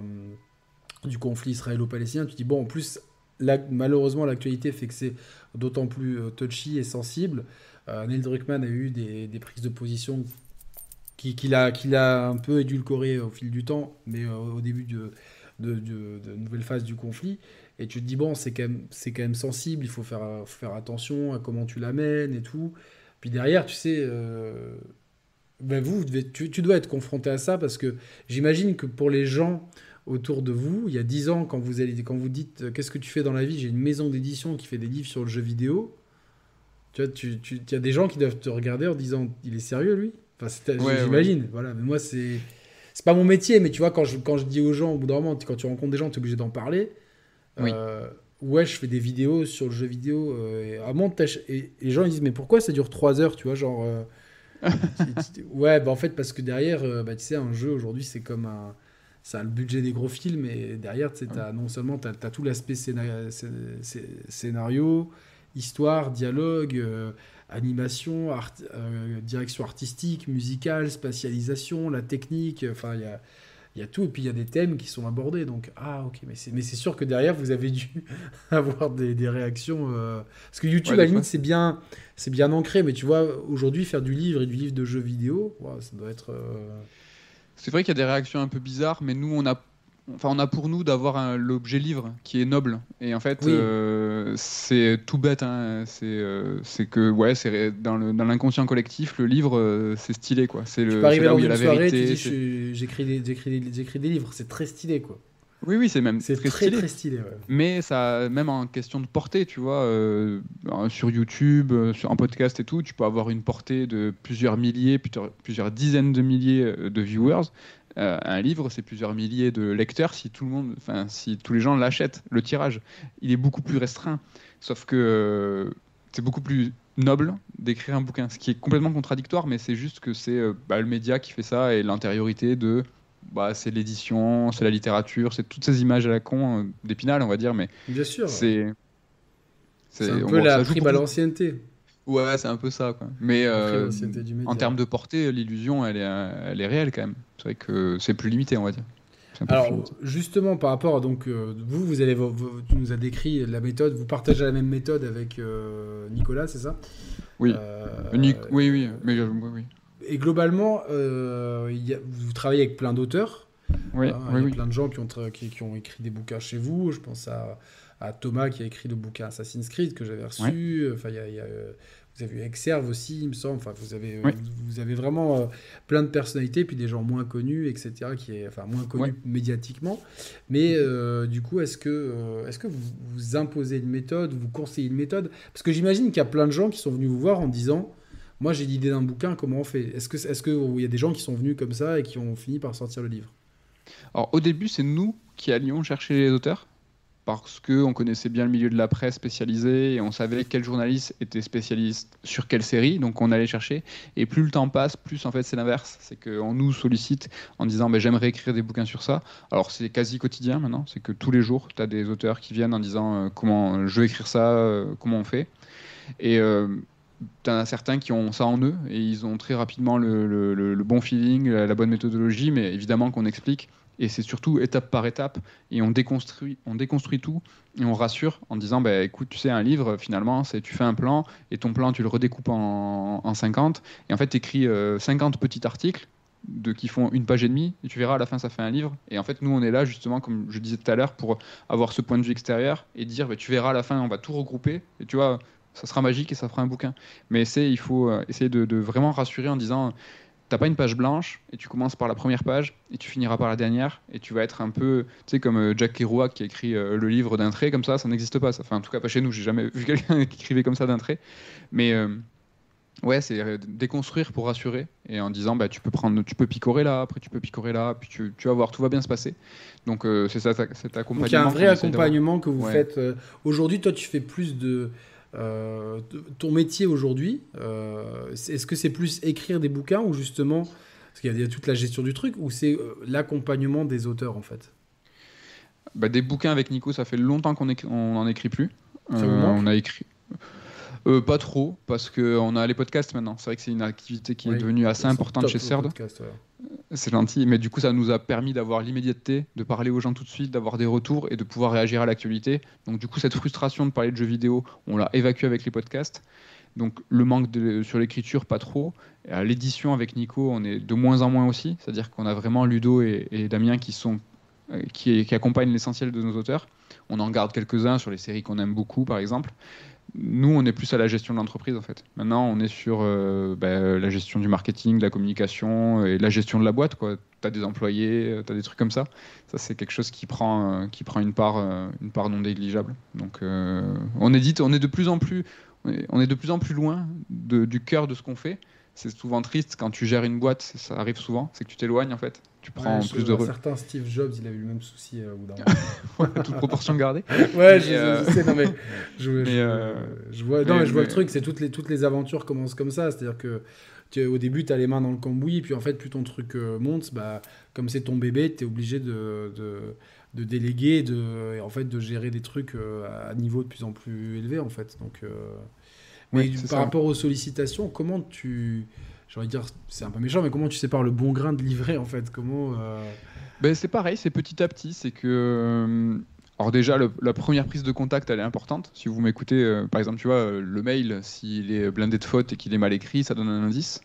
du conflit israélo-palestinien. Tu dis, bon, en plus, là, malheureusement, l'actualité fait que c'est d'autant plus euh, touchy et sensible. Euh, Neil Druckmann a eu des, des prises de position qui- qu'il a, qu'il a un peu édulcoré au fil du temps, mais euh, au début de, de, de, de nouvelle phase du conflit. Et tu te dis, bon, c'est quand même, c'est quand même sensible, il faut faire, faut faire attention à comment tu l'amènes et tout. Puis derrière, tu sais, euh, ben vous, vous devez- tu, tu dois être confronté à ça parce que j'imagine que pour les gens autour de vous, il y a dix ans, quand vous, allez, quand vous dites euh, qu'est-ce que tu fais dans la vie, j'ai une maison d'édition qui fait des livres sur le jeu vidéo. Tu vois, tu, tu, il y a des gens qui doivent te regarder en disant, il est sérieux lui? Enfin, c'est- Ouais, ouais. j'imagine. Voilà, mais moi, c'est. C'est pas mon métier, mais tu vois, quand je, quand je dis aux gens, au bout d'un moment, quand tu rencontres des gens, tu es obligé d'en parler. Oui. Euh, ouais, je fais des vidéos sur le jeu vidéo. Euh, et, à mon tâche- et, et les gens ils disent, mais pourquoi ça dure trois heures, tu vois, genre. euh, tu- tu- ouais, bah en fait, parce que derrière, euh, bah, tu sais, un jeu aujourd'hui, c'est comme un. Ça a le budget des gros films, et derrière, tu sais, t'as- non seulement tu as, tout l'aspect scéna- scé- scé- scénario, histoire, dialogue, euh, animation, art- euh, direction artistique, musicale, spatialisation, la technique, enfin, il y a, il y a tout, et puis il y a des thèmes qui sont abordés. Donc, ah, ok, mais c'est, mais c'est sûr que derrière, vous avez dû avoir des, des réactions. euh, Parce que YouTube, Ouais, à la des fois. limite, c'est bien, c'est bien ancré, mais tu vois, aujourd'hui, faire du livre et du livre de jeux vidéo, ouais, ça doit être. euh, C'est vrai qu'il y a des réactions un peu bizarres, mais nous, on a, enfin, on a pour nous d'avoir un- l'objet livre qui est noble. Et en fait, Oui, euh, c'est tout bête. Hein. C'est, euh, c'est que, ouais, c'est ré- dans le, dans l'inconscient collectif, le livre, euh, c'est stylé, quoi. C'est tu peux le, c'est arriver là dans où il y a une la soirée, tu vérité. dis, je c'est- suis- j'écris des, j'écris des, j'écris des livres, c'est très stylé, quoi. Oui, oui, c'est même C'est très très, stylé. très stylé, ouais. Mais ça, même en question de portée, tu vois, euh, sur YouTube, euh, sur un podcast et tout, tu peux avoir une portée de plusieurs milliers, plusieurs, plusieurs dizaines de milliers euh, de viewers. Euh, un livre, c'est plusieurs milliers de lecteurs si tout le monde, enfin, si tous les gens l'achètent. Le tirage, il est beaucoup plus restreint. Sauf que euh, c'est beaucoup plus noble d'écrire un bouquin, ce qui est complètement contradictoire, mais c'est juste que c'est euh, bah, le média qui fait ça et l'antériorité de bah, c'est l'édition, c'est la littérature, c'est toutes ces images à la con, euh, d'Épinal, on va dire, mais Bien sûr, c'est, c'est un c'est, peu bon, la ça joue prime pour à nous. l'ancienneté. Ouais, c'est un peu ça, quoi. Mais La prime à euh, l'ancienneté du en média. termes de portée, l'illusion, elle est, euh, elle est réelle quand même. C'est vrai que c'est plus limité, on va dire. C'est un peu plus Alors, limité. justement, par rapport à, donc, euh, vous, vous allez, vos- vos- tu nous as décrit la méthode, vous partagez la même méthode avec euh, Nicolas, c'est ça? Oui, Euh, Nick, oui, oui, mais euh, oui, oui. Et globalement, euh, il y a- vous travaillez avec plein d'auteurs. Oui, Hein, oui, il y a oui. plein de gens qui ont, tra- qui, qui ont écrit des bouquins chez vous. Je pense à, à Thomas qui a écrit le bouquin Assassin's Creed que j'avais Ouais, reçu. Enfin, il y a, il y a, euh, vous avez eu Exerve aussi, il me semble. Enfin, vous avez, euh, oui, vous, vous avez vraiment euh, plein de personnalités, puis des gens moins connus, et cetera. Qui est, enfin, moins ouais. connus médiatiquement. Mais euh, du coup, est-ce que, euh, est-ce que vous, vous imposez une méthode, vous conseillez une méthode? Parce que j'imagine qu'il y a plein de gens qui sont venus vous voir en disant, moi j'ai l'idée d'un bouquin, comment on fait? Est-ce que, est-ce que il y a des gens qui sont venus comme ça et qui ont fini par sortir le livre? Alors, au début, c'est nous qui allions chercher les auteurs parce qu'on connaissait bien le milieu de la presse spécialisée et on savait quel journaliste était spécialiste sur quelle série, donc on allait chercher. Et plus le temps passe, plus en fait c'est l'inverse. C'est qu'on nous sollicite en disant ben, j'aimerais écrire des bouquins sur ça. Alors c'est quasi quotidien maintenant, c'est que tous les jours, tu as des auteurs qui viennent en disant euh, comment euh, je veux écrire ça, euh, comment on fait. Et euh, tu en as certains qui ont ça en eux et ils ont très rapidement le, le- le- le bon feeling, la, la bonne méthodologie, mais évidemment qu'on explique. Et c'est surtout étape par étape et on déconstruit, on déconstruit tout et on rassure en disant bah, écoute, tu sais, un livre, finalement, c'est tu fais un plan et ton plan, tu le redécoupes en, en cinquante. Et en fait, tu écris cinquante petits articles de, qui font une page et demie et tu verras à la fin, ça fait un livre. Et en fait, nous, on est là justement, comme je disais tout à l'heure, pour avoir ce point de vue extérieur et dire bah, tu verras à la fin, on va tout regrouper. Et tu vois, ça sera magique et ça fera un bouquin. Mais c'est, il faut euh, essayer de, de vraiment rassurer en disant, t'as pas une page blanche et tu commences par la première page et tu finiras par la dernière et tu vas être un peu, tu sais, comme euh, Jack Kerouac qui a écrit euh, le livre d'un trait comme ça, ça n'existe pas. Ça. Enfin, en tout cas, pas chez nous. J'ai jamais vu quelqu'un qui écrivait comme ça d'un trait. Mais euh, ouais, c'est euh, déconstruire pour rassurer et en disant, bah, tu peux prendre, tu peux picorer là, après tu peux picorer là, puis tu, tu vas voir, tout va bien se passer. Donc euh, c'est ça, cet Donc il y a un accompagnement vrai qu'on essaie d'avoir. accompagnement que vous Ouais. faites. euh, Aujourd'hui, toi, tu fais plus de... euh, de- ton métier aujourd'hui, euh, c'est- est-ce que c'est plus écrire des bouquins ou justement... Parce qu'il y a il y a toute la gestion du truc, ou c'est euh, l'accompagnement des auteurs, en fait? Bah, des bouquins avec Nico, ça fait longtemps qu'on écrit- on n'en écrit plus. Ça vous Euh, on manque? a écrit. Euh, pas trop, parce qu'on a les podcasts maintenant. C'est vrai que c'est une activité qui est Oui, devenue assez c'est importante top chez vos CERD. podcasts. Ouais. C'est gentil, mais du coup, ça nous a permis d'avoir l'immédiateté, de parler aux gens tout de suite, d'avoir des retours et de pouvoir réagir à l'actualité. Donc, du coup, cette frustration de parler de jeux vidéo, on l'a évacuée avec les podcasts. Donc, le manque de, sur l'écriture, pas trop. Et à l'édition, avec Nico, on est de moins en moins aussi. C'est-à-dire qu'on a vraiment Ludo et, et Damien qui sont euh, qui, qui accompagnent l'essentiel de nos auteurs. On en garde quelques-uns sur les séries qu'on aime beaucoup, par exemple. Nous, on est plus à la gestion de l'entreprise, en fait. Maintenant, on est sur euh, bah, la gestion du marketing, de la communication et la gestion de la boîte, quoi. Tu as des employés, tu as des trucs comme ça. Ça, c'est quelque chose qui prend, euh, qui prend une, part, euh, une part non négligeable. Donc, euh, on édite, on est de plus en plus, on est, on est de plus en plus loin de, du cœur de ce qu'on fait. C'est souvent triste quand tu gères une boîte, ça arrive souvent, c'est que tu t'éloignes, en fait. Tu Ouais, prends plus je- de un re... certain Steve Jobs, il a eu le même souci euh, au bout d'un moment. toute proportion gardée. Ouais, Mais, je, euh, je sais, non mais je, mais, je, euh, je vois, non, mais, mais je vois le mais- truc, c'est toutes les, toutes les aventures commencent comme ça, c'est-à-dire que tu, au début, tu as les mains dans le cambouis, puis en fait, plus ton truc euh, monte, bah, comme c'est ton bébé, tu es obligé de, de, de déléguer de, et en fait de gérer des trucs euh, à niveau de plus en plus élevé, en fait. Donc, euh, Oui, mais c'est par ça. rapport aux sollicitations, comment tu... J'ai envie de dire, c'est un peu méchant, mais comment tu sépares le bon grain de l'ivraie, en fait? Comment... euh, Ben, c'est pareil, c'est petit à petit. C'est que. euh, Alors, déjà, le- la première prise de contact, elle est importante. Si vous m'écoutez, euh, par exemple, tu vois, euh, le mail, s'il est blindé de fautes et qu'il est mal écrit, ça donne un indice.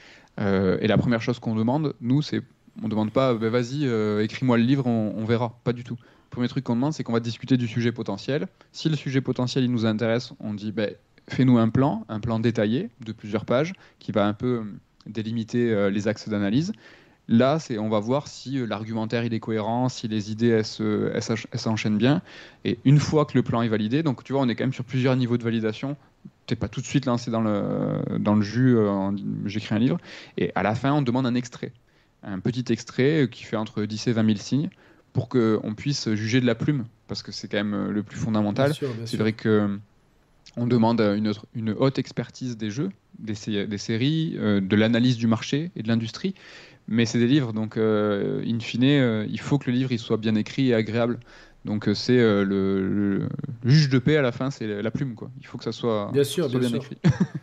Euh, et la première chose qu'on demande, nous, c'est. On demande pas, ben, vas-y, euh, écris-moi le livre, on, on verra. Pas du tout. Le premier truc qu'on demande, c'est qu'on va discuter du sujet potentiel. Si le sujet potentiel, il nous intéresse, on dit, ben, fais-nous un plan, un plan détaillé de plusieurs pages qui va un peu euh, délimiter euh, les axes d'analyse. Là, c'est, on va voir si euh, l'argumentaire il est cohérent, si les idées elles, se- elles s'ach- elles s'enchaînent bien. Et une fois que le plan est validé, donc tu vois, on est quand même sur plusieurs niveaux de validation. T'es pas tout de suite lancé dans le, dans le jus, euh, en- j'écris un livre. Et à la fin, on demande un extrait. Un petit extrait euh, qui fait entre dix et vingt mille signes pour qu'on puisse juger de la plume, parce que c'est quand même euh, le plus Bien fondamental. sûr, bien C'est sûr. vrai que on demande une, autre- une haute expertise des jeux, des, sé- des séries, euh, de l'analyse du marché et de l'industrie. Mais c'est des livres, donc euh, in fine, euh, il faut que le livre il soit bien écrit et agréable. Donc euh, c'est euh, le, le- le juge de paix à la fin, c'est la, la plume, quoi. Il faut que ça soit, Bien faut que sûr, ça soit bien bien sûr. écrit.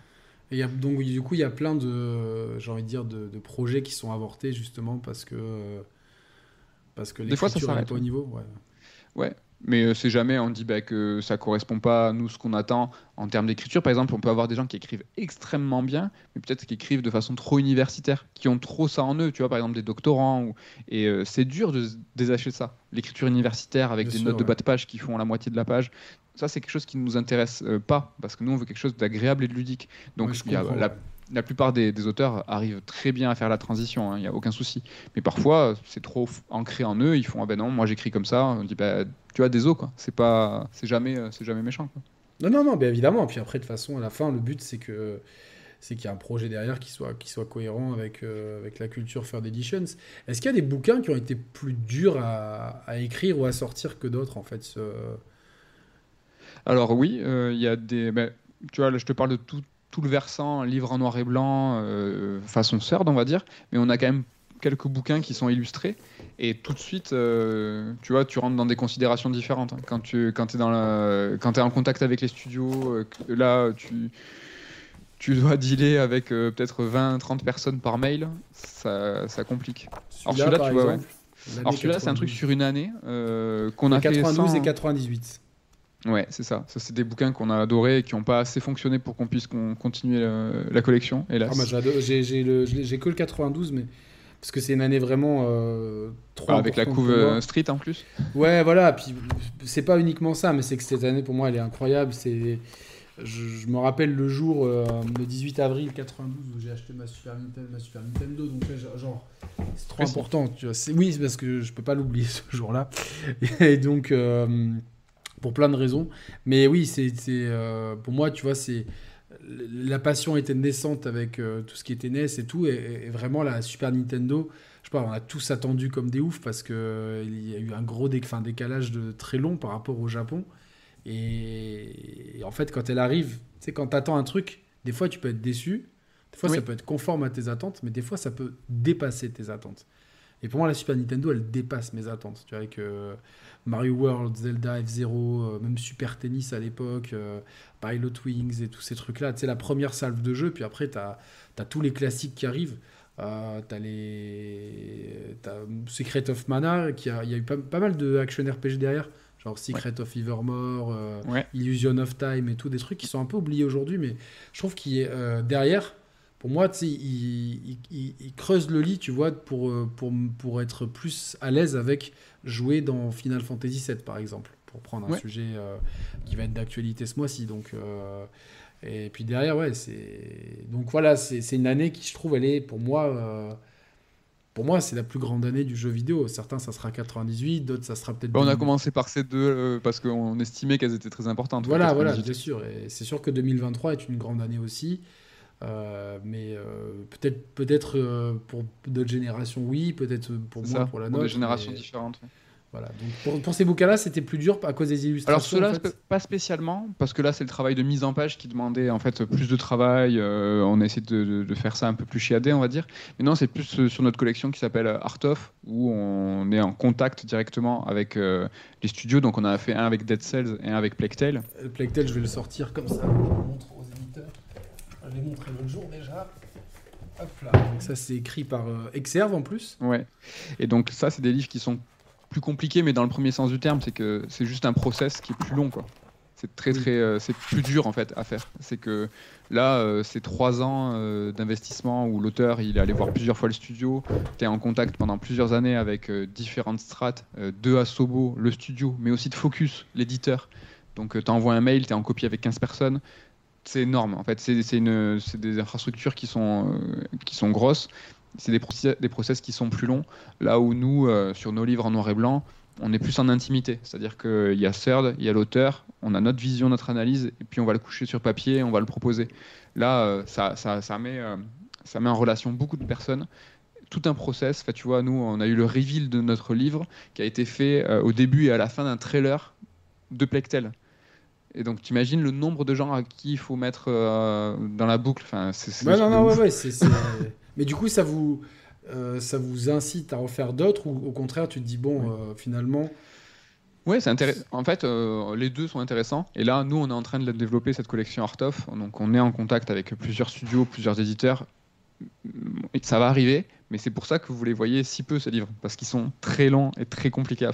Et il y a, donc du coup, il y a plein de, j'ai envie de dire, de, de projets qui sont avortés justement parce que, euh, parce que Des fois, ça l'écriture elle est s'arrête. pas au Ouais. niveau. Ouais. Ouais. Mais euh, c'est jamais, on dit bah, que ça correspond pas à nous ce qu'on attend en termes d'écriture. Par exemple, on peut avoir des gens qui écrivent extrêmement bien, mais peut-être qui écrivent de façon trop universitaire, qui ont trop ça en eux. Tu vois, par exemple, des doctorants. Ou... Et euh, c'est dur de se détacher de ça. L'écriture universitaire avec Bien des sûr, notes de ouais. bas de page qui font la moitié de la page. Ça, c'est quelque chose qui ne nous intéresse euh, pas, parce que nous, on veut quelque chose d'agréable et de ludique. Ouais, Donc, je il y a comprends. la, Ouais. la plupart des, des auteurs arrivent très bien à faire la transition, hein, il n'y a aucun souci. Mais parfois, c'est trop f- ancré en eux. Ils font ah ben non, moi j'écris comme ça. On dit bah, tu vois, des os, quoi. C'est pas, c'est jamais, euh, c'est jamais méchant, quoi. Non, non, non, bien évidemment. Puis après, de toute façon, à la fin, le but, c'est que c'est qu'il y a un projet derrière qui soit, qui soit cohérent avec, euh, avec la culture Third Editions. Est-ce qu'il y a des bouquins qui ont été plus durs à, à écrire ou à sortir que d'autres, en fait ce- Alors oui, euh, il y a des, ben, tu vois, là, je te parle de tout, tout le versant livre en noir et blanc, euh, façon Serd, on va dire, mais on a quand même quelques bouquins qui sont illustrés et tout de suite, euh, tu vois, tu rentres dans des considérations différentes, hein. Quand tu, quand t'es dans la, quand t'es en contact avec les studios, euh, que- là, tu, tu dois dealer avec euh, peut-être vingt, trente personnes par mail, ça, ça complique. Alors Celui-là, celui-là, par tu vois, ouais. exemple, Alors l'année celui-là, c'est un truc quatre-vingt-douze. sur une année euh, qu'on Il y a a fait quatre-vingt-douze et sans. quatre-vingt-dix-huit. Ouais, c'est ça. Ça, c'est des bouquins qu'on a adorés et qui n'ont pas assez fonctionné pour qu'on puisse con- continuer la, la collection, Ah, moi, hélas. j'adore. J'ai j'ai le- je l'ai- j'ai que le quatre-vingt-douze, mais parce que c'est une année vraiment euh, trop Bah, avec la importante couve pour euh, moi. street en plus. Ouais, voilà. Puis c'est pas uniquement ça, mais c'est que cette année pour moi, elle est incroyable. C'est, je, je me rappelle le jour, euh, le dix-huit avril quatre-vingt-douze, où j'ai acheté ma Super Nintendo, ma Super Nintendo. Donc là, genre, genre, c'est trop Précis. important. Tu vois. C'est, oui, c'est parce que je peux pas l'oublier ce jour-là. Et donc, euh, pour plein de raisons. Mais oui, c'est, c'est, euh, pour moi, tu vois, c'est la passion était naissante avec euh, tout ce qui était N E S et tout, et, et vraiment la Super Nintendo, je sais pas, on a tous attendu comme des oufs parce que euh, il y a eu un gros dé- enfin, décalage de très long par rapport au Japon. Et, et en fait, quand elle arrive, tu sais, quand t'attends un truc, des fois tu peux être déçu, des fois ça Oui. peut être conforme à tes attentes, mais des fois ça peut dépasser tes attentes. Et pour moi, la Super Nintendo, elle dépasse mes attentes. Tu vois, avec euh, Mario World, Zelda F Zero, euh, même Super Tennis à l'époque, euh, Pilot Wings et tous ces trucs-là. Tu sais, la première salve de jeu, puis après, tu as tous les classiques qui arrivent. Euh, t'as les t'as Secret of Mana, qui a, il y a eu pas, pas mal de action R P G derrière, genre Ouais. Secret of Evermore, euh, Ouais. Illusion of Time et tout, des trucs qui sont un peu oubliés aujourd'hui, mais je trouve qu'il est euh, derrière. Pour moi, tu sais, il, il, il- il creuse le lit, tu vois, pour, euh, pour, pour être plus à l'aise avec jouer dans Final Fantasy sept, par exemple, pour prendre un Ouais. sujet euh, qui va être d'actualité ce mois-ci. Donc, euh, et puis derrière, ouais, c'est. Donc voilà, c'est c'est une année qui, je trouve, elle est, pour moi, euh, pour moi, c'est la plus grande année du jeu vidéo. Certains, ça sera quatre-vingt-dix-huit, d'autres, ça sera peut-être Bah, on a deux mille. commencé par ces deux euh, parce qu'on estimait qu'elles étaient très importantes, ouais, Voilà, voilà, quatre-vingt-dix-huit. bien sûr. Et c'est sûr que deux mille vingt-trois est une grande année aussi. Euh, mais euh, peut-être peut-être euh, pour d'autres générations, oui, peut-être pour C'est moi, ça, pour la pour des nôtre. générations Mais différentes. Ouais. voilà. Donc pour, pour ces bouquins-là, c'était plus dur à cause des Alors illustrations, en ceux-là, spe- fait. pas spécialement, parce que là c'est le travail de mise en page qui demandait en fait plus de travail. Euh, on a essayé de, de- de faire ça un peu plus chiadé, on va dire. Mais non, c'est plus euh, sur notre collection qui s'appelle euh, Art of, où on est en contact directement avec euh, les studios. Donc on a fait un avec Dead Cells et un avec Plague Tale. Le Plague Tale, je vais le sortir comme ça. Je le montre aux éditeurs. Je l'ai montré l'autre jour déjà. Hop là. Donc ça, c'est écrit par euh, Exerve en plus. Ouais. Et donc ça, c'est des livres qui sont plus compliqués, mais dans le premier sens du terme, c'est que c'est juste un process qui est plus long, quoi. C'est très Oui. très, euh, c'est plus dur en fait à faire. C'est que là, euh, c'est trois ans euh, d'investissement où l'auteur il est allé voir plusieurs fois le studio. Tu es en contact pendant plusieurs années avec euh, différentes strates, euh, de Asobo, le studio, mais aussi de Focus, l'éditeur. Donc tu envoies un mail, tu es en copie avec quinze personnes. C'est énorme en fait. C'est c'est une- c'est des infrastructures qui sont, euh, qui sont grosses. C'est des process, des process qui sont plus longs. Là où nous, euh, sur nos livres en noir et blanc, on est plus en intimité. C'est-à-dire qu'il y a Serd, il y a l'auteur, on a notre vision, notre analyse, et puis on va le coucher sur papier, on va le proposer. Là, euh, ça, ça, ça met, euh, ça met en relation beaucoup de personnes. Tout un process. Enfin, tu vois, nous, on a eu le reveal de notre livre qui a été fait euh, au début et à la fin d'un trailer de Plectel. Et donc, tu imagines le nombre de gens à qui il faut mettre euh, dans la boucle. Enfin, c'est c'est des Ouais, non, trucs de non, ouais, ouf. ouais. c'est c'est- Mais du coup, ça vous, euh, ça vous incite à en faire d'autres ou au contraire, tu te dis, bon, Ouais. euh, finalement. Ouais, c'est intéressant. En fait, euh, les deux sont intéressants. Et là, nous, on est en train de développer cette collection Art of. Donc, on est en contact avec plusieurs studios, plusieurs éditeurs. Et ça va arriver, mais c'est pour ça que vous les voyez si peu, ces livres. Parce qu'ils sont très longs et très compliqués à faire.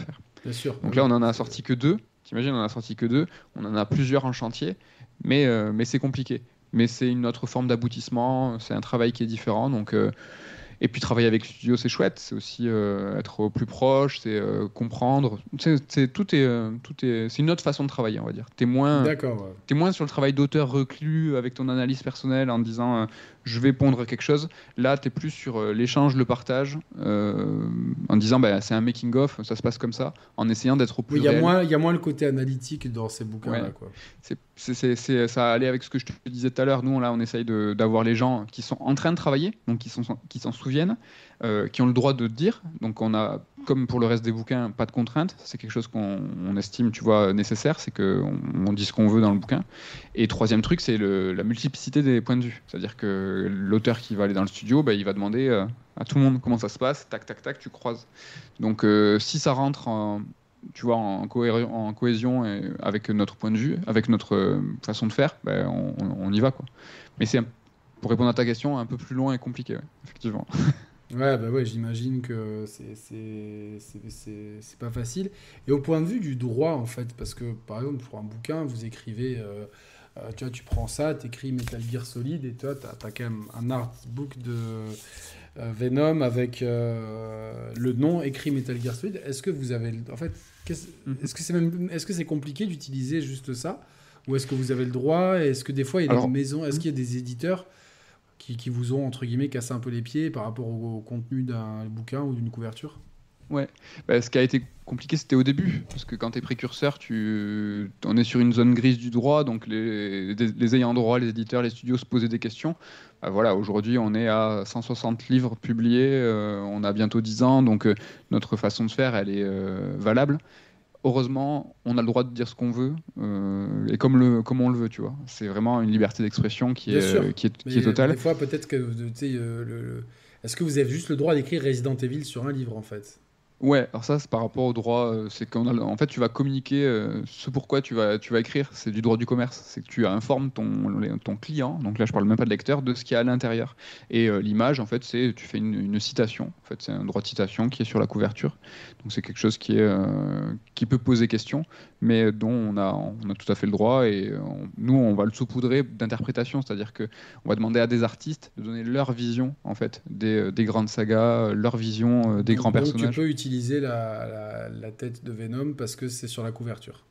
Bien sûr. Donc là, on en a sorti que deux. T'imagines, on en a sorti que deux. On en a plusieurs en chantier, mais, euh, mais c'est compliqué. Mais c'est une autre forme d'aboutissement. C'est un travail qui est différent. Donc, euh, et puis travailler avec le studio, c'est chouette. C'est aussi euh, être au plus proche, c'est euh, comprendre. C'est, c'est, tout est, euh, tout est, c'est une autre façon de travailler, on va dire. T'es moins, D'accord. Ouais. t'es moins sur le travail d'auteur reclus avec ton analyse personnelle en disant euh, je vais pondre quelque chose. Là, t'es plus sur euh, l'échange, le partage, euh, en disant bah, c'est un making of, ça se passe comme ça, en essayant d'être au plus Oui, il y a réel. moins, il y a moins le côté analytique dans ces bouquins-là, Ouais. quoi. C'est, c'est, c'est, c'est- ça allait avec ce que je te disais tout à l'heure. Nous, on, là, on essaye de- d'avoir les gens qui sont en train de travailler, donc qui, sont, qui s'en souviennent, euh, qui ont le droit de dire. Donc, on a, comme pour le reste des bouquins, pas de contraintes. C'est quelque chose qu'on on estime, tu vois, nécessaire. C'est qu'on on dit ce qu'on veut dans le bouquin. Et troisième truc, c'est le, la multiplicité des points de vue. C'est-à-dire que l'auteur qui va aller dans le studio, bah, il va demander euh, à tout le monde comment ça se passe. Tac, tac, tac, tu croises. Donc, euh, si ça rentre en tu vois, en, cohé- en cohésion et avec notre point de vue, avec notre euh, façon de faire, ben, on, on y va, quoi. Mais c'est, un- pour répondre à ta question, un peu plus long et compliqué, ouais, effectivement. Ouais, bah ouais, j'imagine que c'est c'est c'est- c'est- c'est pas facile. Et au point de vue du droit, en fait, parce que par exemple, pour un bouquin, vous écrivez, euh, euh, tu vois, tu prends ça, t'écris Metal Gear Solid, et toi, t'as, t'as quand même un artbook de euh, Venom avec euh, le nom écrit Metal Gear Solid. Est-ce que vous avez, le- en fait, qu'est-ce- Mhm. est-ce que c'est même, est-ce que c'est compliqué d'utiliser juste ça, ou est-ce que vous avez le droit? Est-ce que des fois, il y a des Alors, maisons, est-ce qu'il y a des éditeurs qui, qui vous ont, entre guillemets, cassé un peu les pieds par rapport au, au contenu d'un bouquin ou d'une couverture? ouais. Bah, ce qui a été compliqué, c'était au début, parce que quand tu es précurseur, tu... on est sur une zone grise du droit, donc les, les, les ayants droit, les éditeurs, les studios se posaient des questions. Bah, voilà, aujourd'hui, on est à cent soixante livres publiés, euh, on a bientôt dix ans, donc euh, notre façon de faire, elle est euh, valable. Heureusement, on a le droit de dire ce qu'on veut, euh, et comme, le, comme on le veut, tu vois. C'est vraiment une liberté d'expression qui Bien sûr, est, qui est, qui est mais des totale. fois, peut-être que, tu sais, euh, le, le- est-ce que vous avez juste le droit d'écrire Resident Evil sur un livre, en fait? Ouais, alors ça, c'est par rapport au droit. euh, C'est qu'on a, en fait, tu vas communiquer euh, ce pourquoi tu vas, tu vas écrire. C'est du droit du commerce. C'est que tu informes ton, les- ton client, donc là, je parle même pas de lecteur, de ce qu'il y a à l'intérieur. Et euh, l'image, en fait, c'est tu fais une, une citation. En fait, c'est un droit de citation qui est sur la couverture. Donc c'est quelque chose qui est, euh, qui peut poser question, mais dont on a, on a tout à fait le droit. Et euh, on- nous, on va le saupoudrer d'interprétation, c'est-à-dire que on va demander à des artistes de donner leur vision, en fait, des, euh, des grandes sagas, euh, leur vision euh, des grands Donc, donc tu personnages. peux utiliser la, la, la tête de Venom parce que c'est sur la couverture.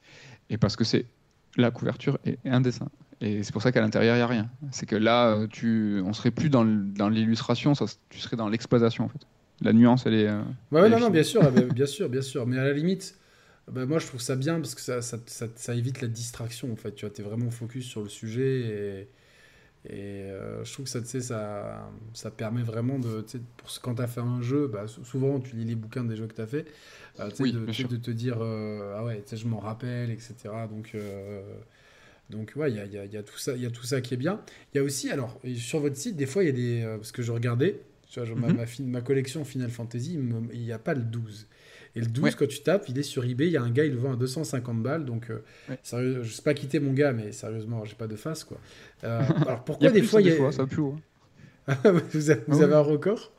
Et parce que c'est la couverture est un dessin. Et c'est pour ça qu'à l'intérieur, il n'y a rien. C'est que là, euh, tu, on serait plus dans le- dans l'illustration, ça, tu serais dans l'exploitation, en fait. La nuance, elle est, euh, Ouais, ouais, elle est non, non, fine. bien sûr, ah, bah, bien sûr, bien sûr. Mais à la limite, bah, moi, je trouve ça bien parce que ça, ça, ça, ça évite la distraction, en fait. Tu vois, t'es vraiment focus sur le sujet et, et euh, je trouve que ça, tu sais, ça, ça permet vraiment de, tu sais, pour, quand t'as fait un jeu, bah, sou- souvent, tu lis les bouquins des jeux que t'as fait, euh, tu sais, Oui, de, bien tu sais, sûr. de te dire, euh, ah ouais, tu sais, je m'en rappelle, et cetera. Donc, euh, donc ouais, il y a, il y a- il y a tout ça, il y a tout ça qui est bien. Il y a aussi, alors, et sur votre site, des fois, il y a des, euh, parce que je regardais, tu vois, genre, ma, Mhm. ma, fin- ma collection Final Fantasy, il me- il n'y a pas le douze. Et le douze, Ouais, quand tu tapes, il est sur eBay, il y a un gars, il le vend à deux cent cinquante balles. Donc, euh, ouais. sérieux, je sais pas quitter mon gars, mais sérieusement, j'ai pas de face, quoi. Euh, alors, Il y a pourquoi des plus, fois, hein, il y des a... fois, ça va plus haut. vous avez, Ah vous avez ouais. un record?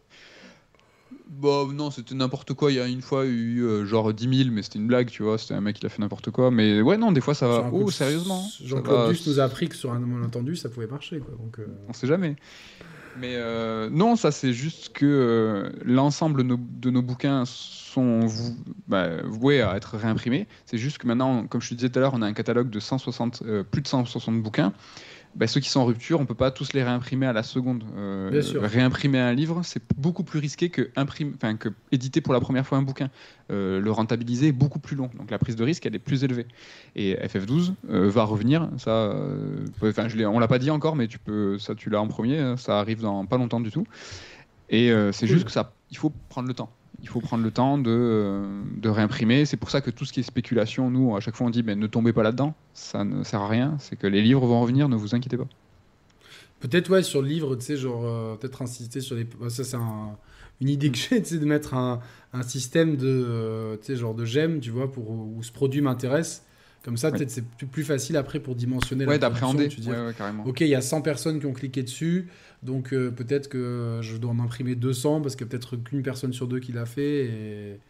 Bah non, c'était n'importe quoi. Il y a une fois, il y a eu euh, genre dix mille, mais c'était une blague, tu vois. C'était un mec qui a fait n'importe quoi. Mais ouais, non, des fois, ça Sur va. un coup de... Oh, sérieusement, ça Jean-Claude va. Duss nous a appris que sur un malentendu, ça pouvait marcher, quoi. Donc, euh, On sait jamais. Mais euh, non, ça c'est juste que euh, l'ensemble de nos, de nos bouquins sont vou- bah, voués à être réimprimés. C'est juste que maintenant, comme je te disais tout à l'heure, on a un catalogue de cent soixante, euh, plus de cent soixante bouquins. Bah, ceux qui sont en rupture, on peut pas tous les réimprimer à la seconde. bien Euh, sûr. réimprimer un livre, c'est beaucoup plus risqué que, imprime, enfin, que éditer pour la première fois un bouquin. Euh, le rentabiliser est beaucoup plus long, donc la prise de risque elle est plus élevée. Et F F douze euh, va revenir, ça, euh, enfin, je l'ai- on l'a pas dit encore, mais tu peux, ça tu l'as en premier, hein, ça arrive dans pas longtemps du tout. Et euh, c'est juste Cool. que ça, il faut prendre le temps. Il faut prendre le temps de, euh, de réimprimer. C'est pour ça que tout ce qui est spéculation, nous, à chaque fois, on dit ben, ne tombez pas là-dedans. Ça ne sert à rien. C'est que les livres vont revenir, ne vous inquiétez pas. Peut-être, ouais, sur le livre, tu sais, genre, euh, peut-être insister sur les. Bah, ça, c'est un- une idée que j'ai, tu sais, de mettre un, un système de, euh, tu sais, genre de j'aime, tu vois, pour, où ce produit m'intéresse. Comme ça, Oui. peut-être, c'est plus plus facile après pour dimensionner la Ouais, production. d'appréhender. Tu dis, Ouais, ouais, carrément. ok, il y a cent personnes qui ont cliqué dessus, donc euh, peut-être que je dois en imprimer deux cents parce qu'il y a peut-être qu'une personne sur deux qui l'a fait. Et...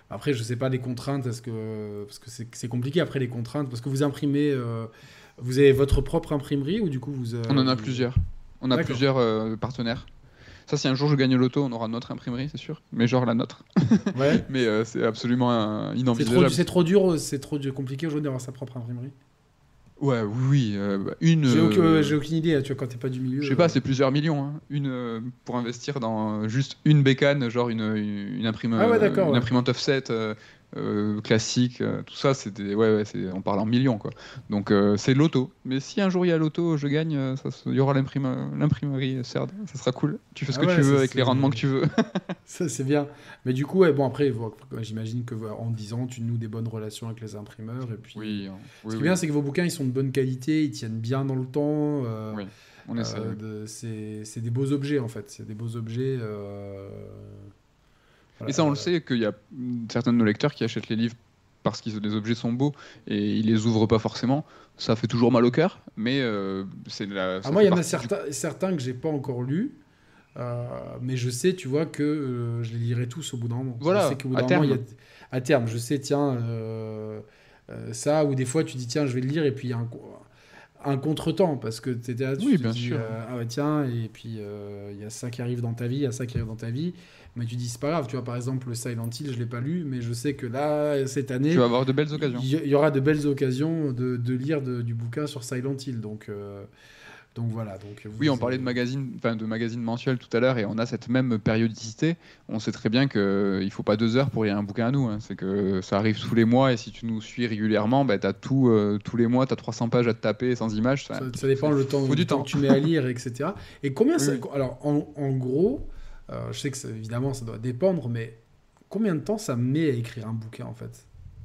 Après, je sais pas les contraintes, est-ce que, parce que c'est, c'est compliqué après les contraintes, parce que vous imprimez, euh, vous avez votre propre imprimerie ou du coup vous... euh, On en a vous- plusieurs. On a D'accord. plusieurs euh, partenaires. Ça, si un jour je gagne le loto, on aura notre imprimerie, c'est sûr. Mais genre la nôtre. Ouais. Mais euh, c'est absolument euh, C'est trop, inenvisageable. c'est trop dur, c'est trop dur- compliqué aujourd'hui d'avoir sa propre imprimerie. Ouais, oui, oui. euh, bah, une. J'ai aucune, euh, j'ai aucune idée, tu vois, quand t'es pas du milieu. Je sais euh, pas, c'est plusieurs millions. Hein. Une euh, pour investir dans euh, juste une bécane, genre une, une, une imprime, Ah ouais, d'accord, une ouais. imprimante offset euh, euh, classique, euh, tout ça, c'est des- ouais, ouais, c'est, on parle en millions quoi. Donc euh, c'est l'auto. Mais si un jour il y a l'auto, je gagne, euh, ça, se- il y aura l'imprime- l'imprimerie C E R D, ça sera cool. Tu fais ce Ah que ouais, tu veux ça, avec c'est- les rendements que tu veux. Ça, c'est bien. Mais du coup, ouais, bon, après, vo- j'imagine que voilà, en dix ans, tu noues des bonnes relations avec les imprimeurs. Et puis, Oui, hein. ce oui, qui est oui. bien, c'est que vos bouquins, ils sont de bonne qualité, ils tiennent bien dans le temps. euh, Oui, on essaie. euh, oui. de- c'est c'est des beaux objets, en fait. C'est des beaux objets. euh, Et voilà, ça, on le euh, sait qu'il y a mm, certains de nos lecteurs qui achètent les livres parce que les objets sont beaux et ils les ouvrent pas forcément. Ça fait toujours mal au cœur, mais euh, c'est la, Ah, ça moi, fait il y en a partie du- certains, certains que j'ai pas encore lus. euh, mais je sais, tu vois, que euh, je les lirai tous au bout d'un moment. Je Voilà, sais qu'au bout à d'un moment, il y a, terme. à terme, je sais, tiens, euh, euh, ça, ou des fois, tu dis, tiens, je vais le lire, et puis il y a un, un contretemps, parce que tu là, tu Oui, te bien dis, sûr. euh, ah ouais, tiens, et puis euh, il y a ça qui arrive dans ta vie, il y a ça qui arrive dans ta vie, mais tu dis, c'est pas grave, tu vois, par exemple, le Silent Hill, je l'ai pas lu, mais je sais que là, cette Tu vas année, avoir de belles il occasions. y, il y aura de belles occasions de, de lire de- du bouquin sur Silent Hill, donc, euh, donc voilà. Donc, Oui, on vous, parlait de euh, magazines, enfin de magazines mensuels tout à l'heure, et on a cette même périodicité. On sait très bien qu'il ne faut pas deux heures pour lire un bouquin à nous. Hein. C'est que ça arrive tous les mois, et si tu nous suis régulièrement, bah, t'as tout, euh, tous les mois, tu as trois cents pages à te taper sans images. Ça, Ça, ça dépend le temps, faut le du temps temps. que tu mets à lire, et cetera. Et combien Oui, ça... oui. Alors, en, en gros, euh, je sais que ça- évidemment, ça doit dépendre, mais combien de temps ça met à écrire un bouquin, en fait?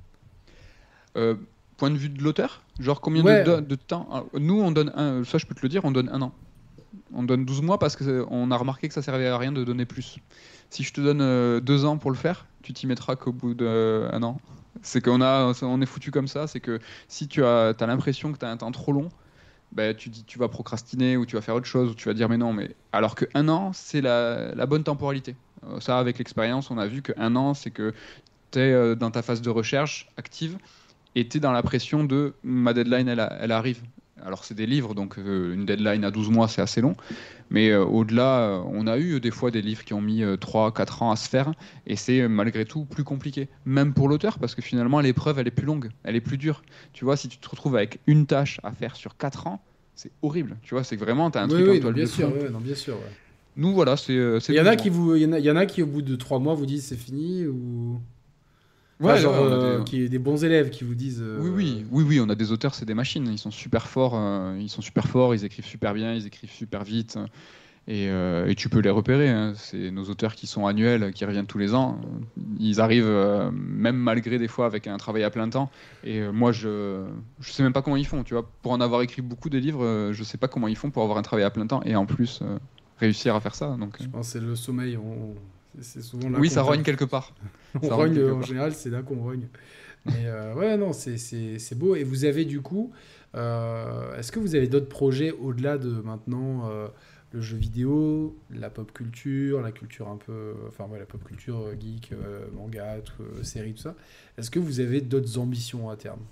Euh, point de vue de l'auteur, genre combien de, Ouais, de- de temps Alors, nous, on donne un, ça je peux te le dire, on donne un an. On donne douze mois parce qu'on a remarqué que ça servait à rien de donner plus. Si je te donne euh, deux ans pour le faire, tu t'y mettras qu'au bout d'un an. C'est qu'on a, on est foutu comme ça, c'est que si tu as, t'as l'impression que tu as un temps trop long, ben, tu dis tu vas procrastiner ou tu vas faire autre chose ou tu vas dire mais non, mais alors que un an c'est la, la bonne temporalité. Euh, ça avec l'expérience on a vu que un an c'est que tu es dans ta phase de recherche active et tu es dans la pression de ma deadline elle, a- elle arrive. Alors c'est des livres donc euh, une deadline à douze mois c'est assez long mais euh, au-delà euh, on a eu des fois des livres qui ont mis euh, trois quatre ans à se faire et c'est euh, malgré tout plus compliqué même pour l'auteur parce que finalement l'épreuve elle est plus longue elle est plus dure tu vois si tu te retrouves avec une tâche à faire sur quatre ans c'est horrible tu vois c'est que vraiment tu as un oui, truc en oui, non, toile bien de sûr, fond ouais, non, bien sûr. Ouais. nous voilà c'est euh, c'est Il y en a douze qui mois. vous, il y en a, il y en a qui au bout de trois mois vous disent c'est fini ou enfin, Ouais, genre ouais, on a euh, des- qui des bons élèves qui vous disent. euh, Oui, oui, oui, oui, on a des auteurs, c'est des machines. Ils sont super forts, euh, ils sont super forts, ils écrivent super bien, ils écrivent super vite, et, euh, et tu peux les repérer. Hein. C'est nos auteurs qui sont annuels, qui reviennent tous les ans. Ils arrivent, euh, même malgré des fois avec un travail à plein temps. Et euh, moi, je, je sais même pas comment ils font. Tu vois, pour en avoir écrit beaucoup des livres, euh, je sais pas comment ils font pour avoir un travail à plein temps et en plus euh, réussir à faire ça. Donc, euh, Je pense que c'est le sommeil. on- C'est c'est souvent là oui, qu'on ça rogne tape. quelque part. On Ça rogne rogne quelque euh, en part. général, c'est là qu'on rogne. Mais euh, ouais, non, c'est c'est- c'est beau. Et vous avez du coup, euh, est-ce que vous avez d'autres projets au-delà de maintenant euh, le jeu vidéo, la pop culture, la culture un peu, enfin ouais, la pop culture euh, geek, euh, manga, tout, euh, série, tout ça. Est-ce que vous avez d'autres ambitions à terme?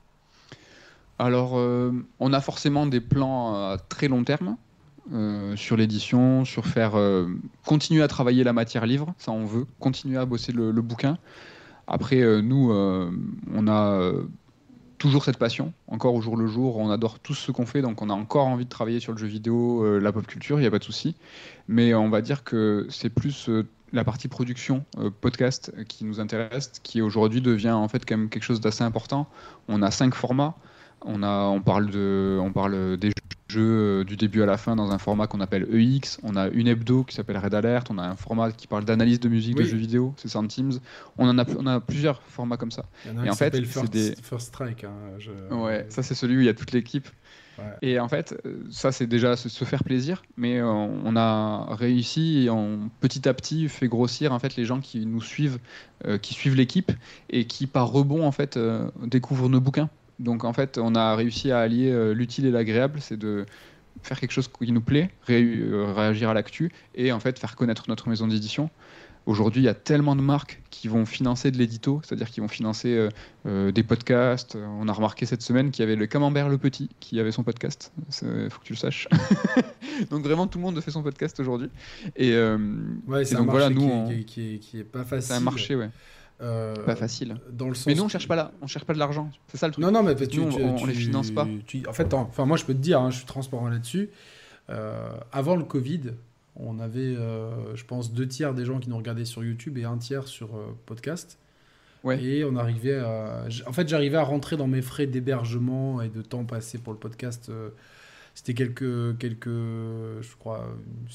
Alors, euh, on a forcément des plans à très long terme euh, sur l'édition, sur faire euh, continuer à travailler la matière livre, ça on veut, continuer à bosser le, le bouquin. Après, euh, nous, euh, on a euh, toujours cette passion, encore au jour le jour, on adore tout ce qu'on fait, donc on a encore envie de travailler sur le jeu vidéo, euh, la pop culture, il n'y a pas de souci. Mais on va dire que c'est plus euh, la partie production, euh, podcast, euh, qui nous intéresse, qui aujourd'hui devient en fait quand même quelque chose d'assez important. On a cinq formats. On, a, on, parle de, on parle des jeux euh, du début à la fin dans un format qu'on appelle E X. On a une hebdo qui s'appelle Red Alert. On a un format qui parle d'analyse de musique de Oui. jeux vidéo, c'est Soundteams. On en a, on a plusieurs formats comme ça. Il y en a un Et qui en fait, s'appelle c'est First, des... First Strike. hein, je- Ouais, ça c'est celui où il y a toute l'équipe. Ouais. Et en fait, euh, ça c'est déjà se, se faire plaisir, mais euh, on a réussi et on petit à petit fait grossir en fait les gens qui nous suivent, euh, qui suivent l'équipe et qui par rebond en fait euh, découvrent nos bouquins. Donc en fait, on a réussi à allier euh, l'utile et l'agréable, c'est de faire quelque chose qui nous plaît, ré- euh, réagir à l'actu et en fait faire connaître notre maison d'édition. Aujourd'hui, il y a tellement de marques qui vont financer de l'édito, c'est-à-dire qui vont financer euh, euh, des podcasts. On a remarqué cette semaine qu'il y avait le Camembert le Petit qui avait son podcast. Il faut que tu le saches. Donc vraiment, tout le monde fait son podcast aujourd'hui. Et, euh, Ouais, c'est et un donc marché voilà, nous, qui, est, on... qui, est, qui, est, qui est pas facile. c'est un marché, ouais. Euh, pas facile. Dans le sens mais nous, on cherche pas là, on cherche pas de l'argent. C'est ça le truc. Non, non, mais tu, nous, tu, on, tu, on les finance pas. Tu, en fait, enfin, moi, je peux te dire, hein, je suis transparent là-dessus. Euh, avant le Covid, on avait, euh, je pense, deux tiers des gens qui nous regardaient sur YouTube et un tiers sur euh, podcast. Ouais. Et on arrivait à... En fait, j'arrivais à rentrer dans mes frais d'hébergement et de temps passé pour le podcast. Euh, c'était quelques, quelques, je crois,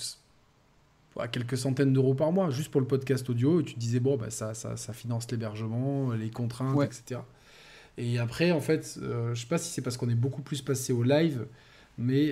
à quelques centaines d'euros par mois, juste pour le podcast audio. Et tu te disais, bon, bah, ça, ça, ça finance l'hébergement, les contraintes, ouais. et cetera. Et après, en fait, euh, je sais pas si c'est parce qu'on est beaucoup plus passé au live, mais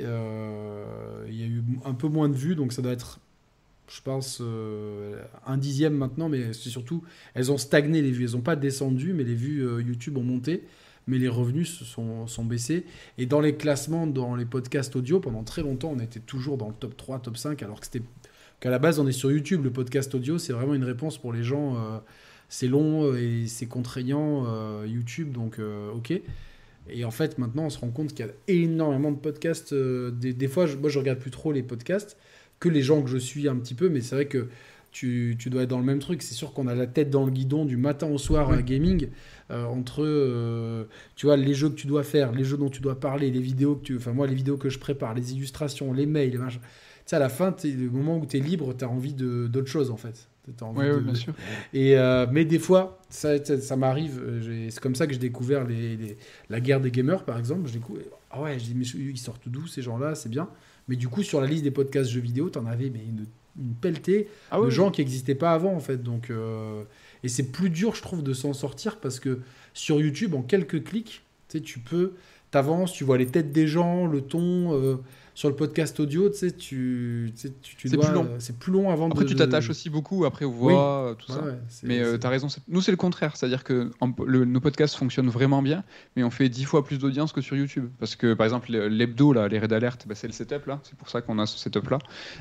euh, il y a eu un peu moins de vues, donc ça doit être, je pense, euh, un dixième maintenant, mais c'est surtout, elles ont stagné les vues, elles n'ont pas descendu, mais les vues euh, YouTube ont monté, mais les revenus se sont, sont baissés. Et dans les classements, dans les podcasts audio, pendant très longtemps, on était toujours dans le top trois, top cinq, alors que c'était, qu'à la base, on est sur YouTube. Le podcast audio, c'est vraiment une réponse pour les gens. Euh, c'est long et c'est contraignant, euh, YouTube, donc euh, ok. Et en fait, maintenant, on se rend compte qu'il y a énormément de podcasts. Euh, des, des fois, je, moi, je regarde plus trop les podcasts, que les gens que je suis un petit peu, mais c'est vrai que tu, tu dois être dans le même truc. C'est sûr qu'on a la tête dans le guidon du matin au soir à gaming, euh, entre, euh, tu vois, les jeux que tu dois faire, les jeux dont tu dois parler, les vidéos que tu... Enfin, moi, les vidéos que je prépare, les illustrations, les mails, les machins. Tu sais, à la fin, le moment où tu es libre, tu as envie de, d'autre chose, en fait. Oui, de... ouais, bien sûr. Et, euh, mais des fois, ça, ça, ça m'arrive. J'ai... C'est comme ça que j'ai découvert les, les... la guerre des gamers, par exemple. Je découvre... Ah ouais, je dis, mais ils sortent d'où ces gens-là? C'est bien. Mais du coup, sur la liste des podcasts jeux vidéo, t'en avais mais une, une pelletée ah, de oui, gens oui. qui n'existaient pas avant, en fait. Donc, euh... Et c'est plus dur, je trouve, de s'en sortir parce que sur YouTube, en quelques clics, tu sais, tu peux, t'avances, tu vois les têtes des gens, le ton. Euh... Sur le podcast audio, tu sais, tu, tu, sais, tu, tu c'est dois, plus long. C'est plus long avant Après, de... tu t'attaches aussi beaucoup après aux voix, oui. tout ouais, ça. Ouais, c'est, mais euh, c'est... tu as raison. C'est... Nous, c'est le contraire. C'est-à-dire que en, le, nos podcasts fonctionnent vraiment bien, mais on fait dix fois plus d'audience que sur YouTube. Parce que, par exemple, l'hebdo, là, les Red Alert, bah, c'est le setup, là. C'est pour ça qu'on a ce setup-là.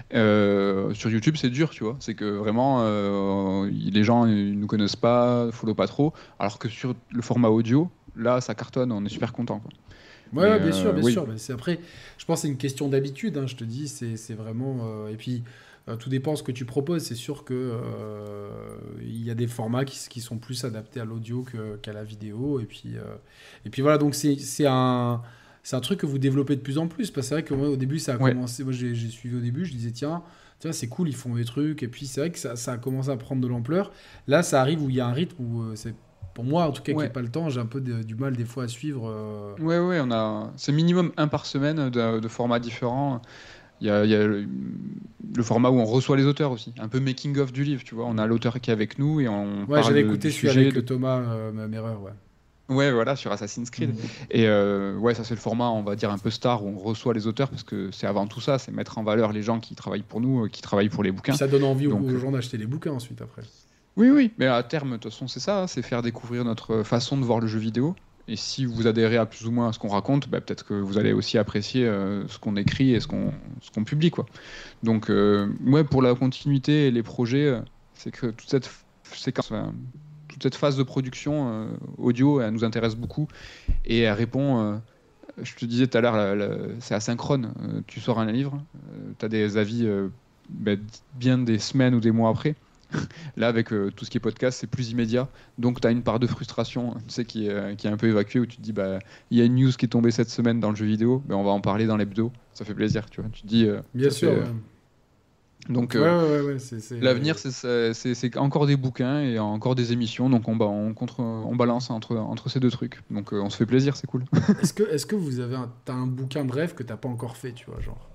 Euh, sur YouTube, c'est dur, tu vois. C'est que vraiment, euh, les gens ne nous connaissent pas, ne follow pas trop. Alors que sur le format audio, là, ça cartonne. On est super content, quoi. Ouais, ouais, bien euh, sûr, bien oui. sûr. Mais c'est après, je pense que c'est une question d'habitude. Hein, je te dis, c'est, c'est vraiment. Euh, et puis, euh, tout dépend de ce que tu proposes. C'est sûr que euh, il y a des formats qui, qui sont plus adaptés à l'audio que, qu'à la vidéo. Et puis, euh, et puis voilà. Donc c'est, c'est un, c'est un truc que vous développez de plus en plus. Parce que c'est vrai que moi, au début, ça a Ouais. commencé. Moi, j'ai, j'ai suivi au début. Je disais tiens. Tiens, c'est cool, ils font des trucs. Et puis, c'est vrai que ça, ça a commencé à prendre de l'ampleur. Là, ça arrive où il y a un rythme où euh, c'est. Pour moi, en tout cas, Ouais. qui n'ai pas le temps, j'ai un peu de, du mal des fois à suivre. Euh... Ouais, ouais, on a. C'est minimum un par semaine de, de formats différents. Il y a, il y a le, le format où on reçoit les auteurs aussi, un peu making of du livre, tu vois. On a l'auteur qui est avec nous et on Ouais, parle j'avais de, écouté du celui sujet avec de... Thomas euh, Mereur, ouais. Ouais, voilà, sur Assassin's Creed. Mmh. Et euh, ouais, ça c'est le format, on va dire un peu star où on reçoit les auteurs parce que c'est avant tout ça, c'est mettre en valeur les gens qui travaillent pour nous, qui travaillent pour les bouquins. Puis ça donne envie Donc, aux gens d'acheter les bouquins ensuite après. Oui, oui, mais à terme, de toute façon, c'est ça, c'est faire découvrir notre façon de voir le jeu vidéo. Et si vous adhérez à plus ou moins à ce qu'on raconte, bah, peut-être que vous allez aussi apprécier euh, ce qu'on écrit et ce qu'on, ce qu'on publie, quoi. Donc, euh, ouais, pour la continuité et les projets, euh, c'est que toute cette séquence, enfin, toute cette phase de production euh, audio, elle nous intéresse beaucoup et elle répond. Euh, je te disais tout à l'heure, la, la, c'est asynchrone. Euh, tu sors un livre, euh, tu as des avis euh, bah, bien des semaines ou des mois après. Là, avec euh, tout ce qui est podcast, c'est plus immédiat. Donc, tu as une part de frustration, tu sais, qui, est, qui est un peu évacuée, où tu te dis, bah, il y a une news qui est tombée cette semaine dans le jeu vidéo, bah, on va en parler dans l'hebdo. Ça fait plaisir, tu vois. Tu te dis. Euh, Bien sûr. Fait, ouais. euh... Donc, ouais, euh, ouais, ouais, c'est, c'est... l'avenir, c'est, c'est, c'est encore des bouquins et encore des émissions. Donc, on, on, contre, on balance entre, entre ces deux trucs. Donc, euh, on se fait plaisir, c'est cool. est-ce que, est-ce que vous avez un, t'as un bouquin de rêve que t'as pas encore fait, tu vois, genre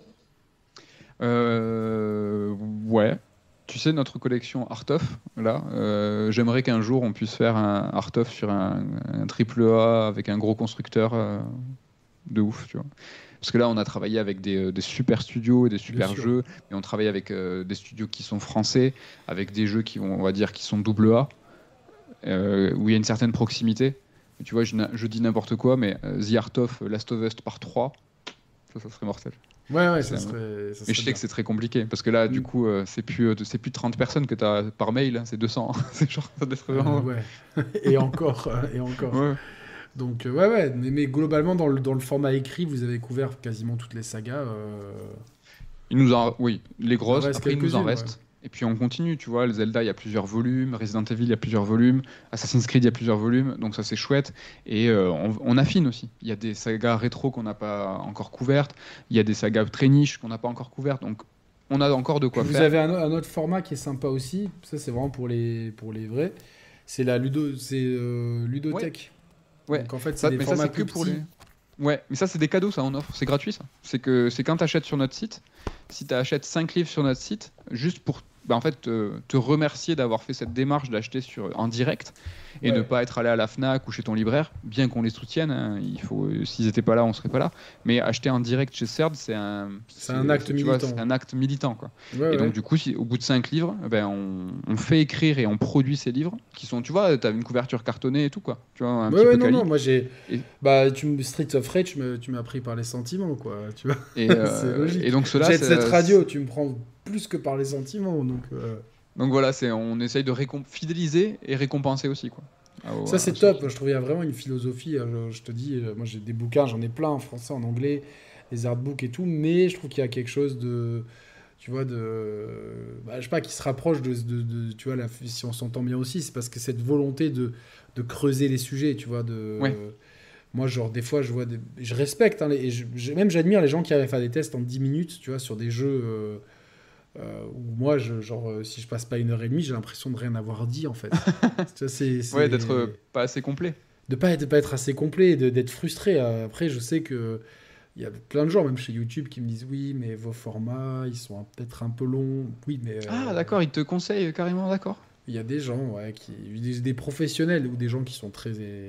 euh, Ouais. Tu sais, notre collection Art of, là, euh, j'aimerais qu'un jour on puisse faire un Art of sur un, un triple A avec un gros constructeur euh, de ouf, tu vois. Parce que là, on a travaillé avec des, des super studios et des super jeux, et on travaille avec euh, des studios qui sont français, avec des jeux qui, on va dire, qui sont double A, euh, où il y a une certaine proximité. Et tu vois, je, je dis n'importe quoi, mais euh, The Art of Last of Us par trois, ça, ça serait mortel. Ouais, ouais, C'est ça un- serait, ça Mais je serait sais bien. que c'est très compliqué parce que là, du Mm. coup, euh, c'est plus, euh, c'est plus trente personnes que tu as par mail, hein, c'est deux cents. C'est genre, ça doit être Euh, vraiment. ouais, et encore, euh, et encore. Ouais. Donc, euh, ouais, ouais, mais, mais globalement, dans le, dans le format écrit, vous avez couvert quasiment toutes les sagas. euh, Il nous en... Oui, les Il en grosses. reste Après, il nous en quelques-unes, ouais. reste. Et puis on continue, tu vois. Le Zelda, il y a plusieurs volumes. Resident Evil, il y a plusieurs volumes. Assassin's Creed, il y a plusieurs volumes. Donc ça, c'est chouette. Et euh, on, on affine aussi. Il y a des sagas rétro qu'on n'a pas encore couvertes. Il y a des sagas très niches qu'on n'a pas encore couvertes. Donc on a encore de Puis quoi vous faire. avez un, un autre format qui est sympa aussi, ça c'est vraiment pour les, pour les vrais, c'est la ludo, c'est euh, Ouais, ludothèque. ouais. Donc en fait, c'est Ça, des mais ça, formats c'est que plus pour les. petits. Ouais, mais ça, c'est des cadeaux, ça, on offre. C'est gratuit, ça. C'est que c'est quand tu achètes sur notre site. Si tu achètes cinq livres sur notre site, juste pour bah, en fait, te, te remercier d'avoir fait cette démarche d'acheter sur, en direct et ne Ouais. pas être allé à la Fnac ou chez ton libraire, bien qu'on les soutienne. Hein, il faut, s'ils n'étaient pas là, on serait pas là. Mais acheter en direct chez CERD, c'est un, C'est un c'est, acte c'est- tu vois, c'est militant. un acte militant, quoi. Ouais, Et donc, ouais. du coup, si, au bout de cinq livres, ben, on, on fait écrire et on produit ces livres qui sont, tu vois, tu as une couverture cartonnée et tout, quoi. Tu vois, un Ouais, petit ouais, peu non, non, quali. moi j'ai. Et, Bah, tu me... Streets of Rage, tu m'as tu m'as pris par les sentiments, quoi, tu vois. et, C'est euh, et logique. donc, cela, Jet Set c'est. Radio, tu me prends plus que par les sentiments, donc. euh, Donc voilà, c'est, on essaye de récom- fidéliser et récompenser aussi, quoi. À, Ça, à c'est ceux top. qui... Je trouve qu'il y a vraiment une philosophie. euh, Je, je te dis, euh, moi j'ai des bouquins, j'en ai plein en français, en anglais, les artbooks et tout, mais je trouve qu'il y a quelque chose de. Tu vois, de. Bah, je sais pas, qui se rapproche de. de- de- tu vois, la, si on s'entend bien aussi, c'est parce que cette volonté de, de creuser les sujets, tu vois, de. Ouais, Moi, genre, des fois, je vois des... Je respecte, hein, les- et je- je- même j'admire les gens qui arrivent à faire des tests en dix minutes, tu vois, sur des jeux euh, euh, où moi, je, genre, euh, si je passe pas une heure et demie, j'ai l'impression de rien avoir dit, en fait. Tu vois, c'est... ouais, d'être euh, c'est- pas assez complet. de pas être, de pas être assez complet, de- d'être frustré. Euh, Après, je sais que il y a plein de gens, même chez YouTube, qui me disent oui, mais vos formats, ils sont un- peut-être un peu longs. Oui, mais Ah, euh, d'accord, il te conseille carrément, d'accord. il y a des gens, ouais, qui, des, des professionnels ou des gens qui sont très,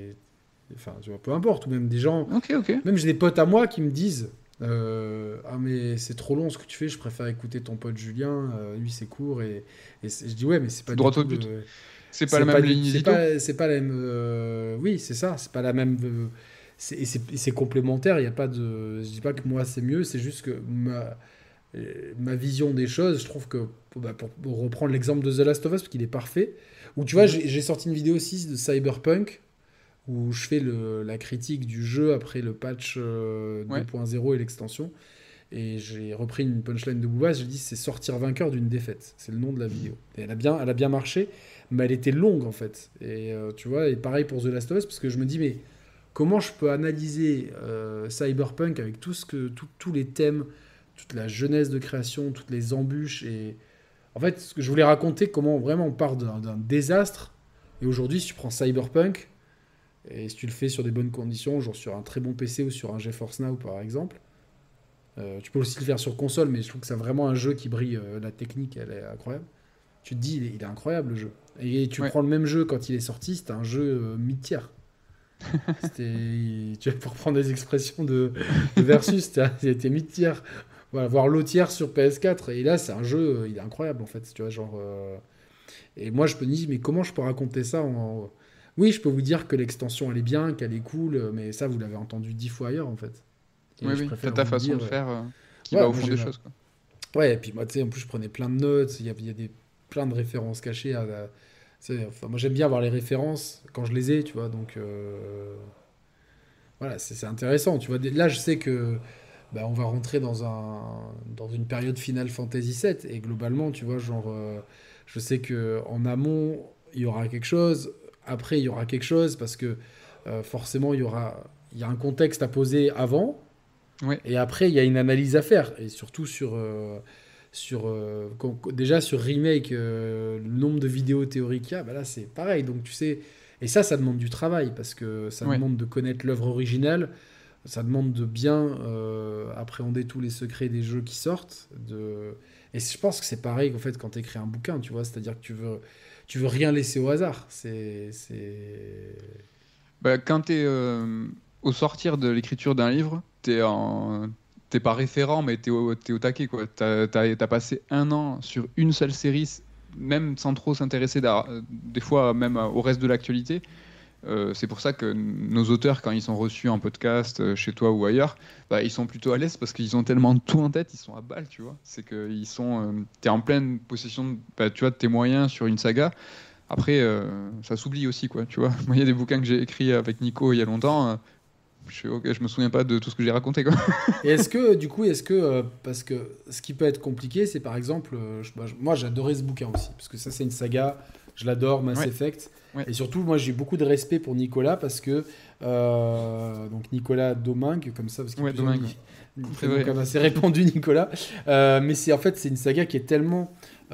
enfin, tu vois, peu importe, ou même des gens, Ok, ok. même j'ai des potes à moi qui me disent. euh, ah mais c'est trop long ce que tu fais, je préfère écouter ton pote Julien, euh, lui c'est court et, et c'est- je dis ouais mais c'est pas C'est du droit au tout but. le, C'est pas c'est la pas même du ligne c'est édito. pas c'est pas la même euh, oui c'est ça c'est pas la même euh, c'est et c'est et c'est complémentaire il y a pas de je dis pas que moi c'est mieux c'est juste que ma euh, ma vision des choses je trouve que bah, pour, pour reprendre l'exemple de The Last of Us parce qu'il est parfait où tu vois Mhm. j'ai j'ai sorti une vidéo aussi de Cyberpunk où je fais le, la critique du jeu après le patch euh, Ouais. deux point zéro et l'extension et j'ai repris une punchline de Booba, j'ai dit c'est sortir vainqueur d'une défaite. C'est le nom de la vidéo. Et elle a bien, elle a bien marché, mais elle était longue en fait. Et euh, tu vois, et pareil pour The Last of Us, parce que je me dis mais comment je peux analyser euh, Cyberpunk avec tout ce que, tout- tous les thèmes, toute la jeunesse de création, toutes les embûches et en fait ce que je voulais raconter comment vraiment on part d'un d'un désastre et aujourd'hui si tu prends Cyberpunk et si tu le fais sur des bonnes conditions, genre sur un très bon P C ou sur un GeForce Now par exemple euh, tu peux aussi le faire sur console, mais je trouve que c'est vraiment un jeu qui brille. euh, la technique, elle est incroyable. Tu te dis, il est, il est incroyable le jeu. Et tu Ouais. prends le même jeu quand il est sorti, c'était un jeu euh, mid-tiers. C'était, tu vois, pour prendre des expressions de, de Versus, c'était c'était mid-tiers. Voilà, voir l'eau tiers sur P S quatre. Et là, c'est un jeu, euh, il est incroyable en fait. Tu vois, genre, euh, et moi, je me dis, mais comment je peux raconter ça en... Oui, je peux vous dire que l'extension, elle est bien, qu'elle est cool, mais ça, vous l'avez entendu dix fois ailleurs en fait. Oui, Et je oui. T'as préfère ta vous le façon dire. de euh, faire euh, qui va Ouais, au moi fond j'ai des ma, choses, quoi. ouais, et puis moi, tu sais, en plus, je prenais plein de notes. Il y a, il y a des, plein de références cachées. À, la- tu sais, enfin, moi, j'aime bien avoir les références quand je les ai, tu vois. Donc, euh, voilà, c'est c'est intéressant. Tu vois, Dès- là, je sais que bah, on va rentrer dans, un, dans une période Final Fantasy sept. Et globalement, tu vois, genre, euh, je sais que en amont, il y aura quelque chose. Après, il y aura quelque chose parce que euh, forcément, il y aura, il y a un contexte à poser avant. Ouais. Et après, il y a une analyse à faire, et surtout sur, euh, sur euh, con- déjà sur remake, euh, le nombre de vidéos théoriques qu'il y a, bah là c'est pareil. Donc tu sais, et ça, ça demande du travail parce que ça Ouais. demande de connaître l'œuvre originale, ça demande de bien euh, appréhender tous les secrets des jeux qui sortent. De... Et je pense que c'est pareil en fait quand tu écris un bouquin, tu vois, c'est-à-dire que tu veux, tu veux rien laisser au hasard. C'est, c'est... Bah, quand t'es euh, au sortir de l'écriture d'un livre, t'es en... t'es pas référent, mais t'es au, t'es au taquet, quoi. T'as, t'as, t'as passé un an sur une seule série, s- même sans trop s'intéresser, d'ar- euh, des fois même euh, au reste de l'actualité. Euh, c'est pour ça que nos auteurs, quand ils sont reçus en podcast euh, chez toi ou ailleurs, bah, ils sont plutôt à l'aise parce qu'ils ont tellement de tout en tête, ils sont à balle, tu vois. C'est que ils sont, euh, t'es en pleine possession, de, bah, tu vois, de tes moyens sur une saga. Après, euh, ça s'oublie aussi, quoi, tu vois. Moi, il y a des bouquins que j'ai écrits avec Nico il y a longtemps. Euh, je, fais, ok, je me souviens pas de tout ce que j'ai raconté, quoi. Et est-ce que, du coup, est-ce que, euh, parce que ce qui peut être compliqué, c'est par exemple, euh, je- bah, je- moi j'adorais ce bouquin aussi, parce que ça c'est une saga, je l'adore, Mass Ouais, Effect, ouais. et surtout moi j'ai beaucoup de respect pour Nicolas, parce que, euh, donc Nicolas Domingue, comme ça, parce qu'il y a Ouais, plusieurs Domingue. Ni- un C'est prénom vrai. quand même assez répandu, Nicolas. Euh, mais c'est en fait c'est une saga qui est tellement,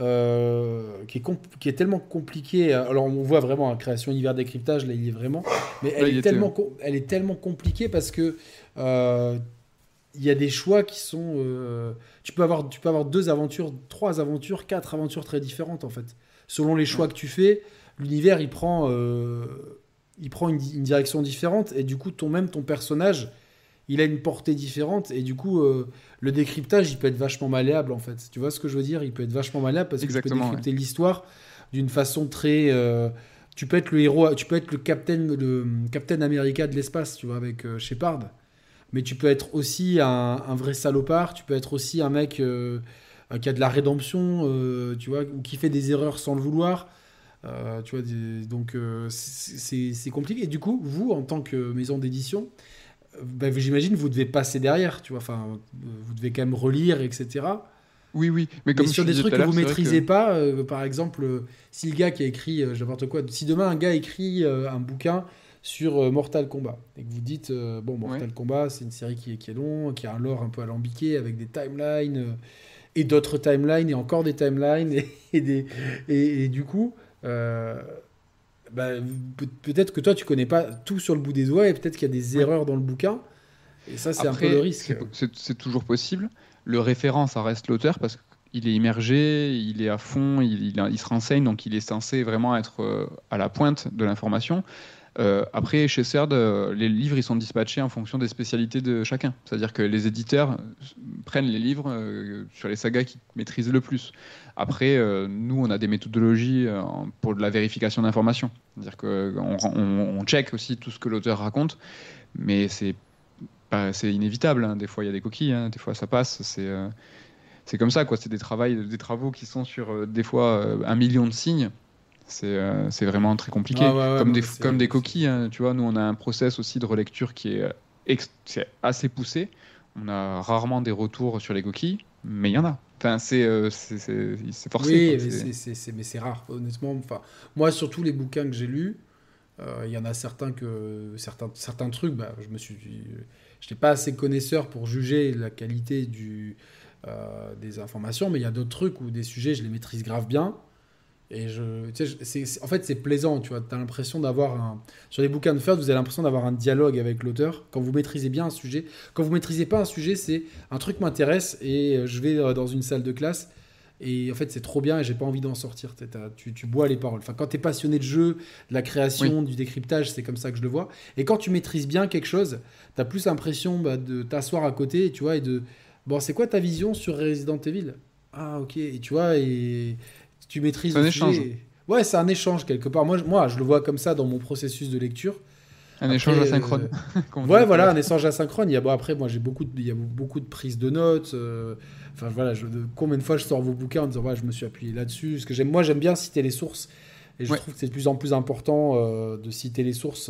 euh, qui est, compl- qui est tellement compliquée. Alors on voit vraiment la création univers décryptage, là il y est vraiment, mais elle Là, il est était. tellement, Ouais. com- elle est tellement compliquée parce que euh, il y a des choix qui sont. euh, tu, peux avoir, tu peux avoir deux aventures, trois aventures, quatre aventures très différentes en fait. Selon les Ouais. choix que tu fais, l'univers il prend, euh, il prend une, une direction différente et du coup, ton, même ton personnage, il a une portée différente et du coup, euh, le décryptage il peut être vachement malléable en fait. Tu vois ce que je veux dire? Il peut être vachement malléable parce que tu peux Exactement, ouais. décrypter l'histoire d'une façon très. euh, tu peux être le héros, tu peux être le Captain, le Captain America de l'espace, tu vois, avec euh, Shepard. Mais tu peux être aussi un, un vrai salopard, tu peux être aussi un mec euh, euh, qui a de la rédemption, euh, tu vois, ou qui fait des erreurs sans le vouloir. Euh, tu vois, des- donc euh, c'est c'est- c'est compliqué. Et du coup, vous, en tant que maison d'édition, euh, bah, j'imagine vous devez passer derrière, tu vois, enfin, euh, vous devez quand même relire, et cetera. Oui, oui. Mais Mais comme je sur te des disais trucs tout à que vous l'heure, c'est vrai que. maîtrisez pas, euh, par exemple, euh, si le gars qui a écrit, euh, n'importe quoi, si demain un gars écrit euh, un bouquin sur euh, Mortal Kombat et que vous dites, euh, bon, Ouais. Mortal Kombat, c'est une série qui est, qui est long, qui a un lore un peu alambiqué avec des timelines euh, et d'autres timelines et encore des timelines et, et des, et, et du coup, euh, bah, peut- peut-être que toi tu connais pas tout sur le bout des doigts et peut-être qu'il y a des Ouais. erreurs dans le bouquin et ça c'est un peu le Après, risque. c'est c'est- c'est toujours possible. Le référent, ça reste l'auteur parce qu'il est immergé, il est à fond, il, il, il se renseigne, donc il est censé vraiment être euh, à la pointe de l'information. Euh, après, chez C E R D, euh, les livres ils sont dispatchés en fonction des spécialités de chacun. C'est-à-dire que les éditeurs euh, prennent les livres euh, sur les sagas qu'ils maîtrisent le plus. Après, euh, nous, on a des méthodologies euh, pour de la vérification d'informations. C'est-à-dire qu'on on, on check aussi tout ce que l'auteur raconte, mais c'est pas- c'est inévitable. Hein. Des fois, il y a des coquilles, hein. Des fois, ça passe. C'est euh, c'est comme ça, quoi. C'est des, travails, des travaux qui sont sur euh, des fois euh, un million de signes. C'est euh, c'est vraiment très Ah compliqué. ouais, ouais, Comme non, des, mais c'est. comme des c'est- coquilles, hein. Tu vois, nous, on a un process aussi de relecture qui est, euh, ex- c'est assez poussé. On a rarement des retours sur les coquilles, mais il y en a. Enfin, c'est euh, c'est c'est- c'est forcé, quoi. Oui, mais C'est... c'est c'est- c'est- mais c'est rare, honnêtement. Enfin, moi, sur tous les bouquins que j'ai lus, euh, il y en a certains que certains, certains trucs, bah, je me suis, je n'étais pas assez connaisseur pour juger la qualité du, euh, des informations, mais il y a d'autres trucs où des sujets, je les maîtrise grave bien. Et je, tu sais, je- c'est, c'est- en fait, c'est plaisant, tu vois. T'as l'impression d'avoir un, sur les bouquins de Ferd, vous avez l'impression d'avoir un dialogue avec l'auteur quand vous maîtrisez bien un sujet. Quand vous maîtrisez pas un sujet, c'est un truc m'intéresse et euh, je vais euh, dans une salle de classe et en fait c'est trop bien et j'ai pas envie d'en sortir. T'es- t'as- Tu, tu bois les paroles. Enfin, quand t'es passionné de jeu, de la Oui, création, du décryptage, c'est comme ça que je le vois. Et quand tu maîtrises bien quelque chose, t'as plus l'impression bah, de t'asseoir à côté, tu vois, et de bon, c'est quoi ta vision sur Resident Evil? Ah ok, et tu vois, et tu maîtrises c'est le un échange. sujet. Ouais, c'est un échange quelque part. Moi, je- moi, je le vois comme ça dans mon processus de lecture. Un Après, échange asynchrone, euh, comme on ouais, disait tout à voilà, l'heure. un échange asynchrone. Il y a, bon, après, moi, j'ai beaucoup de, il y a beaucoup de prises de notes. euh, Enfin, voilà, je, de- combien de fois je sors vos bouquins en disant, ouais, je me suis appuyé là-dessus. Parce que j'aime, moi, j'aime bien citer les sources. Et je Ouais, trouve que c'est de plus en plus important euh, de citer les sources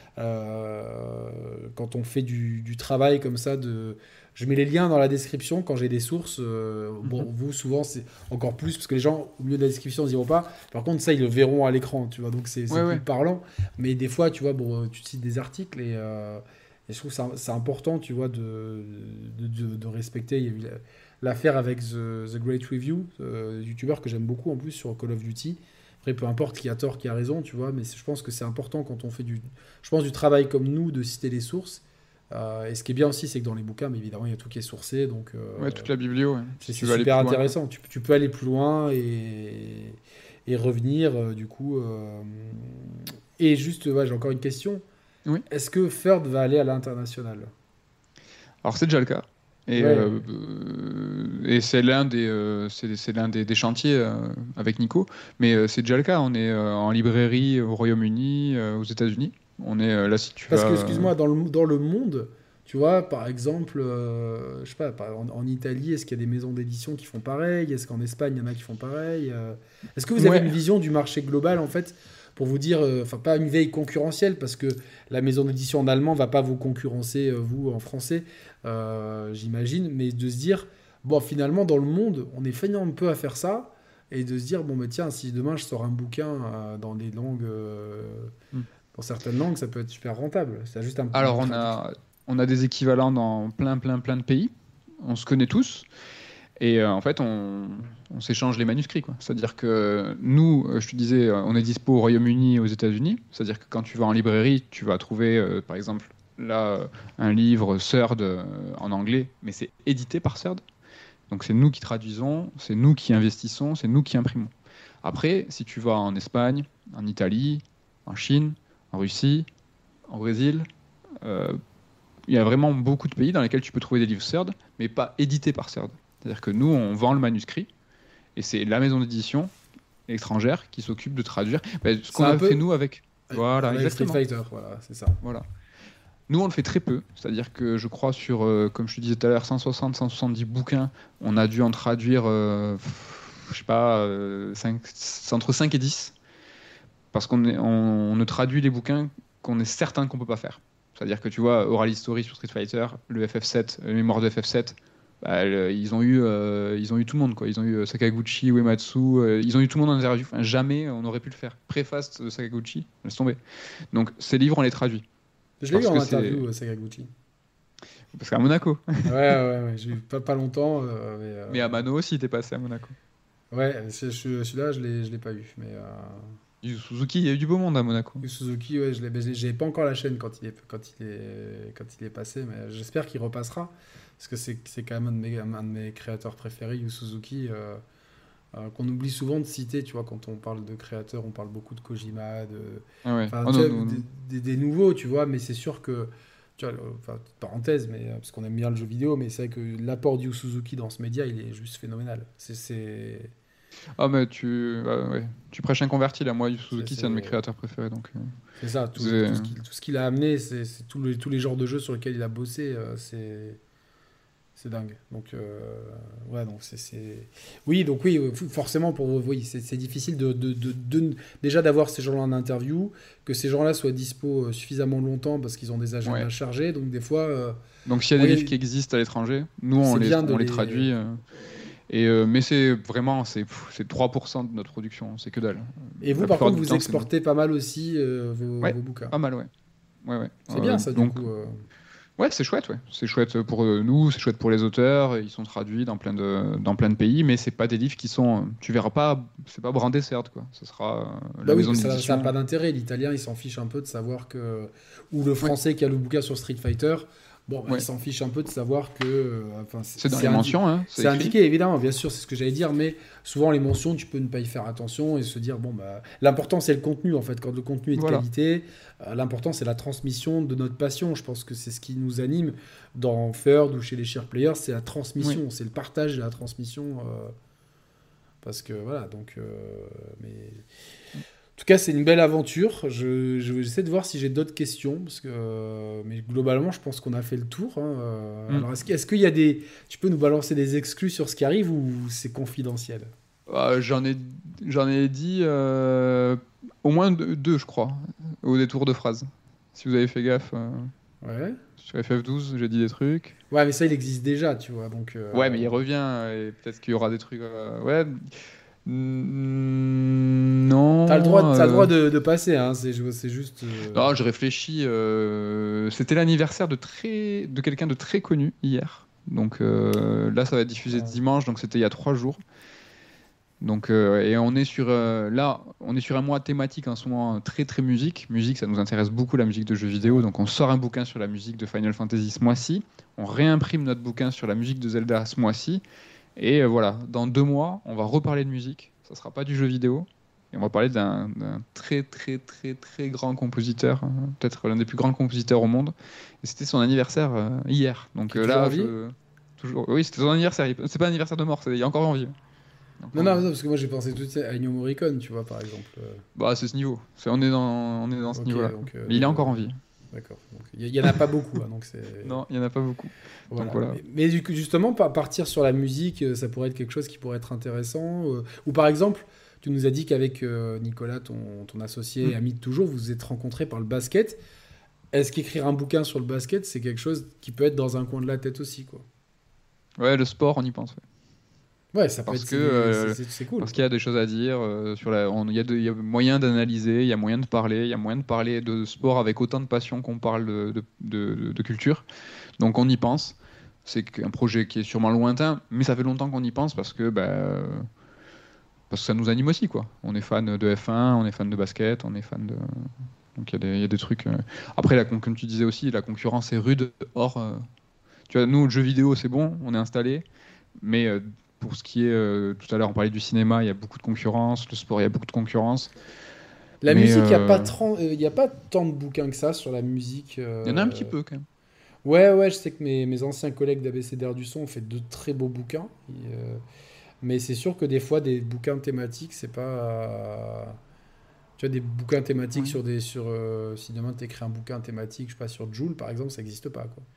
euh, quand on fait du, du travail comme ça. De... Je mets les liens dans la description quand j'ai des sources. euh, bon, mhm. vous, souvent, c'est encore plus parce que les gens, au milieu de la description, ils n'y vont pas. Par contre, ça, ils le verront à l'écran, tu vois. Donc, c'est c'est Ouais, plus ouais. parlant. Mais des fois, tu vois, bon, tu cites des articles et, euh, et je trouve que c'est c'est important, tu vois, de, de, de- de respecter. Il y a eu la- l'affaire avec The, The Great Review, euh, youtubeur que j'aime beaucoup en plus sur Call of Duty. Après, peu importe qui a tort, qui a raison, tu vois, mais je pense que c'est important quand on fait du, je pense, du travail comme nous de citer les sources. Euh, et ce qui est bien aussi, c'est que dans les bouquins, mais évidemment, il y a tout qui est sourcé, donc Ouais, euh, toute la biblio, ouais. c'est Si c'est tu veux aller super plus loin, quoi. intéressant. Tu, tu peux aller plus loin et, et revenir, euh, du coup. euh, Et juste, ouais, j'ai encore une question. Oui. Est-ce que Ferd va aller à l'international? Alors c'est déjà le cas. Et, Ouais. euh, euh, et c'est l'un des, euh, c'est, c'est l'un des, des chantiers euh, avec Nico. Mais euh, c'est déjà le cas. On est euh, en librairie au Royaume-Uni, euh, aux États-Unis. On est euh, là si tu Parce vas. que, excuse-moi, dans le, dans le monde, tu vois, par exemple, euh, je sais pas, par- en, en Italie, est-ce qu'il y a des maisons d'édition qui font pareil? Est-ce qu'en Espagne, il y en a qui font pareil? Euh, Est-ce que vous avez Ouais. une vision du marché global, en fait, pour vous dire, euh, enfin, pas une veille concurrentielle, parce que la maison d'édition en allemand va pas vous concurrencer, euh, vous, en français, euh, j'imagine, mais de se dire, bon, finalement, dans le monde, on est feignant un peu à faire ça, et de se dire, bon, bah, tiens, si demain je sors un bouquin euh, dans des langues. euh, Mm. Dans certaines langues, ça peut être super rentable. C'est juste un, Alors une on traduction. a on a des équivalents dans plein plein plein de pays. On se connaît tous. Et euh, en fait, on, on s'échange les manuscrits, quoi. C'est-à-dire que nous, euh, je te disais, euh, on est dispo au Royaume-Uni et aux États-Unis. C'est-à-dire que quand tu vas en librairie, tu vas trouver, euh, par exemple, là, euh, un livre Third euh, en anglais, mais c'est édité par Third. Donc c'est nous qui traduisons, c'est nous qui investissons, c'est nous qui imprimons. Après, si tu vas en Espagne, en Italie, en Chine, en Russie, en Brésil, euh, il y a vraiment beaucoup de pays dans lesquels tu peux trouver des livres Third, mais pas édités par Third. C'est-à-dire que nous, on vend le manuscrit, et c'est la maison d'édition étrangère qui s'occupe de traduire. Ben, ce C'est qu'on un a peu fait nous avec. Voilà, avec Street exactement. Fighter, voilà, c'est ça. Voilà. Nous, on le fait très peu. C'est-à-dire que je crois sur, euh, comme je te disais tout à l'heure, cent soixante, cent soixante-dix bouquins, on a dû en traduire, euh, pff, je sais pas, euh, cinq, entre cinq et dix. Parce qu'on est- on, on ne traduit les bouquins qu'on est certain qu'on peut pas faire. C'est-à-dire que tu vois, Oral History sur Street Fighter, le F F sept, le mémoire de F F sept, bah, le- ils, ont eu, euh, ils ont eu tout le monde, quoi. Ils ont eu euh, Sakaguchi, Uematsu, euh, ils ont eu tout le monde en interview. Enfin, jamais on aurait pu le faire. Préface de Sakaguchi, laisse tomber. Donc ces livres, on les traduit. Je l'ai vu Parce en que interview, c'est. euh, Sakaguchi. Parce qu'à Monaco. Ouais, ouais, ouais, j'ai eu pas, pas longtemps, euh, mais, euh, Mais à Mano aussi, t'es passé à Monaco. ouais, c'est- je- celui-là, je l'ai, je l'ai pas eu, mais euh, Yu Suzuki, il y a eu du beau monde à Monaco. Yu Suzuki, ouais, je l'ai, mais j'ai j'ai pas encore la chaîne quand il est, quand il est, quand il est passé, mais j'espère qu'il repassera, parce que c'est, c'est quand même un de mes, un de mes créateurs préférés, Yu Suzuki. euh, euh, qu'on oublie souvent de citer, tu vois, quand on parle de créateurs, on parle beaucoup de Kojima, de, Ah ouais. enfin, Oh tu non, vois, non, des, non. des- des nouveaux, tu vois, mais c'est sûr que, tu vois, le- enfin, parenthèse, mais euh, parce qu'on aime bien le jeu vidéo, mais c'est vrai que l'apport du Suzuki dans ce média, il est juste phénoménal. C'est, c'est, Ah, mais tu, ah, ouais. Tu prêches un converti là. Moi, Yu c'est, Suzuki, c'est un de mes c'est- créateurs préférés. Donc, euh, c'est ça, tout, c'est- tout ce qu'il, tout ce qu'il a amené, c'est, c'est tous les, tous les genres de jeux sur lesquels il a bossé, euh, c'est, c'est dingue. Donc, euh, ouais, donc c'est, c'est... Oui, donc oui, euh, forcément, pour vous, oui, c'est, c'est difficile de, de, de- de- déjà d'avoir ces gens-là en interview, que ces gens-là soient dispo euh, suffisamment longtemps parce qu'ils ont des agendas ouais. chargés. Donc, des fois, euh, Donc, s'il y a bon, des il y livres qui a- existent à l'étranger, nous, on c'est les, bien de on les les. traduit. euh, et, euh, mais c'est vraiment, c'est, pff, c'est trois pour cent de notre production. C'est que dalle. Et vous, La par plupart contre, du vous temps, c'est nous. exportez pas mal aussi euh, vos, Ouais, vos bouquins. pas mal, ouais. Ouais, ouais. C'est Euh, bien ça, du donc, coup. euh. ouais, c'est chouette, ouais. C'est chouette pour euh, nous, c'est chouette pour les auteurs. Ils sont traduits dans plein de, dans plein de pays, mais c'est pas des livres qui sont. euh, Tu verras pas, c'est pas brandé, certes, quoi. Ce sera euh, Bah la oui, maison que ça n'a pas d'édition. d'intérêt. L'italien, il s'en fiche un peu de savoir que. Ou le Ouais, français qui a le bouquin sur Street Fighter, bon, bah, il ouais. s'en fiche un peu de savoir que. euh, Enfin, c'est C'est dans c'est les indi- mentions, hein, c'est c'est écrit. indiqué, évidemment, bien sûr, c'est ce que j'allais dire, mais souvent les mentions, tu peux ne pas y faire attention et se dire, bon, bah. L'important, c'est le contenu, en fait. Quand le contenu est de Voilà. qualité, euh, l'important, c'est la transmission de notre passion. Je pense que c'est ce qui nous anime dans Third ou chez les Share Players, c'est la Oui. transmission, c'est le partage et la transmission. euh, Parce que voilà, donc. euh, mais... En tout cas, c'est une belle aventure. Je, je vais essayer de voir si j'ai d'autres questions, parce que, euh, mais globalement, je pense qu'on a fait le tour. hein. Euh, Mm. Alors, est-ce, qu'il- est-ce qu'il y a des, tu peux nous balancer des exclus sur ce qui arrive ou c'est confidentiel? Ah, j'en ai, j'en ai dit euh, au moins deux, deux, je crois, au détour de phrases. Si vous avez fait gaffe, euh, Ouais. sur F F douze, j'ai dit des trucs. Ouais, mais ça, il existe déjà, tu vois. Donc, euh, Ouais, mais il revient et peut-être qu'il y aura des trucs. euh, Ouais. Mm, non. t'as le droit, t'as le euh, droit de, de passer. Hein. C'est, c'est juste. euh, Non, je réfléchis. euh, C'était l'anniversaire de très, de quelqu'un de très connu hier. Donc euh, là, ça va être diffusé Ah. dimanche, donc c'était il y a trois jours. Donc euh, et on est sur euh, là, on est sur un mois thématique en ce moment très très musique. Musique, ça nous intéresse beaucoup la musique de jeux vidéo. Donc on sort un bouquin sur la musique de Final Fantasy ce mois-ci. On réimprime notre bouquin sur la musique de Zelda ce mois-ci. Et euh, voilà, dans deux mois, on va reparler de musique. Ça sera pas du jeu vidéo. Et on va parler d'un d'un très très très très grand compositeur, hein, peut-être l'un des plus grands compositeurs au monde. Et c'était son anniversaire euh, hier. Donc Qui est euh, toujours là, en vie? je... toujours, oui, c'était son anniversaire. Il- C'est pas un anniversaire de mort, c'est il est encore en vie. Non, non, non, parce que moi j'ai pensé tout de suite à Ennio Morricone, tu vois, par exemple. Bah, c'est ce niveau. C'est, on est dans, on est dans ce Ok, niveau-là. donc, euh, Mais il est encore en vie. D'accord. Il n'y en a pas beaucoup, hein, donc c'est... Non, il n'y en a pas beaucoup. Voilà. Donc, voilà. Mais, mais du coup, justement, par- partir sur la musique, euh, ça pourrait être quelque chose qui pourrait être intéressant. euh, Ou par exemple, tu nous as dit qu'avec euh, Nicolas, ton, ton associé, Mm. ami de toujours, vous vous êtes rencontrés par le basket. Est-ce qu'écrire un bouquin sur le basket, c'est quelque chose qui peut être dans un coin de la tête aussi, quoi? Ouais, le sport, on y pense. Ouais. Ouais, ça peut Parce être... que C'est euh, c'est- c'est cool, parce qu'il quoi. y a des choses à dire. euh, sur la, on- il y a de- il y a moyen d'analyser, il y a moyen de parler, il y a moyen de parler de sport avec autant de passion qu'on parle de, de, de- de culture. Donc on y pense. C'est un projet qui est sûrement lointain, mais ça fait longtemps qu'on y pense parce que bah, euh, parce que ça nous anime aussi, quoi. On est fan de F un, on est fan de basket, on est fan de. Donc il y a des, il y a des trucs. euh. Après, la, con- comme tu disais aussi, la concurrence est rude. Or, euh, tu vois, nous, le jeu vidéo, c'est bon, on est installé. Mais euh, pour ce qui est, euh, tout à l'heure, on parlait du cinéma, il y a beaucoup de concurrence. Le sport, il y a beaucoup de concurrence. La Mais musique, il n'y a, pas euh, tren- euh, y a pas tant de bouquins que ça sur la musique. il y en a un euh, petit peu quand même. Ouais, ouais, je sais que mes, mes anciens collègues d'A B C d'Air du Son ont fait de très beaux bouquins. Et, euh, mais c'est sûr que des fois, des bouquins thématiques, c'est pas. euh, Tu vois, des bouquins thématiques Ouais. sur des. Sur, euh, si demain tu écris un bouquin thématique, je sais pas, sur Joule par exemple, ça n'existe pas, quoi.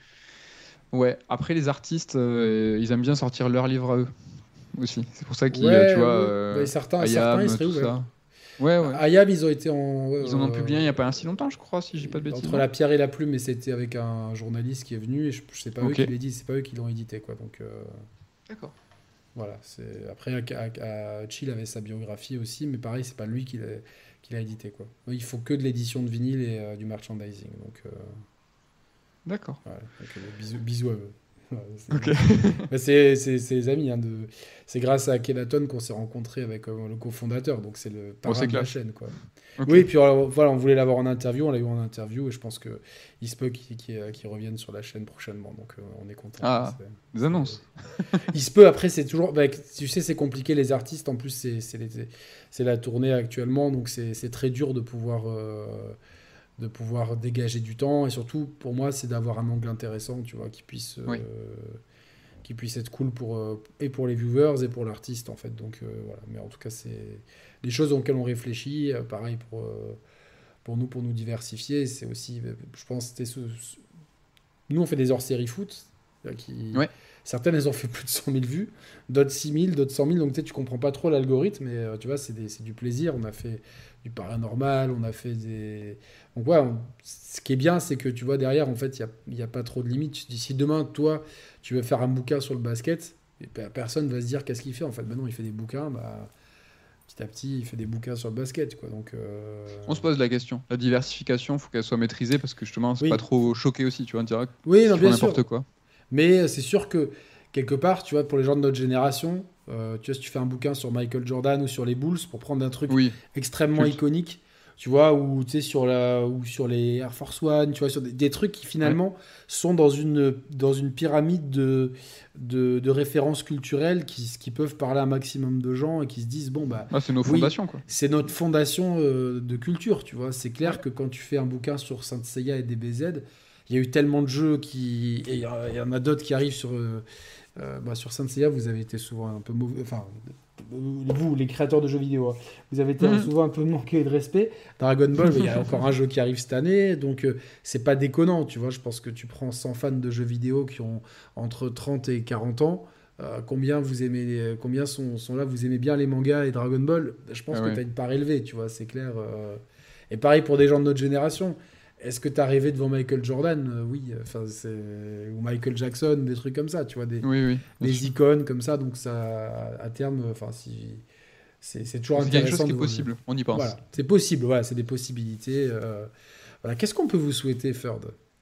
Ouais. Après, les artistes, euh, ils aiment bien sortir leurs livres à eux aussi. C'est pour ça qu'ils, euh, tu Ouais, vois, ouais. Bah, euh, certains, certains, ils Ayam, seraient tout ouverts. ça. Ouais, ouais. Ayam, ils ont été en. Ils en ont publié un il euh, n'y a pas si longtemps, je crois, si je dis pas de bêtises, Entre non? la pierre et la plume, mais c'était avec un journaliste qui est venu, et je, je sais pas eux Ok. qui l'ont dit, c'est pas eux qui l'ont édité, quoi. Donc. euh, D'accord. Voilà, c'est après à, à- à Chill avait sa biographie aussi, mais pareil, c'est pas lui qui l'a qui l'a édité, quoi. Il faut que de l'édition de vinyle et euh, du merchandising, donc euh, D'accord. voilà. Donc, euh, bisous, bisous à eux. Voilà, c'est Ok. bah, c'est- c'est- c'est les amis, hein, de... c'est grâce à Kenaton qu'on s'est rencontrés avec euh, le cofondateur, donc c'est le Bon, parrain c'est de la classe. chaîne, quoi. Ok. Oui, puis euh, voilà, on voulait l'avoir en interview, on l'a eu en interview, et je pense que il se peut qu'il qu'il- qu'il revienne sur la chaîne prochainement, donc euh, on est content. Ah, C'est- des c'est- annonces. Il se peut, après, c'est toujours. Bah, tu sais, c'est compliqué, les artistes. En plus, c'est c'est les- c'est la tournée actuellement, donc c'est c'est très dur de pouvoir, euh, de pouvoir dégager du temps. Et surtout, pour moi, c'est d'avoir un angle intéressant, tu vois, qui puisse, euh, Oui. qui puisse être cool pour, euh, et pour les viewers et pour l'artiste, en fait. Donc, euh, voilà. Mais en tout cas, c'est des choses auxquelles on réfléchit. euh, pareil pour, euh, pour nous, pour nous diversifier. C'est aussi, euh, je pense, c'était ce- ce- nous, on fait des hors-séries foot. euh, Qui... Ouais. Certaines, elles ont fait plus de cent mille vues, d'autres six mille, d'autres cent mille. Donc, tu sais, tu comprends pas trop l'algorithme, mais euh, tu vois, c'est des- c'est du plaisir. On a fait du paranormal, on a fait des. Donc, ouais, on- ce qui est bien, c'est que tu vois, derrière, en fait, il n'y a, il y a pas trop de limites. Tu te dis, si demain, toi, tu veux faire un bouquin sur le basket, et pe- personne va se dire qu'est-ce qu'il fait. En fait, maintenant, il fait des bouquins, bah, petit à petit, il fait des bouquins sur le basket, quoi. Donc, euh, On se pose la question. La diversification, faut qu'elle soit maîtrisée parce que justement, c'est pas oui, trop choqué aussi, tu vois, direct. oui, Si non, tu fais bien sûr. n'importe quoi. Mais c'est sûr que quelque part, tu vois, pour les gens de notre génération, euh, tu vois, si tu fais un bouquin sur Michael Jordan ou sur les Bulls, pour prendre un truc Oui, extrêmement culte. iconique, tu vois, ou tu sais sur la ou sur les Air Force One, tu vois, sur des, des trucs qui Ouais. finalement sont dans une dans une pyramide de de, de références culturelles qui qui peuvent parler à un maximum de gens et qui se disent bon bah Ah, c'est nos oui, fondations, quoi. c'est notre fondation euh, de culture, tu vois. C'est clair Ouais. que quand tu fais un bouquin sur Saint Seiya et D B Z, il y a eu tellement de jeux qui. Et il y, a- il y en a d'autres qui arrivent sur. euh, euh, bah, sur Saint Seiya, vous avez été souvent un peu mauvais. Enfin, vous, les créateurs de jeux vidéo, hein, vous avez été Mhm. souvent un peu manqué de respect. Dragon Ball, il y a encore un jeu qui arrive cette année, donc euh, c'est pas déconnant, tu vois. Je pense que tu prends cent fans de jeux vidéo qui ont entre trente et quarante ans. euh, combien vous aimez, les- combien sont, sont là, vous aimez bien les mangas et Dragon Ball? Je pense Ah que ouais. tu as une part élevée, tu vois, c'est clair. euh. Et pareil pour des gens de notre génération. Est-ce que tu as rêvé devant Michael Jordan? Euh, Oui, enfin, c'est... ou Michael Jackson, des trucs comme ça, tu vois, des, Oui, oui, bien des sûr. icônes comme ça. Donc ça, à terme, enfin, si, c'est, c'est toujours C'est quelque chose intéressant qui de est voir. possible, on y pense. Voilà, c'est possible. Voilà, c'est des possibilités. euh. Voilà, qu'est-ce qu'on peut vous souhaiter, Ferd?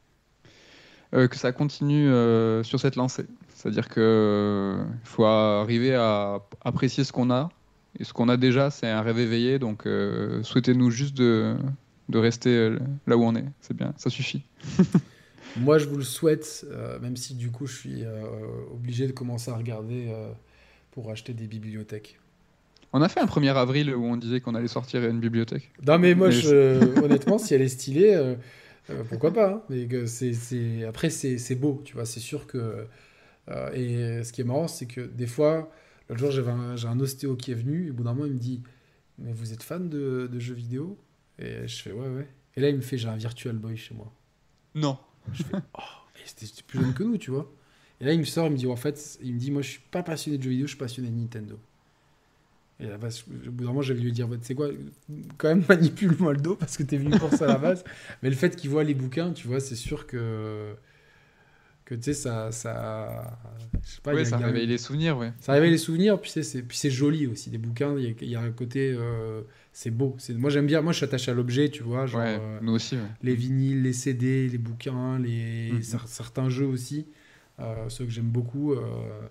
Euh, que ça continue euh, sur cette lancée. C'est-à-dire que euh, il faut arriver à apprécier ce qu'on a. Et ce qu'on a déjà, c'est un rêve éveillé. Donc, euh, souhaitez-nous juste de, de rester euh, là où on est. C'est bien, ça suffit. Moi, je vous le souhaite, euh, même si du coup, je suis euh, obligé de commencer à regarder euh, pour acheter des bibliothèques. On a fait un premier avril où on disait qu'on allait sortir une bibliothèque. Non, mais moi, Mais je, honnêtement, si elle est stylée, euh, euh, pourquoi pas, hein. Mais que c'est, c'est... Après, c'est, c'est beau, tu vois. C'est sûr que. euh, et ce qui est marrant, c'est que des fois, L'autre jour, j'avais un, j'ai un ostéo qui est venu, et au bout d'un moment, il me dit « Mais vous êtes fan de, de jeux vidéo ?» Et je fais « Ouais, ouais. » Et là, il me fait « J'ai un Virtual Boy chez moi. » Non. Je fais « Oh !» Et c'était c'était plus jeune que nous, tu vois. Et là, il me sort, il me dit « En fait, il me dit, moi, je suis pas passionné de jeux vidéo, je suis passionné de Nintendo. » Et là, bah, au bout d'un moment, j'avais lui dire « Tu sais quoi, quand même, manipule-moi le dos, parce que t'es venu pour ça à la base. » Mais le fait qu'il voit les bouquins, tu vois, c'est sûr que... que tu sais, ça, ça, je sais pas, Oui, il y a- ça il y a- réveille les souvenirs, ouais. ça réveille les souvenirs, puis c'est, c'est, puis c'est joli aussi, des bouquins, il y a, il y a un côté, euh, c'est beau. C'est, moi j'aime bien, moi je suis attaché à l'objet, tu vois, genre Ouais, euh, nous aussi, ouais. les vinyles, les C D, les bouquins, les, Mhm. cer- certains jeux aussi, euh, ceux que j'aime beaucoup. euh,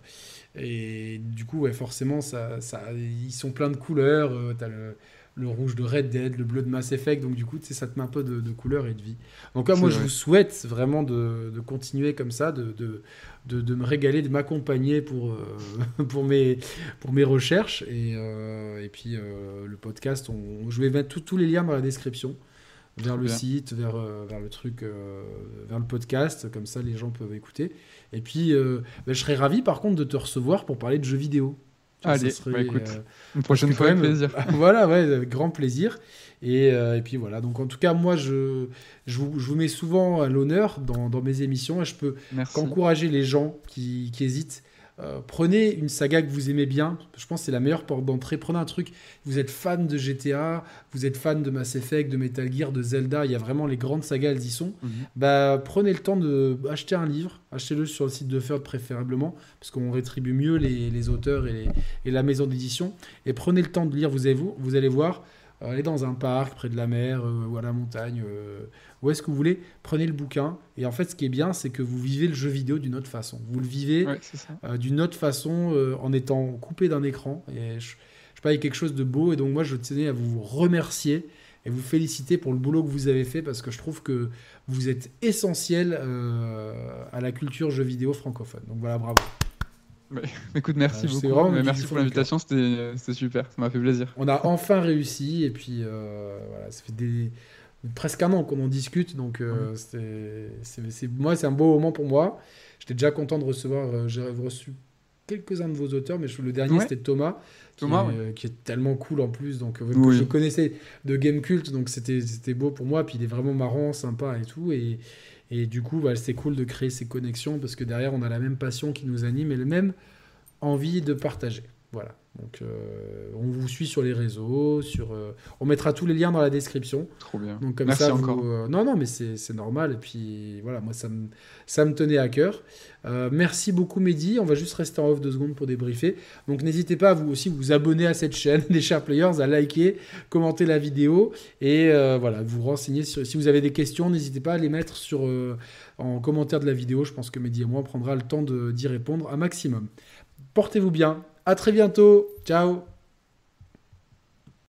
et du coup, ouais, forcément, ça, ça, ils sont pleins de couleurs, euh, t'as le, le rouge de Red Dead, le bleu de Mass Effect, donc du coup, tu sais, ça te met un peu de, de couleur et de vie. Donc là, C'est moi, je vrai. vous souhaite vraiment de, de continuer comme ça, de, de, de, de me régaler, de m'accompagner pour, euh, pour, mes, pour mes recherches. Et, euh, et puis, euh, le podcast, on, je vais mettre tous tous les liens dans la description, vers Trop le bien. site, vers, euh, vers le truc, euh, vers le podcast, comme ça, les gens peuvent écouter. Et puis, euh, ben, je serais ravi, par contre, de te recevoir pour parler de jeux vidéo. Tu vois, ça Allez, serait, bah écoute, euh, une parce prochaine que fois quand avec même, plaisir. voilà, ouais, avec grand plaisir. Et, euh, et puis voilà. Donc en tout cas, moi, je, je, vous, je vous mets souvent à l'honneur dans, dans mes émissions et je peux Merci. qu'encourager les gens qui, qui hésitent. Euh, prenez une saga que vous aimez bien. Je pense que c'est la meilleure porte d'entrée. Prenez un truc. Vous êtes fan de G T A, vous êtes fan de Mass Effect, de Metal Gear, de Zelda. Il y a vraiment les grandes sagas, elles y sont. Mhm. Bah, prenez le temps d'acheter un livre. Achetez-le sur le site de Ferd préférablement, parce qu'on rétribue mieux les, les auteurs et, les- et la maison d'édition. Et prenez le temps de lire. Vous allez, vous, vous allez voir. euh, Allez dans un parc, près de la mer, euh, ou à la montagne, euh, où est-ce que vous voulez. Prenez le bouquin. Et en fait, ce qui est bien, c'est que vous vivez le jeu vidéo d'une autre façon. Vous le vivez Ouais, c'est ça. euh, d'une autre façon, euh, en étant coupé d'un écran. Et je, je sais pas, il y a quelque chose de beau. Et donc moi, je tenais à vous remercier et vous féliciter pour le boulot que vous avez fait, parce que je trouve que vous êtes essentiel euh, à la culture jeux vidéo francophone. Donc voilà, bravo. Écoute, merci Euh, c'est beaucoup. vraiment Mais du merci fond pour du l'invitation, c'était c'était super. Ça m'a fait plaisir. On a enfin réussi. Et puis euh, voilà, ça fait des, presque un an qu'on en discute. Donc euh, c'est, c'est, c'est- moi, c'est un beau moment pour moi. J'étais déjà content de recevoir. euh, j'ai reçu quelques-uns de vos auteurs, mais je- le dernier, Ouais. c'était Thomas. Qui, Thomas, est, ouais. euh, qui est tellement cool en plus, donc euh, que Oui. je connaissais de Game Cult, donc c'était c'était beau pour moi. Puis il est vraiment marrant, sympa et tout, et, et du coup, bah, c'est cool de créer ces connexions, parce que derrière, on a la même passion qui nous anime et la même envie de partager. Voilà. Donc, euh, on vous suit sur les réseaux, sur, euh, on mettra tous les liens dans la description. Trop bien. Donc comme Merci ça, encore. vous, euh, non, non, mais c'est c'est normal. Et puis voilà, moi, ça me, ça me tenait à cœur. Euh, merci beaucoup, Mehdi. On va juste rester en off deux secondes pour débriefer. Donc n'hésitez pas à vous aussi vous abonner à cette chaîne des Sharp Players, à liker, commenter la vidéo et euh, voilà, vous renseigner sur, si vous avez des questions, n'hésitez pas à les mettre sur, euh, en commentaire de la vidéo. Je pense que Mehdi et moi on prendra le temps de- d'y répondre un maximum. Portez-vous bien. À très bientôt. Ciao.